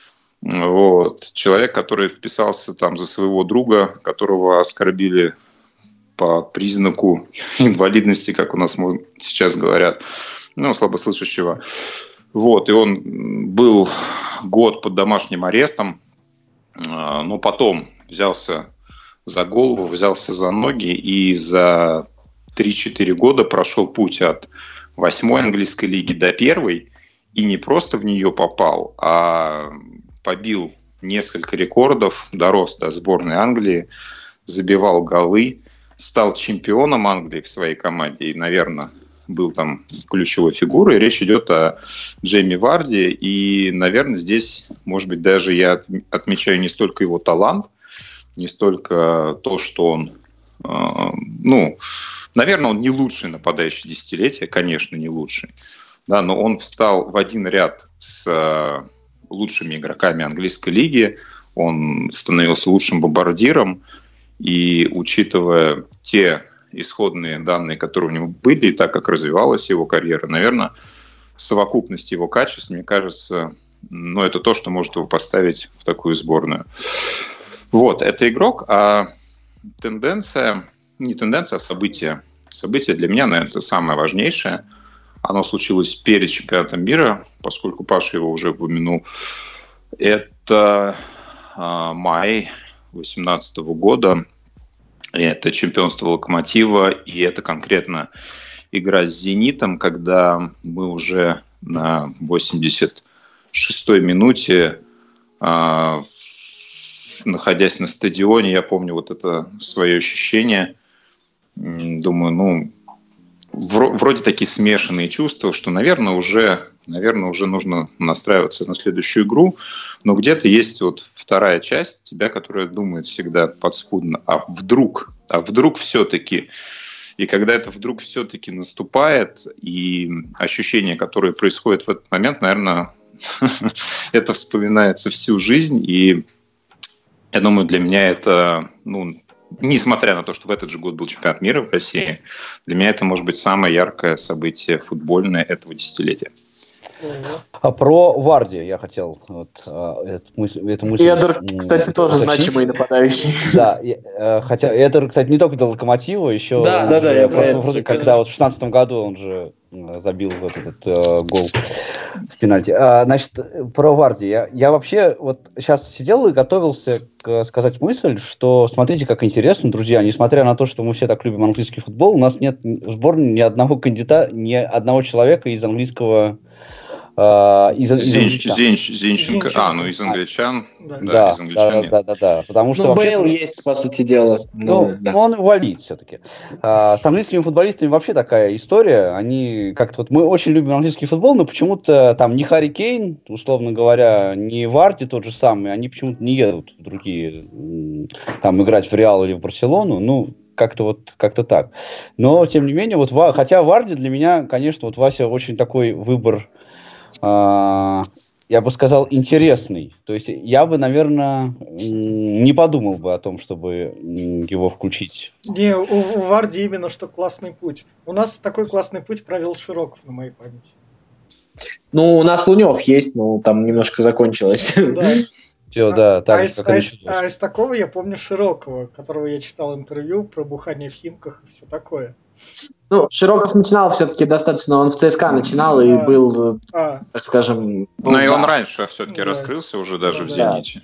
Вот. Человек, который вписался там за своего друга, которого оскорбили по признаку инвалидности, как у нас сейчас говорят, ну, слабослышащего. Вот. И он был год под домашним арестом, но потом взялся за голову, взялся за ноги и за три-четыре года прошел путь от восьмой английской лиги до первой, и не просто в нее попал, а побил несколько рекордов, дорос до сборной Англии, забивал голы, стал чемпионом Англии в своей команде и, наверное, был там ключевой фигурой. Речь идет о Джейми Варди, и, наверное, здесь, может быть, даже я отмечаю не столько его талант, не столько то, что он, э, ну, наверное, он не лучший нападающий десятилетия, конечно, не лучший, да, но он встал в один ряд с э, лучшими игроками английской лиги, он становился лучшим бомбардиром, и учитывая те исходные данные, которые у него были, и так как развивалась его карьера, наверное, совокупность его качеств, мне кажется, ну, это то, что может его поставить в такую сборную. Вот, это игрок, а тенденция, не тенденция, а событие. Событие для меня, наверное, это самое важнейшее. Оно случилось перед чемпионатом мира, поскольку Паша его уже упомянул. Это а, май две тысячи восемнадцатого года. Это чемпионство «Локомотива», и это конкретно игра с «Зенитом», когда мы уже на восемьдесят шестой минуте, а, находясь на стадионе, я помню вот это свое ощущение. Думаю, ну, вроде такие смешанные чувства, что, наверное, уже, наверное, уже нужно настраиваться на следующую игру, но где-то есть вот вторая часть тебя, которая думает всегда подспудно, а вдруг, а вдруг все-таки. И когда это вдруг все-таки наступает, и ощущения, которые происходят в этот момент, наверное, это вспоминается всю жизнь, и я думаю, для меня это, ну, несмотря на то, что в этот же год был чемпионат мира в России, для меня это может быть самое яркое событие футбольное этого десятилетия. А про Варди я хотел вот, а, эту мысль, эту мысль Эдер, кстати, тоже уточнить. значимый нападающий. Да, и, э, хотя Эдер, кстати, не только до Локомотива, еще да, да, да, я просто, вроде, когда вот в шестнадцатом году он же забил вот этот э, гол с пенальти. А, значит, про Варди. Я, я вообще вот сейчас сидел и готовился к, сказать мысль, что смотрите, как интересно, друзья, несмотря на то, что мы все так любим английский футбол, у нас нет в сборной ни одного кандидата, ни одного человека из английского Uh, из, из Зинч, Зинч, Зинченко. А, ну из англичан. Да, да, да, из англичан да, нет. да, да, да, потому что ну, вообще... Бейл есть, по сути дела. Ну, ну, да. он инвалид все-таки. Uh, с английскими футболистами вообще такая история. Они как-то вот... Мы очень любим английский футбол, но почему-то там ни Харри Кейн, условно говоря, ни Варди тот же самый, они почему-то не едут в другие... Там играть в Реал или в Барселону. Ну, как-то вот как-то так. Но, тем не менее, вот хотя Варди для меня, конечно, вот Вася очень такой выбор... Uh, я бы сказал, интересный. То есть я бы, наверное, не подумал бы о том, чтобы его включить. Не, у, у Варди именно что классный путь. У нас такой классный путь провел Широков на моей памяти. Ну, у нас Лунев есть, но там немножко закончилось. Да. Все, да, так а, же, из, как а, и из, а из такого я помню Широкого, которого я читал интервью про бухание в Химках и все такое. Ну, Широков начинал все-таки достаточно, он в ЦСКА начинал и а, был, а. так скажем... Ну, да. и он раньше все-таки да. раскрылся уже даже да. в «Зените».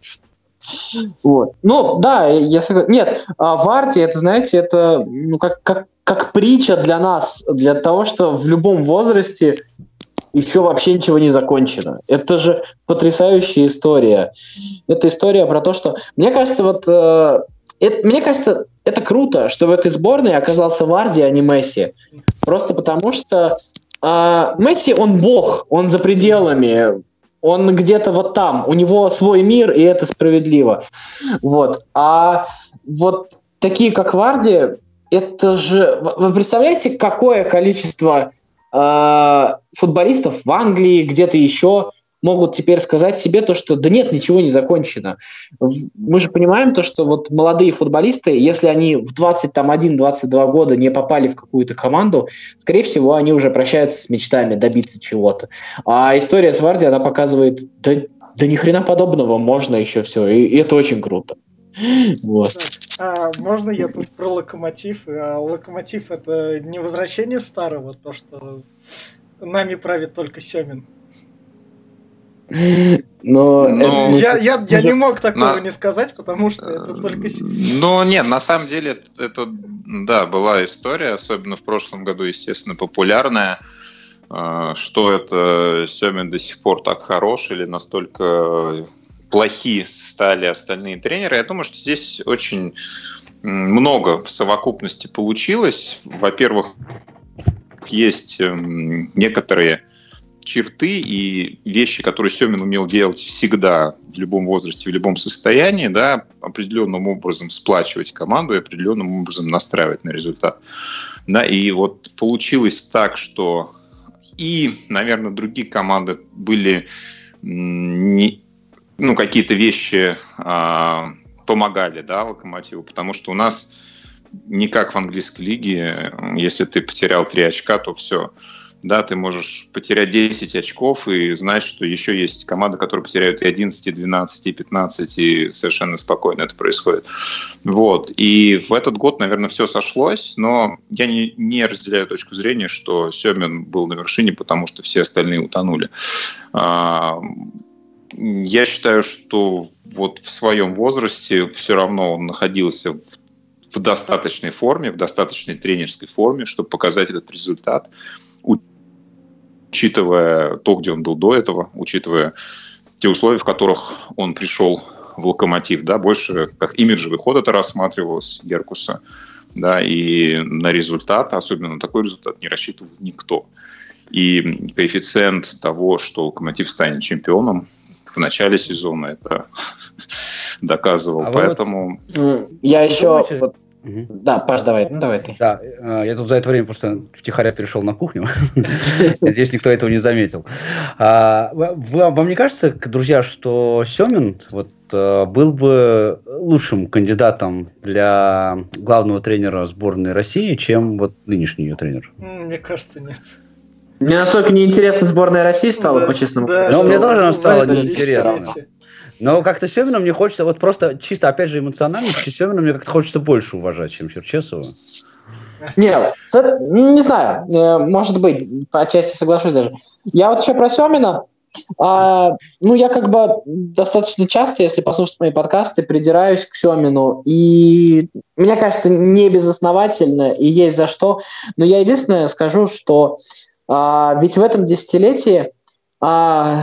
Вот. Ну, да, я согласен. Нет, а Варди, это, знаете, это ну, как, как, как притча для нас, для того, что в любом возрасте еще вообще ничего не закончено. Это же потрясающая история. Это история про то, что... Мне кажется, вот... Э, это, мне кажется, это круто, что в этой сборной оказался Варди, а не Месси. Просто потому что э, Месси, он бог, он за пределами, он где-то вот там, у него свой мир, и это справедливо. Вот. А вот такие, как Варди, это же... Вы представляете, какое количество э, футболистов в Англии, где-то еще могут теперь сказать себе то, что да нет, ничего не закончено. Мы же понимаем то, что вот молодые футболисты, если они в двадцать один - двадцать два года не попали в какую-то команду, скорее всего, они уже прощаются с мечтами добиться чего-то. А история с Варди, она показывает, да, да ни хрена подобного, можно еще все, и, и это очень круто. Вот. А, можно я тут про Локомотив? А, Локомотив — это не возвращение старого, то, что нами правит только Семин. Но ну, я, я, я не мог такого на... не сказать, потому что это только... Ну, нет, на самом деле, это, да, была история, особенно в прошлом году, естественно, популярная, что это Семин до сих пор так хорош или настолько плохи стали остальные тренеры. Я думаю, что здесь очень много в совокупности получилось. Во-первых, есть некоторые черты и вещи, которые Семин умел делать всегда, в любом возрасте, в любом состоянии, да, определенным образом сплачивать команду и определенным образом настраивать на результат. Да, и вот получилось так, что и, наверное, другие команды были не, ну, какие-то вещи а, помогали, да, Локомотиву, потому что у нас не как в английской лиге, если ты потерял три очка, то все. Да, ты можешь потерять десять очков и знать, что еще есть команды, которые потеряют и одиннадцать, и двенадцать, и пятнадцать, и совершенно спокойно это происходит. Вот. И в этот год, наверное, все сошлось, но я не, не разделяю точку зрения, что Семин был на вершине, потому что все остальные утонули. я считаю, что вот в своем возрасте все равно он находился в, в достаточной форме, в достаточной тренерской форме, чтобы показать этот результат, учитывая то, где он был до этого, учитывая те условия, в которых он пришел в «Локомотив», да, больше как имиджевый ход это рассматривалось Геркуса, да, и на результат, особенно на такой результат, не рассчитывал никто. И коэффициент того, что «Локомотив» станет чемпионом в начале сезона, это доказывал, а поэтому... Вот... Я еще... Вот... Угу. Да, Паш, давай, ну давай ты. Да, я тут за это время просто втихаря перешел на кухню. Надеюсь, никто этого не заметил. Вам не кажется, друзья, что Семин вот был бы лучшим кандидатом для главного тренера сборной России, чем вот нынешний ее тренер? Мне кажется, нет. Мне настолько неинтересно сборная России стала, да, по-честному. Да, но мне тоже она стала неинтересна. Но как-то Семина мне хочется, вот просто чисто, опять же, эмоционально, Семина мне как-то хочется больше уважать, чем Черчесова. Не, не знаю, может быть, по отчасти соглашусь даже. Я вот еще про Семина, а, ну, я как бы достаточно часто, если послушать мои подкасты, придираюсь к Семину, и мне кажется, не безосновательно, и есть за что, но я единственное скажу, что а, ведь в этом десятилетии а,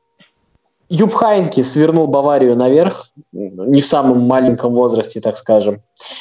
Юб Хайнке свернул Баварию наверх, не в самом маленьком возрасте, так скажем.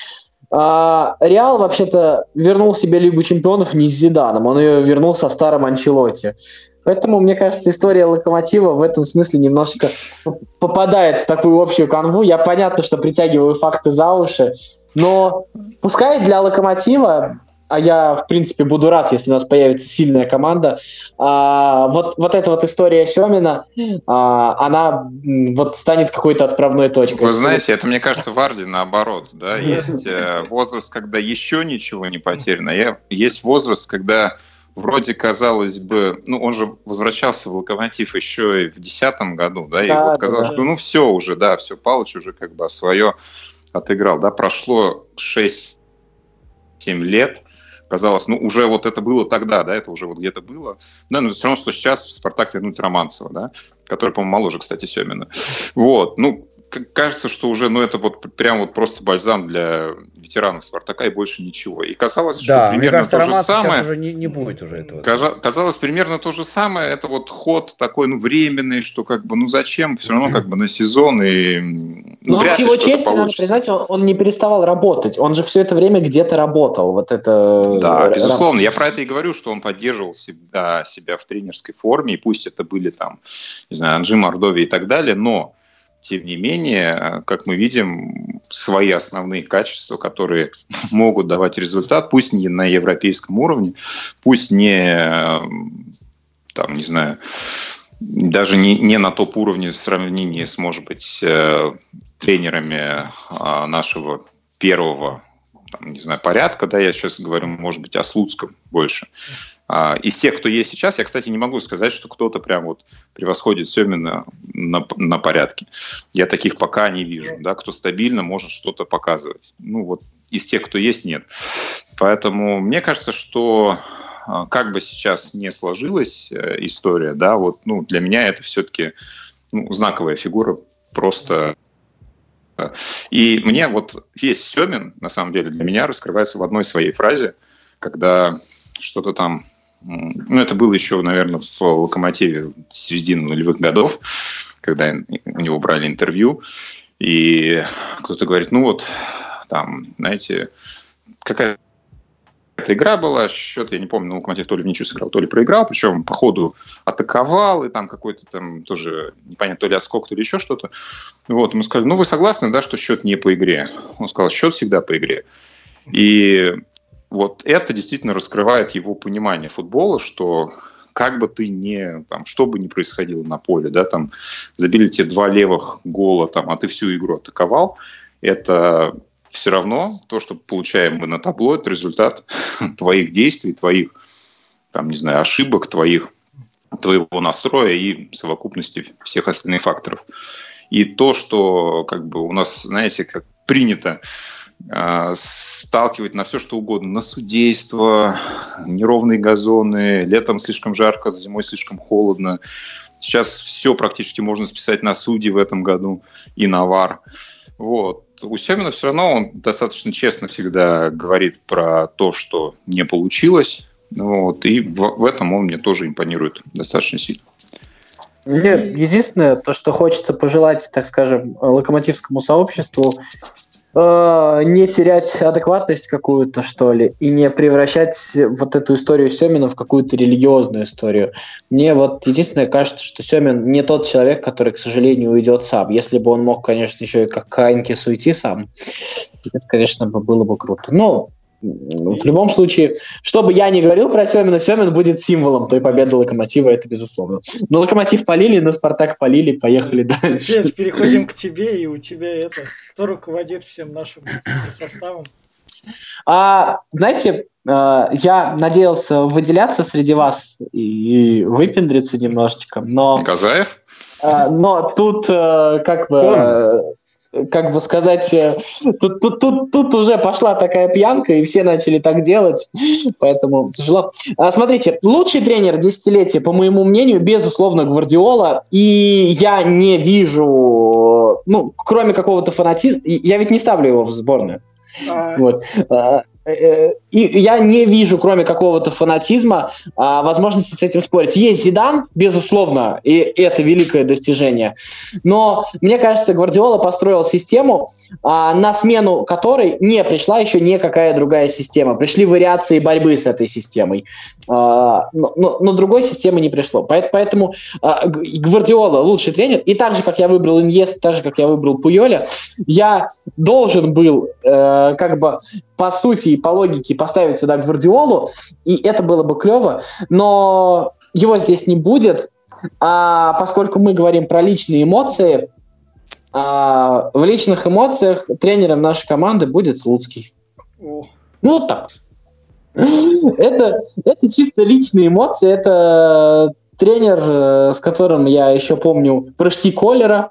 А, Реал вообще-то вернул себе Лигу чемпионов не с Зиданом, он ее вернул со старым Анчелотти. Поэтому, мне кажется, история Локомотива в этом смысле немножечко попадает в такую общую канву. Я понятно, что притягиваю факты за уши, но пускай для Локомотива, а я, в принципе, буду рад, если у нас появится сильная команда, а, вот, вот эта вот история Семина, а, она вот станет какой-то отправной точкой. Вы знаете, это, мне кажется, в Арде наоборот. Да? Есть возраст, когда еще ничего не потеряно, есть возраст, когда вроде, казалось бы, ну, он же возвращался в «Локомотив» еще и в десятом году, да, и да, вот казалось, да. что ну все уже, да, все, Палыч уже как бы свое отыграл, да, прошло шесть-семь лет, казалось, ну, уже вот это было тогда, да, это уже вот где-то было, да, но все равно, что сейчас в «Спартак» вернуть Романцева, да, который, по-моему, моложе, кстати, Семина, вот, ну, кажется, что уже, ну, это вот прям вот просто бальзам для ветеранов «Спартака» и больше ничего. И казалось, да, что примерно кажется, то же самое... уже не, не будет уже этого. Казалось, примерно то же самое. Это вот ход такой, ну, временный, что как бы, ну, зачем? Все равно как бы на сезон и... Ну, к его чести, надо признать, он, он не переставал работать. Он же все это время где-то работал. Вот это... Да, безусловно. Я про это и говорю, что он поддерживал себя, себя в тренерской форме, и пусть это были там, не знаю, Анжи, Мордовия и так далее, но тем не менее, как мы видим, свои основные качества, которые могут давать результат, пусть не на европейском уровне, пусть не, там, не знаю, даже не, не на топ-уровне в сравнении с, может быть, тренерами нашего первого, там, не знаю, порядка, да, я сейчас говорю, может быть, о Слуцком больше. Из тех, кто есть сейчас, я, кстати, не могу сказать, что кто-то прям вот превосходит Семина на, на порядке. Я таких пока не вижу, да, кто стабильно может что-то показывать. Ну вот из тех, кто есть, нет. Поэтому мне кажется, что как бы сейчас не сложилась история, да, вот, ну, для меня это все-таки, ну, знаковая фигура просто. И мне вот весь Семин, на самом деле, для меня раскрывается в одной своей фразе, когда что-то там, ну, это было еще, наверное, в «Локомотиве» середины нулевых годов, когда у него брали интервью, и кто-то говорит, ну вот, там, знаете, какая-то игра была, счет, я не помню, но «Локомотив» то ли в ничью сыграл, то ли проиграл, причем по ходу атаковал, и там какой-то там тоже, непонятно, то ли отскок, то ли еще что-то. Вот, мы сказали, ну, вы согласны, да, что счет не по игре? Он сказал, счет всегда по игре. И вот это действительно раскрывает его понимание футбола, что как бы ты ни, там, что бы ни происходило на поле, да, там, забили тебе два левых гола, там, а ты всю игру атаковал, это все равно то, что получаем мы на табло, это результат твоих действий, твоих, там, не знаю, ошибок, твоих, твоего настроя и совокупности всех остальных факторов. И то, что как бы у нас, знаете, как принято э, сталкивать на все, что угодно. На судейство, неровные газоны, летом слишком жарко, зимой слишком холодно. Сейчас все практически можно списать на судьи в этом году и на ВАР. Вот. У Семина все равно он достаточно честно всегда говорит про то, что не получилось. Вот. И в, в этом он мне тоже импонирует достаточно сильно. Мне единственное, то, что хочется пожелать, так скажем, локомотивскому сообществу, э, не терять адекватность какую-то, что ли, и не превращать вот эту историю Семина в какую-то религиозную историю. Мне вот единственное кажется, что Семин не тот человек, который, к сожалению, уйдет сам. Если бы он мог, конечно, еще и как Хайнкес уйти сам, это, конечно, было бы круто. Но в любом случае, что бы я ни говорил про Семина, Семин будет символом той победы Локомотива, это безусловно. Но Локомотив полили, на Спартак полили, поехали дальше. Сейчас переходим к тебе, и у тебя это, кто руководит всем нашим составом? А, знаете, я надеялся выделяться среди вас и выпендриться немножечко, но... Казаев? Но тут как бы... Как бы сказать, тут, тут, тут, тут уже пошла такая пьянка, и все начали так делать, поэтому тяжело. А, смотрите, лучший тренер десятилетия, по моему мнению, безусловно, Гвардиола, и я не вижу, ну, кроме какого-то фанатизма, я ведь не ставлю его в сборную. А... Вот. И я не вижу, кроме какого-то фанатизма, возможности с этим спорить. Есть Зидан, безусловно, и это великое достижение. Но мне кажется, Гвардиола построил систему, на смену которой не пришла еще никакая другая система. Пришли вариации борьбы с этой системой. Но, но, но другой системы не пришло. Поэтому Гвардиола лучший тренер. И так же, как я выбрал Иньесту, так же, как я выбрал Пуйоля, я должен был как бы по сути и по логике поставить сюда Гвардиолу, и это было бы клево, но его здесь не будет, а поскольку мы говорим про личные эмоции, а в личных эмоциях тренером нашей команды будет Слуцкий. Ну, вот так. Это, это чисто личные эмоции, это тренер, с которым я еще помню прыжки Коллера.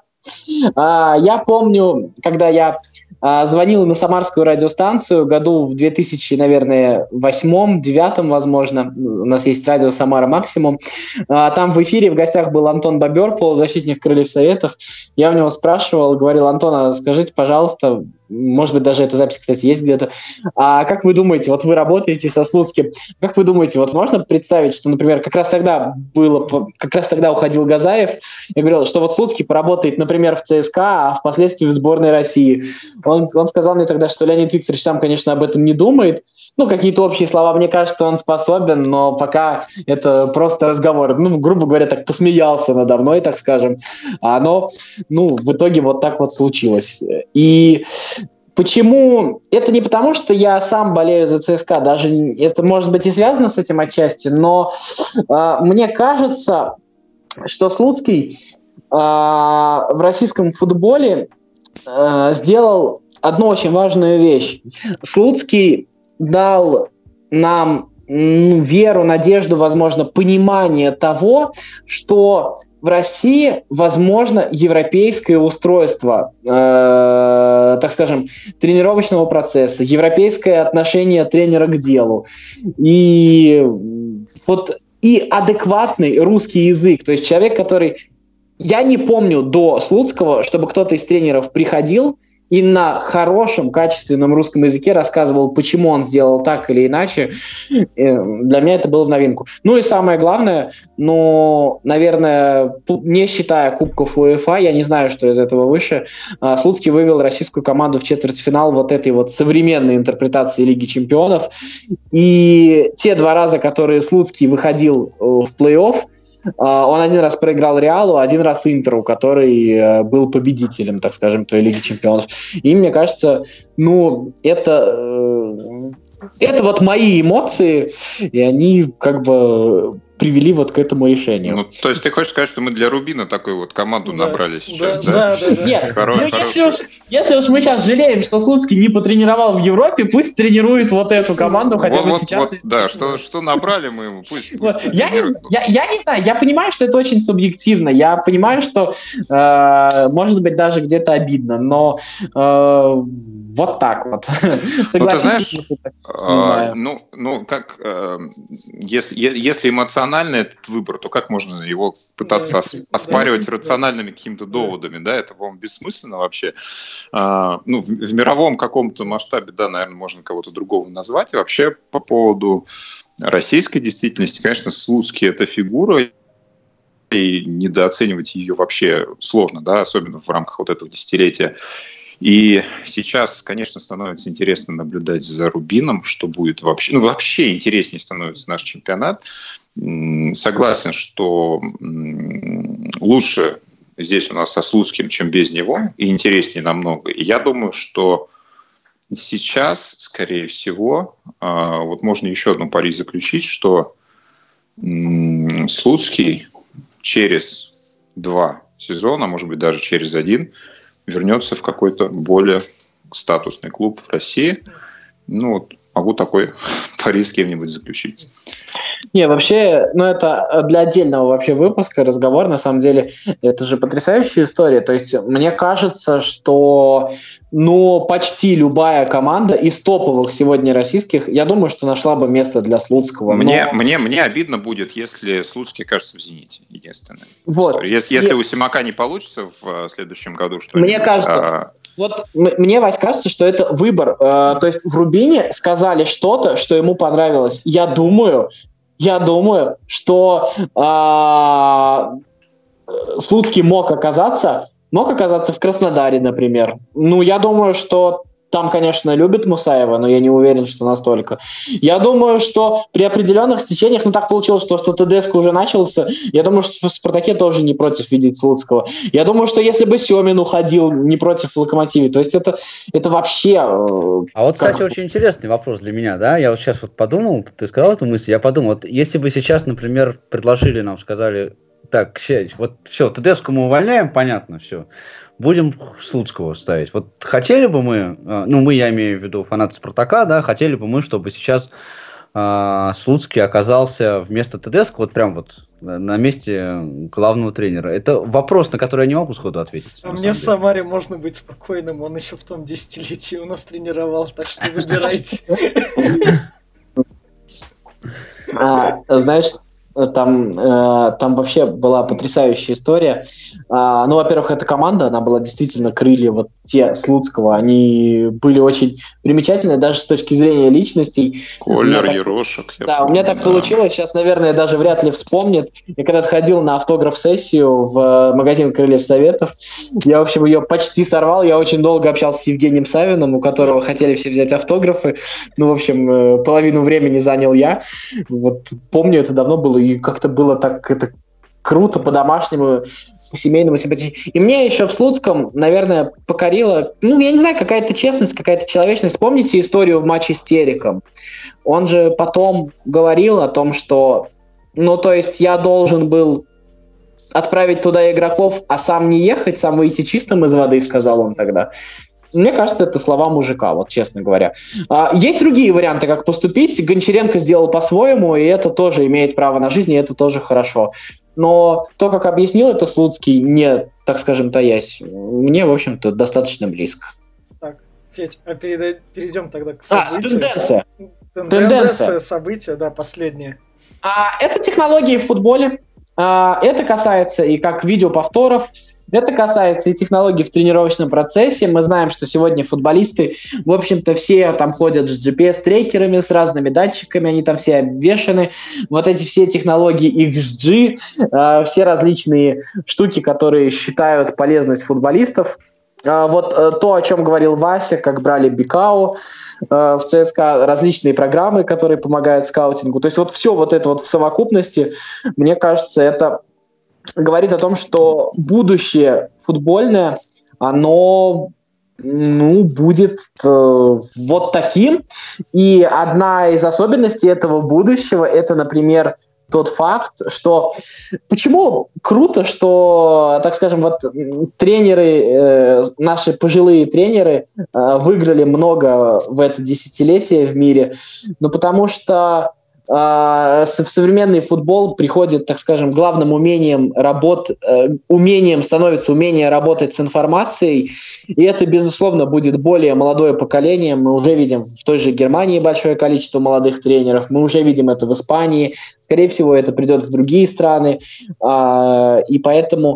Я помню, когда я звонил на самарскую радиостанцию году в две тысячи, наверное, восьмом-девятом, возможно. У нас есть радио «Самара Максимум». Там в эфире в гостях был Антон Бобер, полузащитник Крыльев Советов. Я у него спрашивал, говорил: Антон, скажите, пожалуйста, может быть, даже эта запись, кстати, есть где-то. А как вы думаете, вот вы работаете со Слуцким, как вы думаете, вот можно представить, что, например, как раз тогда было, как раз тогда уходил Газаев, я говорил, что вот Слуцкий поработает, например, в ЦСКА, а впоследствии в сборной России. Он, он сказал мне тогда, что Леонид Викторович сам, конечно, об этом не думает. Ну, какие-то общие слова, мне кажется, он способен, но пока это просто разговор. Ну, грубо говоря, так посмеялся надо мной, так скажем. А оно, ну, в итоге вот так вот случилось. И почему? Это не потому, что я сам болею за ЦСКА, даже это может быть и связано с этим отчасти, но э, мне кажется, что Слуцкий э, в российском футболе э, сделал одну очень важную вещь. Слуцкий дал нам ну, веру, надежду, возможно, понимание того, что в России возможно европейское устройство, э, так скажем, тренировочного процесса, европейское отношение тренера к делу и вот и адекватный русский язык. То есть человек, который... Я не помню до Слуцкого, чтобы кто-то из тренеров приходил и на хорошем, качественном русском языке рассказывал, почему он сделал так или иначе. Для меня это было в новинку. Ну и самое главное, ну, наверное, не считая кубков УЕФА, я не знаю, что из этого выше, Слуцкий вывел российскую команду в четвертьфинал вот этой вот современной интерпретации Лиги Чемпионов. И те два раза, которые Слуцкий выходил в плей-офф, он один раз проиграл Реалу, один раз Интеру, который был победителем, так скажем, той Лиги Чемпионов. И мне кажется, ну, это, это вот мои эмоции, и они как бы привели вот к этому решению. Ну, то есть ты хочешь сказать, что мы для Рубина такую вот команду да. набрали сейчас, да? Да, да, да. Нет, Хоро- ну, если, уж, если уж мы сейчас жалеем, что Слуцкий не потренировал в Европе, пусть тренирует вот эту команду хотя вот, бы вот, сейчас. Вот, да, что, что набрали мы ему, пусть, пусть я, не, я, я не знаю, я понимаю, что это очень субъективно, я понимаю, что э, может быть даже где-то обидно, но э, вот так вот. Ну, ты знаешь, а, ну, ну, как, э, если, если эмоциональный этот выбор, то как можно его пытаться ос- оспаривать да, рациональными да. какими-то доводами, да, это, по-моему, бессмысленно вообще. А, ну, в, в мировом каком-то масштабе, да, наверное, можно кого-то другого назвать. И вообще, по поводу российской действительности, конечно, Слуцкий – это фигура, и недооценивать ее вообще сложно, да, особенно в рамках вот этого десятилетия. И сейчас, конечно, становится интересно наблюдать за Рубином, что будет вообще. Ну, вообще интереснее становится наш чемпионат. Согласен, что лучше здесь у нас со Слуцким, чем без него, и интереснее намного. И я думаю, что сейчас, скорее всего, вот можно еще одну пари заключить, что Слуцкий через два сезона, может быть, даже через один, вернется в какой-то более статусный клуб в России. Ну, вот могу такой пари с кем-нибудь заключить. Не, вообще, ну это для отдельного вообще выпуска разговор, на самом деле, это же потрясающая история. То есть мне кажется, что ну почти любая команда из топовых сегодня российских, я думаю, что нашла бы место для Слуцкого. Мне, но... мне, мне обидно будет, если Слуцкий окажется в «Зените». Единственное. Вот. Если, если и... у Симака не получится в следующем году что-нибудь... Мне кажется... А... Вот мне, Вась, кажется, что это выбор. Э, то есть в Рубине сказали что-то, что ему понравилось. Я думаю, я думаю, что э, Слуцкий мог оказаться, мог оказаться в Краснодаре, например. Ну, я думаю, что там, конечно, любят Мусаева, но я не уверен, что настолько. Я думаю, что при определенных стечениях, ну так получилось, что, что ТДСК уже начался, я думаю, что в «Спартаке» тоже не против видеть Слуцкого. Я думаю, что если бы Семин уходил не против в «Локомотиве», то есть это, это вообще... Э, а вот, как... кстати, очень интересный вопрос для меня, да? Я вот сейчас вот подумал, ты сказал эту мысль, я подумал, вот если бы сейчас, например, предложили нам, сказали, так, вот все, ТДСК мы увольняем, понятно, все. Будем Слуцкого ставить. Вот хотели бы мы, ну мы, я имею в виду фанаты «Спартака», да, хотели бы мы, чтобы сейчас э, Слуцкий оказался вместо ТДСК вот прям вот на месте главного тренера. Это вопрос, на который я не могу сходу ответить. А мне в Самаре можно быть спокойным, он еще в том десятилетии у нас тренировал, так что забирайте. Знаешь, Там, э, там вообще была потрясающая история. А, ну, во-первых, эта команда, она была действительно крылья вот те Слуцкого, они были очень примечательны даже с точки зрения личностей. Колер, Ерошек. Да, помню, у меня так да. получилось, сейчас, наверное, даже вряд ли вспомнит. Я когда-то ходил на автограф-сессию в магазин «Крыльев Советов», я, в общем, ее почти сорвал, я очень долго общался с Евгением Савиным, у которого хотели все взять автографы, ну, в общем, половину времени занял я. Вот помню, это давно было, и как-то было так это круто, по-домашнему, по-семейному, симпатично. И мне еще в Слуцком, наверное, покорило, ну, я не знаю, какая-то честность, какая-то человечность. Помните историю в матче с Тереком? Он же потом говорил о том, что, ну, то есть я должен был отправить туда игроков, а сам не ехать, сам выйти чистым из воды, сказал он тогда. Мне кажется, это слова мужика, вот честно говоря. А, есть другие варианты, как поступить. Гончаренко сделал по-своему, и это тоже имеет право на жизнь, и это тоже хорошо. Но то, как объяснил это Слуцкий, не, так скажем, таясь, мне, в общем-то, достаточно близко. Так, Федь, а перед... перейдем тогда к событию. А, тенденция. Тенденция, тенденция. События, да, последнее. А, это технологии в футболе. А, это касается и как видеоповторов, это касается и технологий в тренировочном процессе. Мы знаем, что сегодня футболисты, в общем-то, все там ходят с джи пи эс-трекерами, с разными датчиками, они там все обвешаны. Вот эти все технологии икс джи, э, все различные штуки, которые считают полезность футболистов. Э, вот э, то, о чем говорил Вася, как брали Бикау э, в ЦСКА, различные программы, которые помогают скаутингу. То есть вот все вот это вот в совокупности, мне кажется, это... говорит о том, что будущее футбольное, оно ну, будет э, вот таким. И одна из особенностей этого будущего – это, например, тот факт, что почему круто, что, так скажем, вот тренеры, э, наши пожилые тренеры э, выиграли много в это десятилетие в мире, ну потому что э, в современный футбол приходит, так скажем, главным умением работ, э, умением становится умение работать с информацией, и это, безусловно, будет более молодое поколение. Мы уже видим в той же Германии большое количество молодых тренеров, мы уже видим это в Испании. Скорее всего, это придет в другие страны, и поэтому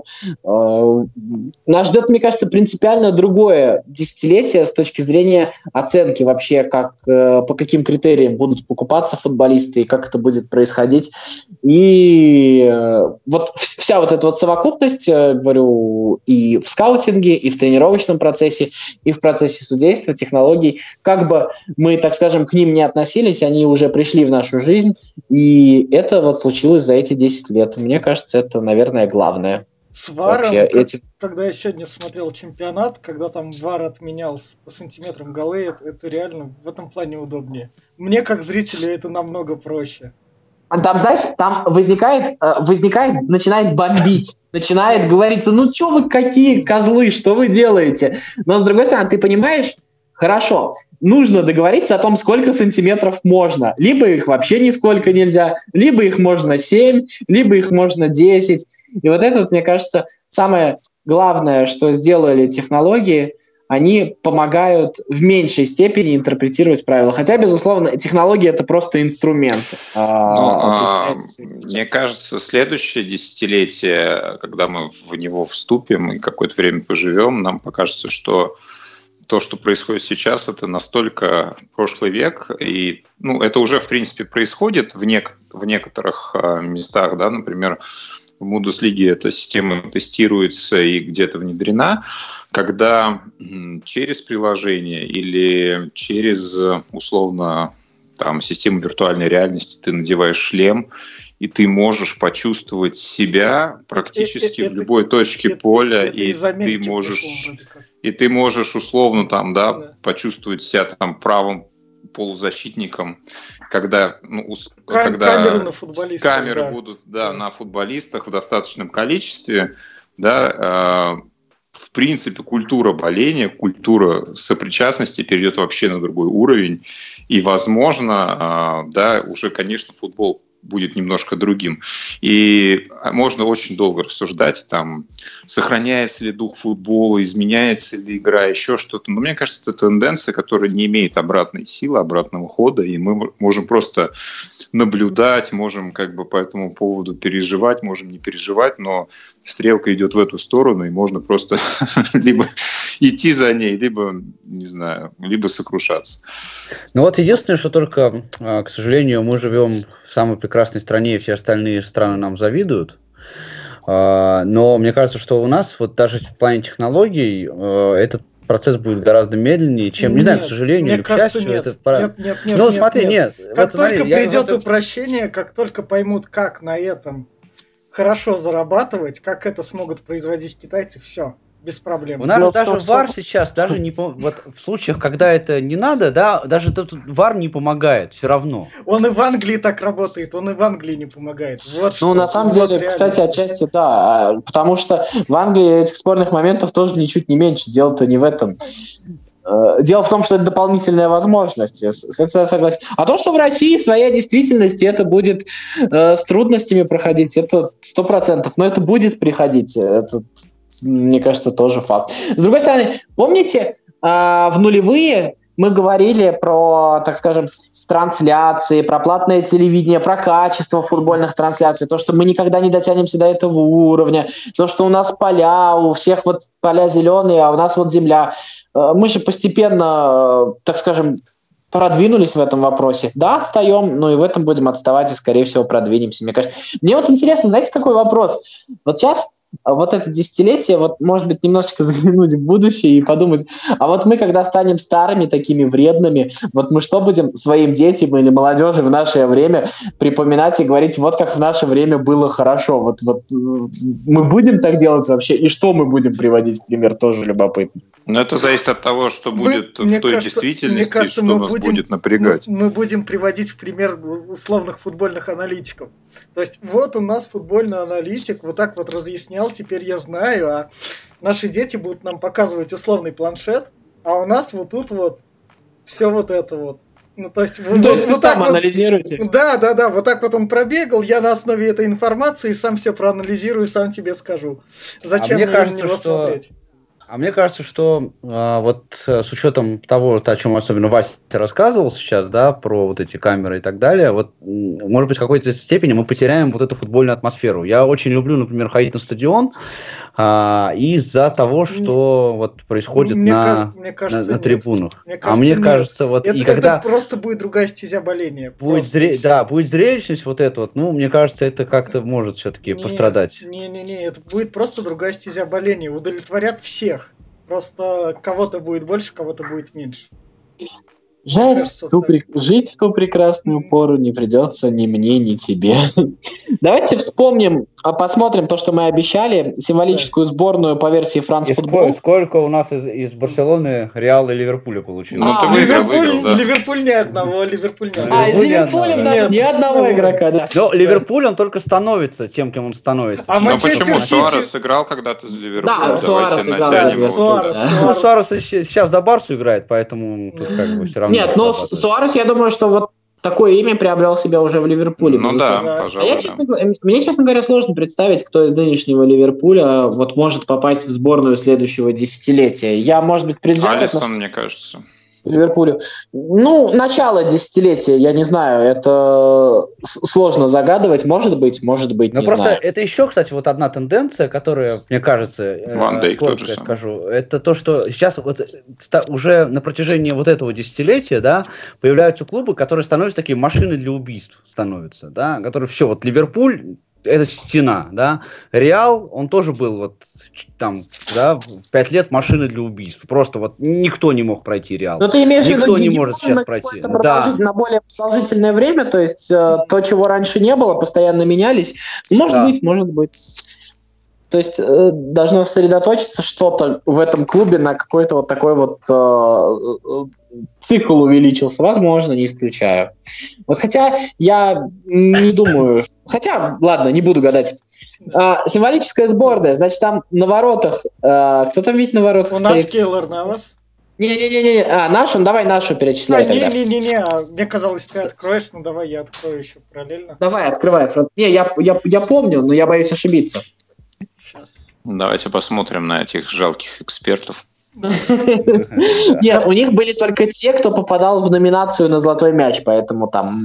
нас ждет, мне кажется, принципиально другое десятилетие с точки зрения оценки вообще, как, по каким критериям будут покупаться футболисты и как это будет происходить. И вот вся вот эта вот совокупность, говорю, и в скаутинге, и в тренировочном процессе, и в процессе судейства, технологий, как бы мы, так скажем, к ним не относились, они уже пришли в нашу жизнь, и это вот случилось за эти десять лет. Мне кажется, это, наверное, главное. С варом, Вообще, как, эти... когда я сегодня смотрел чемпионат, когда там вар отменял по сантиметрам голы, это, это реально в этом плане удобнее. Мне, как зрителю, это намного проще. Там, знаешь, там возникает, возникает, начинает бомбить, начинает говориться, ну что вы какие козлы, что вы делаете? Но, с другой стороны, ты понимаешь, хорошо, нужно договориться о том, сколько сантиметров можно. Либо их вообще нисколько нельзя, либо их можно семь, либо их можно десять. И вот это, вот, мне кажется, самое главное, что сделали технологии, они помогают в меньшей степени интерпретировать правила. Хотя, безусловно, технологии — это просто инструмент. Ну, а, мне кажется, следующее десятилетие, когда мы в него вступим и какое-то время поживем, нам покажется, что то, что происходит сейчас, это настолько прошлый век, и ну, это уже, в принципе, происходит в, нек- в некоторых э, местах, да, например, в Бундеслиге эта система тестируется и где-то внедрена, когда через приложение или через, условно, там, систему виртуальной реальности ты надеваешь шлем, и ты можешь почувствовать себя практически это, в любой точке это, поля, это, и это ты можешь, и ты можешь условно там, да, да. почувствовать себя там правым полузащитником, когда, ну, Кам- когда камеры, на футболистах, камеры да. будут да, да. на футболистах в достаточном количестве, да, э, в принципе, культура боления, культура сопричастности перейдет вообще на другой уровень, и, возможно, э, да, уже, конечно, футбол будет немножко другим. И можно очень долго рассуждать, там, сохраняется ли дух футбола, изменяется ли игра, еще что-то. Но мне кажется, это тенденция, которая не имеет обратной силы, обратного хода, и мы можем просто наблюдать, можем как бы по этому поводу переживать, можем не переживать, но стрелка идет в эту сторону, и можно просто либо идти за ней, либо, не знаю, либо сокрушаться. Ну вот единственное, что только, к сожалению, мы живем в самой прекрасной стране, и все остальные страны нам завидуют. Но мне кажется, что у нас вот даже в плане технологий этот процесс будет гораздо медленнее, чем, не нет, знаю, к сожалению или к счастью. Нет. Это пора... нет, нет, нет, ну, нет, смотри, нет. нет. Как вот, только смотри, придет я... упрощение, как только поймут, как на этом хорошо зарабатывать, как это смогут производить китайцы, все. Без проблем. У нас ну, даже вар сейчас, даже не пом... вот в случаях, когда это не надо, да, даже тут вар не помогает все равно. Он и в Англии так работает, он и в Англии не помогает. Вот ну, что. на самом вот деле, кстати, отчасти да, потому что в Англии этих спорных моментов тоже ничуть не меньше. Дело-то не в этом. Дело в том, что это дополнительная возможность. С этим я согласен. А то, что в России своя действительность, это будет э, с трудностями проходить, это сто процентов. Но это будет приходить. Это, мне кажется, тоже факт. С другой стороны, помните, в нулевые мы говорили про, так скажем, трансляции, про платное телевидение, про качество футбольных трансляций, то, что мы никогда не дотянемся до этого уровня, то, что у нас поля, у всех вот поля зеленые, а у нас вот земля. Мы же постепенно, так скажем, продвинулись в этом вопросе. Да, отстаем, но и в этом будем отставать, и, скорее всего, продвинемся, мне кажется. Мне вот интересно, знаете, какой вопрос? Вот сейчас вот это десятилетие, вот, может быть, немножечко заглянуть в будущее и подумать, а вот мы, когда станем старыми, такими вредными, вот мы что будем своим детям или молодежи в наше время припоминать и говорить, вот как в наше время было хорошо, вот, вот мы будем так делать вообще, и что мы будем приводить в пример, тоже любопытно. Но это зависит от того, что Мы- будет мне в той кажется- действительности, мне кажется, что мы нас будем- будет напрягать. Мы, мы будем приводить в пример условных футбольных аналитиков. То есть вот у нас футбольный аналитик вот так вот разъяснял, теперь я знаю, а наши дети будут нам показывать условный планшет, а у нас вот тут вот все вот это вот. Ну, то есть, Ну, вот, то есть вы вот так сам вот- анализируете. Да, да, да, вот так вот он пробегал, я на основе этой информации сам все проанализирую, сам тебе скажу. Зачем мне мне кажется, на него что- смотреть? А мне кажется, что а, вот э, с учетом того, вот, о чем особенно Вася рассказывал сейчас, да, про вот эти камеры и так далее, вот, м, может быть, в какой-то степени мы потеряем вот эту футбольную атмосферу. Я очень люблю, например, ходить на стадион а, из-за того, что вот происходит Мне на, ка- мне на, кажется, на нет. трибунах. Мне а кажется, мне нет. кажется, вот Это, и когда это просто будет другая стезя боления. будет, Просто зре- и всё. да, будет зрелищность вот эта вот, ну, мне кажется, это как-то может все-таки Нет, пострадать. Не-не-не, это будет просто другая стезя боления. Удовлетворят всех. Просто кого-то будет больше, кого-то будет меньше. Жаль, кажется, в ту так. прек- жить в ту прекрасную пору не придется ни мне, ни тебе. Давайте вспомним, а посмотрим то, что мы обещали, символическую сборную по версии France И Football. сколько, сколько у нас из, из Барселоны, Реала и Ливерпуля получилось? Ну, ты А, выиграл, Ливерпуль, выиграл, да. Ливерпуль ни одного, Ливерпуль ни А, одного. А, из Ливерпуль Ливерпуля ни даже одного. ни одного Ну, игрока, да. Но Ливерпуль, он только становится тем, кем он становится. А Ну Манчестер почему? Сити- Суарес сыграл когда-то за Ливерпуль. Да, Давайте Суарес играл натянем за его Суарес, туда. Да. Ну, Суарес щ- сейчас за Барсу играет, поэтому тут как бы все равно... Нет, но С- зарабатывает. Суарес, я думаю, что вот такое имя приобрел себя уже в Ливерпуле. Ну безусловно. да, Да. А пожалуй, я, да. честно говоря, мне, честно говоря, сложно представить, кто из нынешнего Ливерпуля вот может попасть в сборную следующего десятилетия. Я, может быть, предвзят Алисон, отношусь мне кажется. к Ливерпулю. Ну, начало десятилетия, я не знаю, это с- сложно загадывать. Может быть, может быть, Но не просто знаю. это еще, кстати, вот одна тенденция, которая, мне кажется, э, Ван Дейк тот коротко же я самый. скажу, это то, что сейчас вот ста- уже на протяжении вот этого десятилетия, да, появляются клубы, которые становятся такие машины для убийств, становятся, да, которые все, вот Ливерпуль, это стена, да, Реал, он тоже был вот ч- там, да, в пять лет машины для убийств, просто вот никто не мог пройти Реал. Но ты имеешь в виду Никто не гегемон может сейчас на пройти. какое-то Да. продолжительное- на более продолжительное время, то есть э, то, чего раньше не было, постоянно менялись. Может Да. быть, может быть. То есть э, должно сосредоточиться что-то в этом клубе на какой-то вот такой вот э, э, цикл увеличился. Возможно, не исключаю. Вот хотя я не думаю... Хотя, ладно, не буду гадать. А, символическая сборная, значит, там на воротах... э, кто там видит на воротах? У нас стоит? Кейлор Навас. Не-не-не, а, нашу, ну давай нашу А, перечисляй тогда. не-не-не, а мне казалось, ты откроешь, ну давай я открою еще параллельно. Давай, открывай. Фрон- Не, я, я, я помню, но я боюсь ошибиться. Сейчас. Давайте посмотрим на этих жалких экспертов. Нет, у них были только те, кто попадал в номинацию на золотой мяч, поэтому там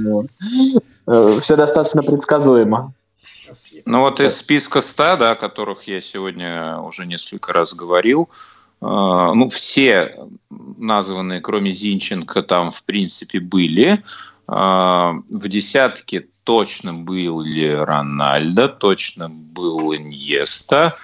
все достаточно предсказуемо. Сейчас я- Ну вот из списка ста, да, о которых я сегодня уже несколько раз говорил, э, ну все названные, кроме Зинченко, там в принципе были. Э, в десятке точно был ли Рональдо, точно был Иньеста.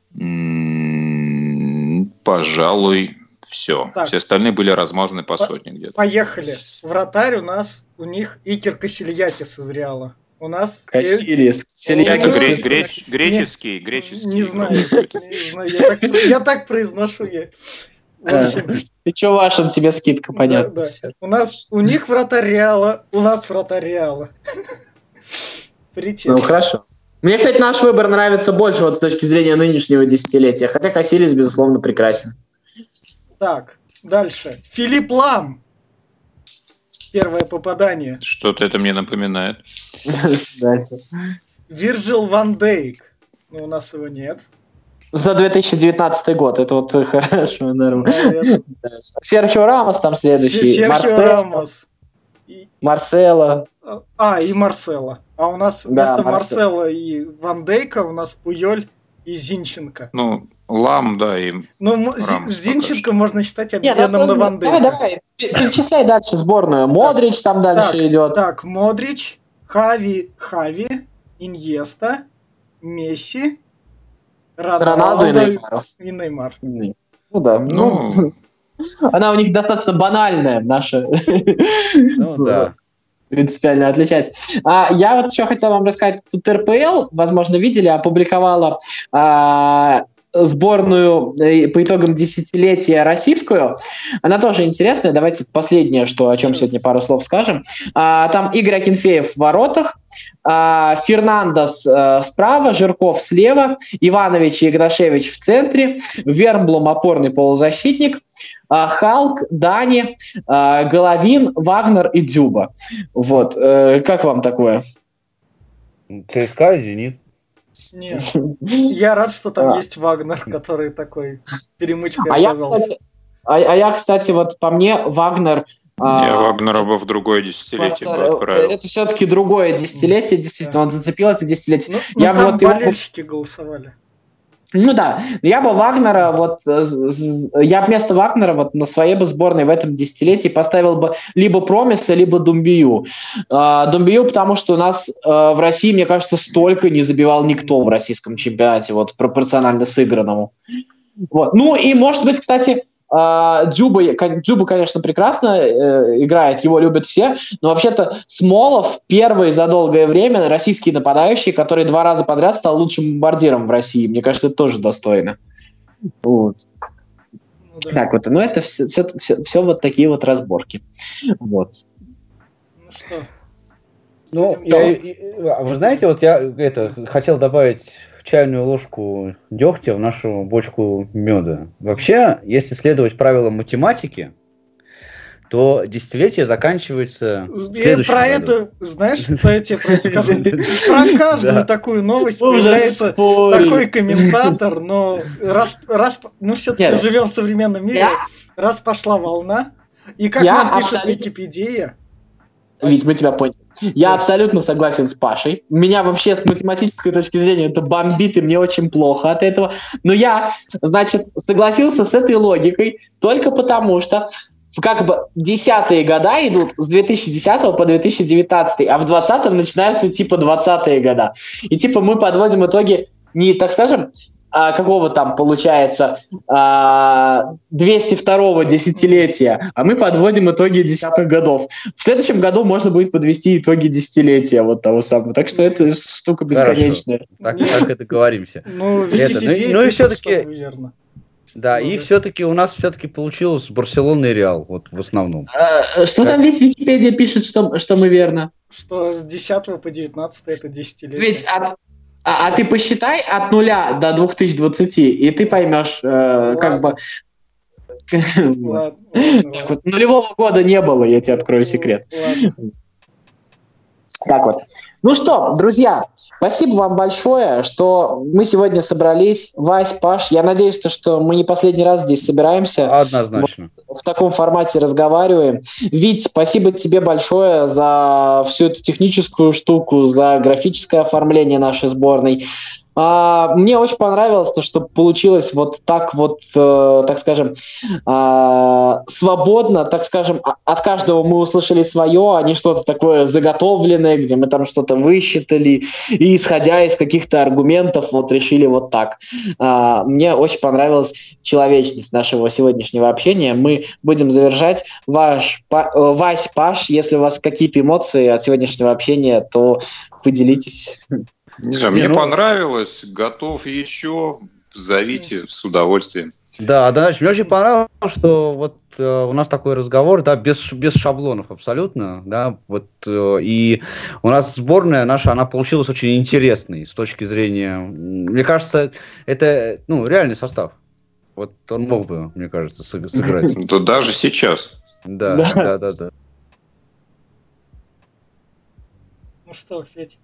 М, Пожалуй, все. Так. Все остальные были размазаны по По- сотне где-то. Поехали. Вратарь у нас, у них Икер Касильякис из Реала. У нас... Кассилис. Это Ну, гре- ну, греч- греческий, греческий. Не знаю, игрок. не знаю, я так, я так произношу. Я. В общем, Ты че, Вашин, тебе скидка, понятно. да, да. всё. У нас, у них вратарь Реала, у нас вратарь Реала. Притем. Ну, хорошо. Мне, кстати, наш выбор нравится больше вот с точки зрения нынешнего десятилетия, хотя Кассилис, безусловно, прекрасен. Так, дальше. Филипп Лам. Первое попадание. Что-то это мне напоминает. Дальше. Вирджил Ван Дейк. Ну, у нас его нет. За две тысячи девятнадцатый год, это вот хорошо, нормально. Наверное. Серхио Рамос там следующий. Серхио Марсело. Рамос. И- Марсело. А, и Марсело. А у нас Да, вместо Марсело. Марсела и Ван Дейка у нас Пуйоль и Зинченко. Ну, Лам, да, и Ну, м- Зи- Рамос Зинченко пока можно считать Не, ну, обменом на ну, Ван давай, Дейка. давай, пе- перечисляй дальше сборную. Модрич там дальше Так, идет. Так, Модрич, Хави, Хави, Иньеста, Месси, Роналду и Неймару. И Неймар. Ну да, ну... ну... Она у них достаточно банальная, наша. Ну да. Принципиально отличается. А, я вот еще хотел вам рассказать, тут эр пэ эл, возможно, видели, опубликовала а, сборную по итогам десятилетия российскую. Она тоже интересная. Давайте последнее, что, о чем сегодня пару слов скажем. А, там Игорь Акинфеев в воротах, а, Фернандес а, справа, Жирков слева, Иванович и Игнашевич в центре, Вермблум опорный полузащитник, Халк, Дани, Головин, Вагнер и Дзюба. Вот. Как вам такое? ЦСКА, Зенит. Нет. Я рад, что там а. есть Вагнер, который такой перемычкой а оказался. Я, кстати, а, а я, кстати, вот по мне Вагнер... Я а, Вагнера бы в другое десятилетие бы отправил. Это все-таки другое десятилетие, действительно. Он зацепил это десятилетие. Ну, я ну, там вот болельщики его... голосовали. Ну да, я бы Вагнера, вот, я вместо Вагнера вот на своей бы сборной в этом десятилетии поставил бы либо Промеса, либо Думбию. Думбию, потому что у нас в России, мне кажется, столько не забивал никто в российском чемпионате, вот, пропорционально сыгранному. Вот. Ну и, может быть, кстати, Дзюба, Дзюба, конечно, прекрасно э, играет, его любят все, но вообще-то Смолов первый за долгое время российский нападающий, который два раза подряд стал лучшим бомбардиром в России. Мне кажется, это тоже достойно. Вот. Ну, да. Так вот, ну это все, все, все, все вот такие вот разборки. Вот. Ну что? Ну, я, вы знаете, вот я это хотел добавить чайную ложку дегтя в нашу бочку меда. Вообще, если следовать правилам математики, то десятилетие заканчивается следующим Про году. это, знаешь, что я тебе про это скажу? Про каждую такую новость появляется такой комментатор, но раз, раз, ну все-таки живем в современном мире, раз пошла волна, и как нам пишет Википедия... Вить, мы тебя поняли. Я абсолютно согласен с Пашей. Меня вообще с математической точки зрения это бомбит, и мне очень плохо от этого. Но я, значит, согласился с этой логикой только потому, что как бы десятые года идут с две тысячи десятого по две тысячи девятнадцатый, а в двадцатом начинаются типа двадцатые года. И типа мы подводим итоги не, так скажем, а, какого там получается а, двести второго десятилетия, а мы подводим итоги десятых годов. В следующем году можно будет подвести итоги десятилетия вот того самого. Так что это штука бесконечная. Так, так и договоримся. Ну, это, ну, ну и все-таки... Да, ну, и да. все-таки у нас все-таки получилось Барселона и Реал, вот в основном. А, что как? Там ведь Википедия пишет, что, что мы верно? Что с десятого по девятнадцатый это десятилетие. Ведь от, а, а ты посчитай от нуля до две тысячи двадцатого, и ты поймешь, э, как бы... Ладно, ладно, так вот, нулевого года не было, я тебе открою секрет. Ладно. Так вот. Ну что, друзья, спасибо вам большое, что мы сегодня собрались. Вась, Паш, я надеюсь, что мы не последний раз здесь собираемся. Однозначно. В таком формате разговариваем. Вить, спасибо тебе большое за всю эту техническую штуку, за графическое оформление нашей сборной. А, мне очень понравилось то, что получилось вот так вот, э, так скажем, э, свободно, так скажем, от каждого мы услышали свое, а не что-то такое заготовленное, где мы там что-то высчитали, и исходя из каких-то аргументов вот решили вот так. А, мне очень понравилась человечность нашего сегодняшнего общения. Мы будем завершать. Ваш, па, э, Вась, Паш, если у вас какие-то эмоции от сегодняшнего общения, то поделитесь. Не знаю, мне ну... понравилось, готов еще, зовите с удовольствием. Да, да, мне очень понравилось, что вот э, у нас такой разговор, да, без, без шаблонов абсолютно, да, вот, э, и у нас сборная наша, она получилась очень интересной с точки зрения, мне кажется, это, ну, реальный состав. Вот он мог бы, мне кажется, сыграть. Да даже сейчас. Да, да, да, да. Ну что, Федь?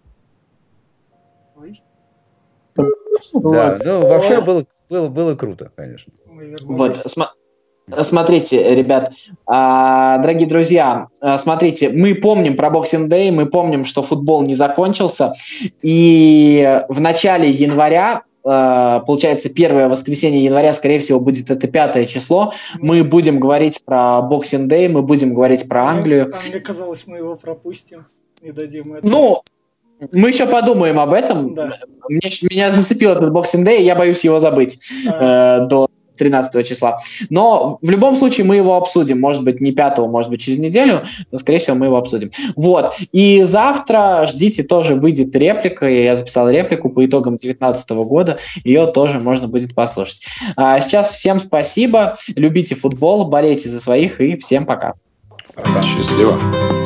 Ой. Да, ну вообще было, было, было круто, конечно. Вот, см- смотрите, ребят, а, дорогие друзья, а, смотрите, мы помним про Boxing Day, мы помним, что футбол не закончился, и в начале января, а, получается, первое воскресенье января, скорее всего, будет это пятое число, мы будем говорить про Boxing Day, мы будем говорить про Англию. А мне казалось, мы его пропустим, не дадим это. Ну, Мы еще подумаем об этом. Да. Мне, меня зацепил этот Boxing Day, и я боюсь его забыть А. э, до тринадцатого числа. Но в любом случае мы его обсудим. Может быть, не пятого, может быть, через неделю, но, скорее всего, мы его обсудим. Вот. И завтра ждите, тоже выйдет реплика. Я записал реплику по итогам две тысячи девятнадцатого года. Ее тоже можно будет послушать. А сейчас всем спасибо. Любите футбол, болейте за своих и всем пока. Счастливо.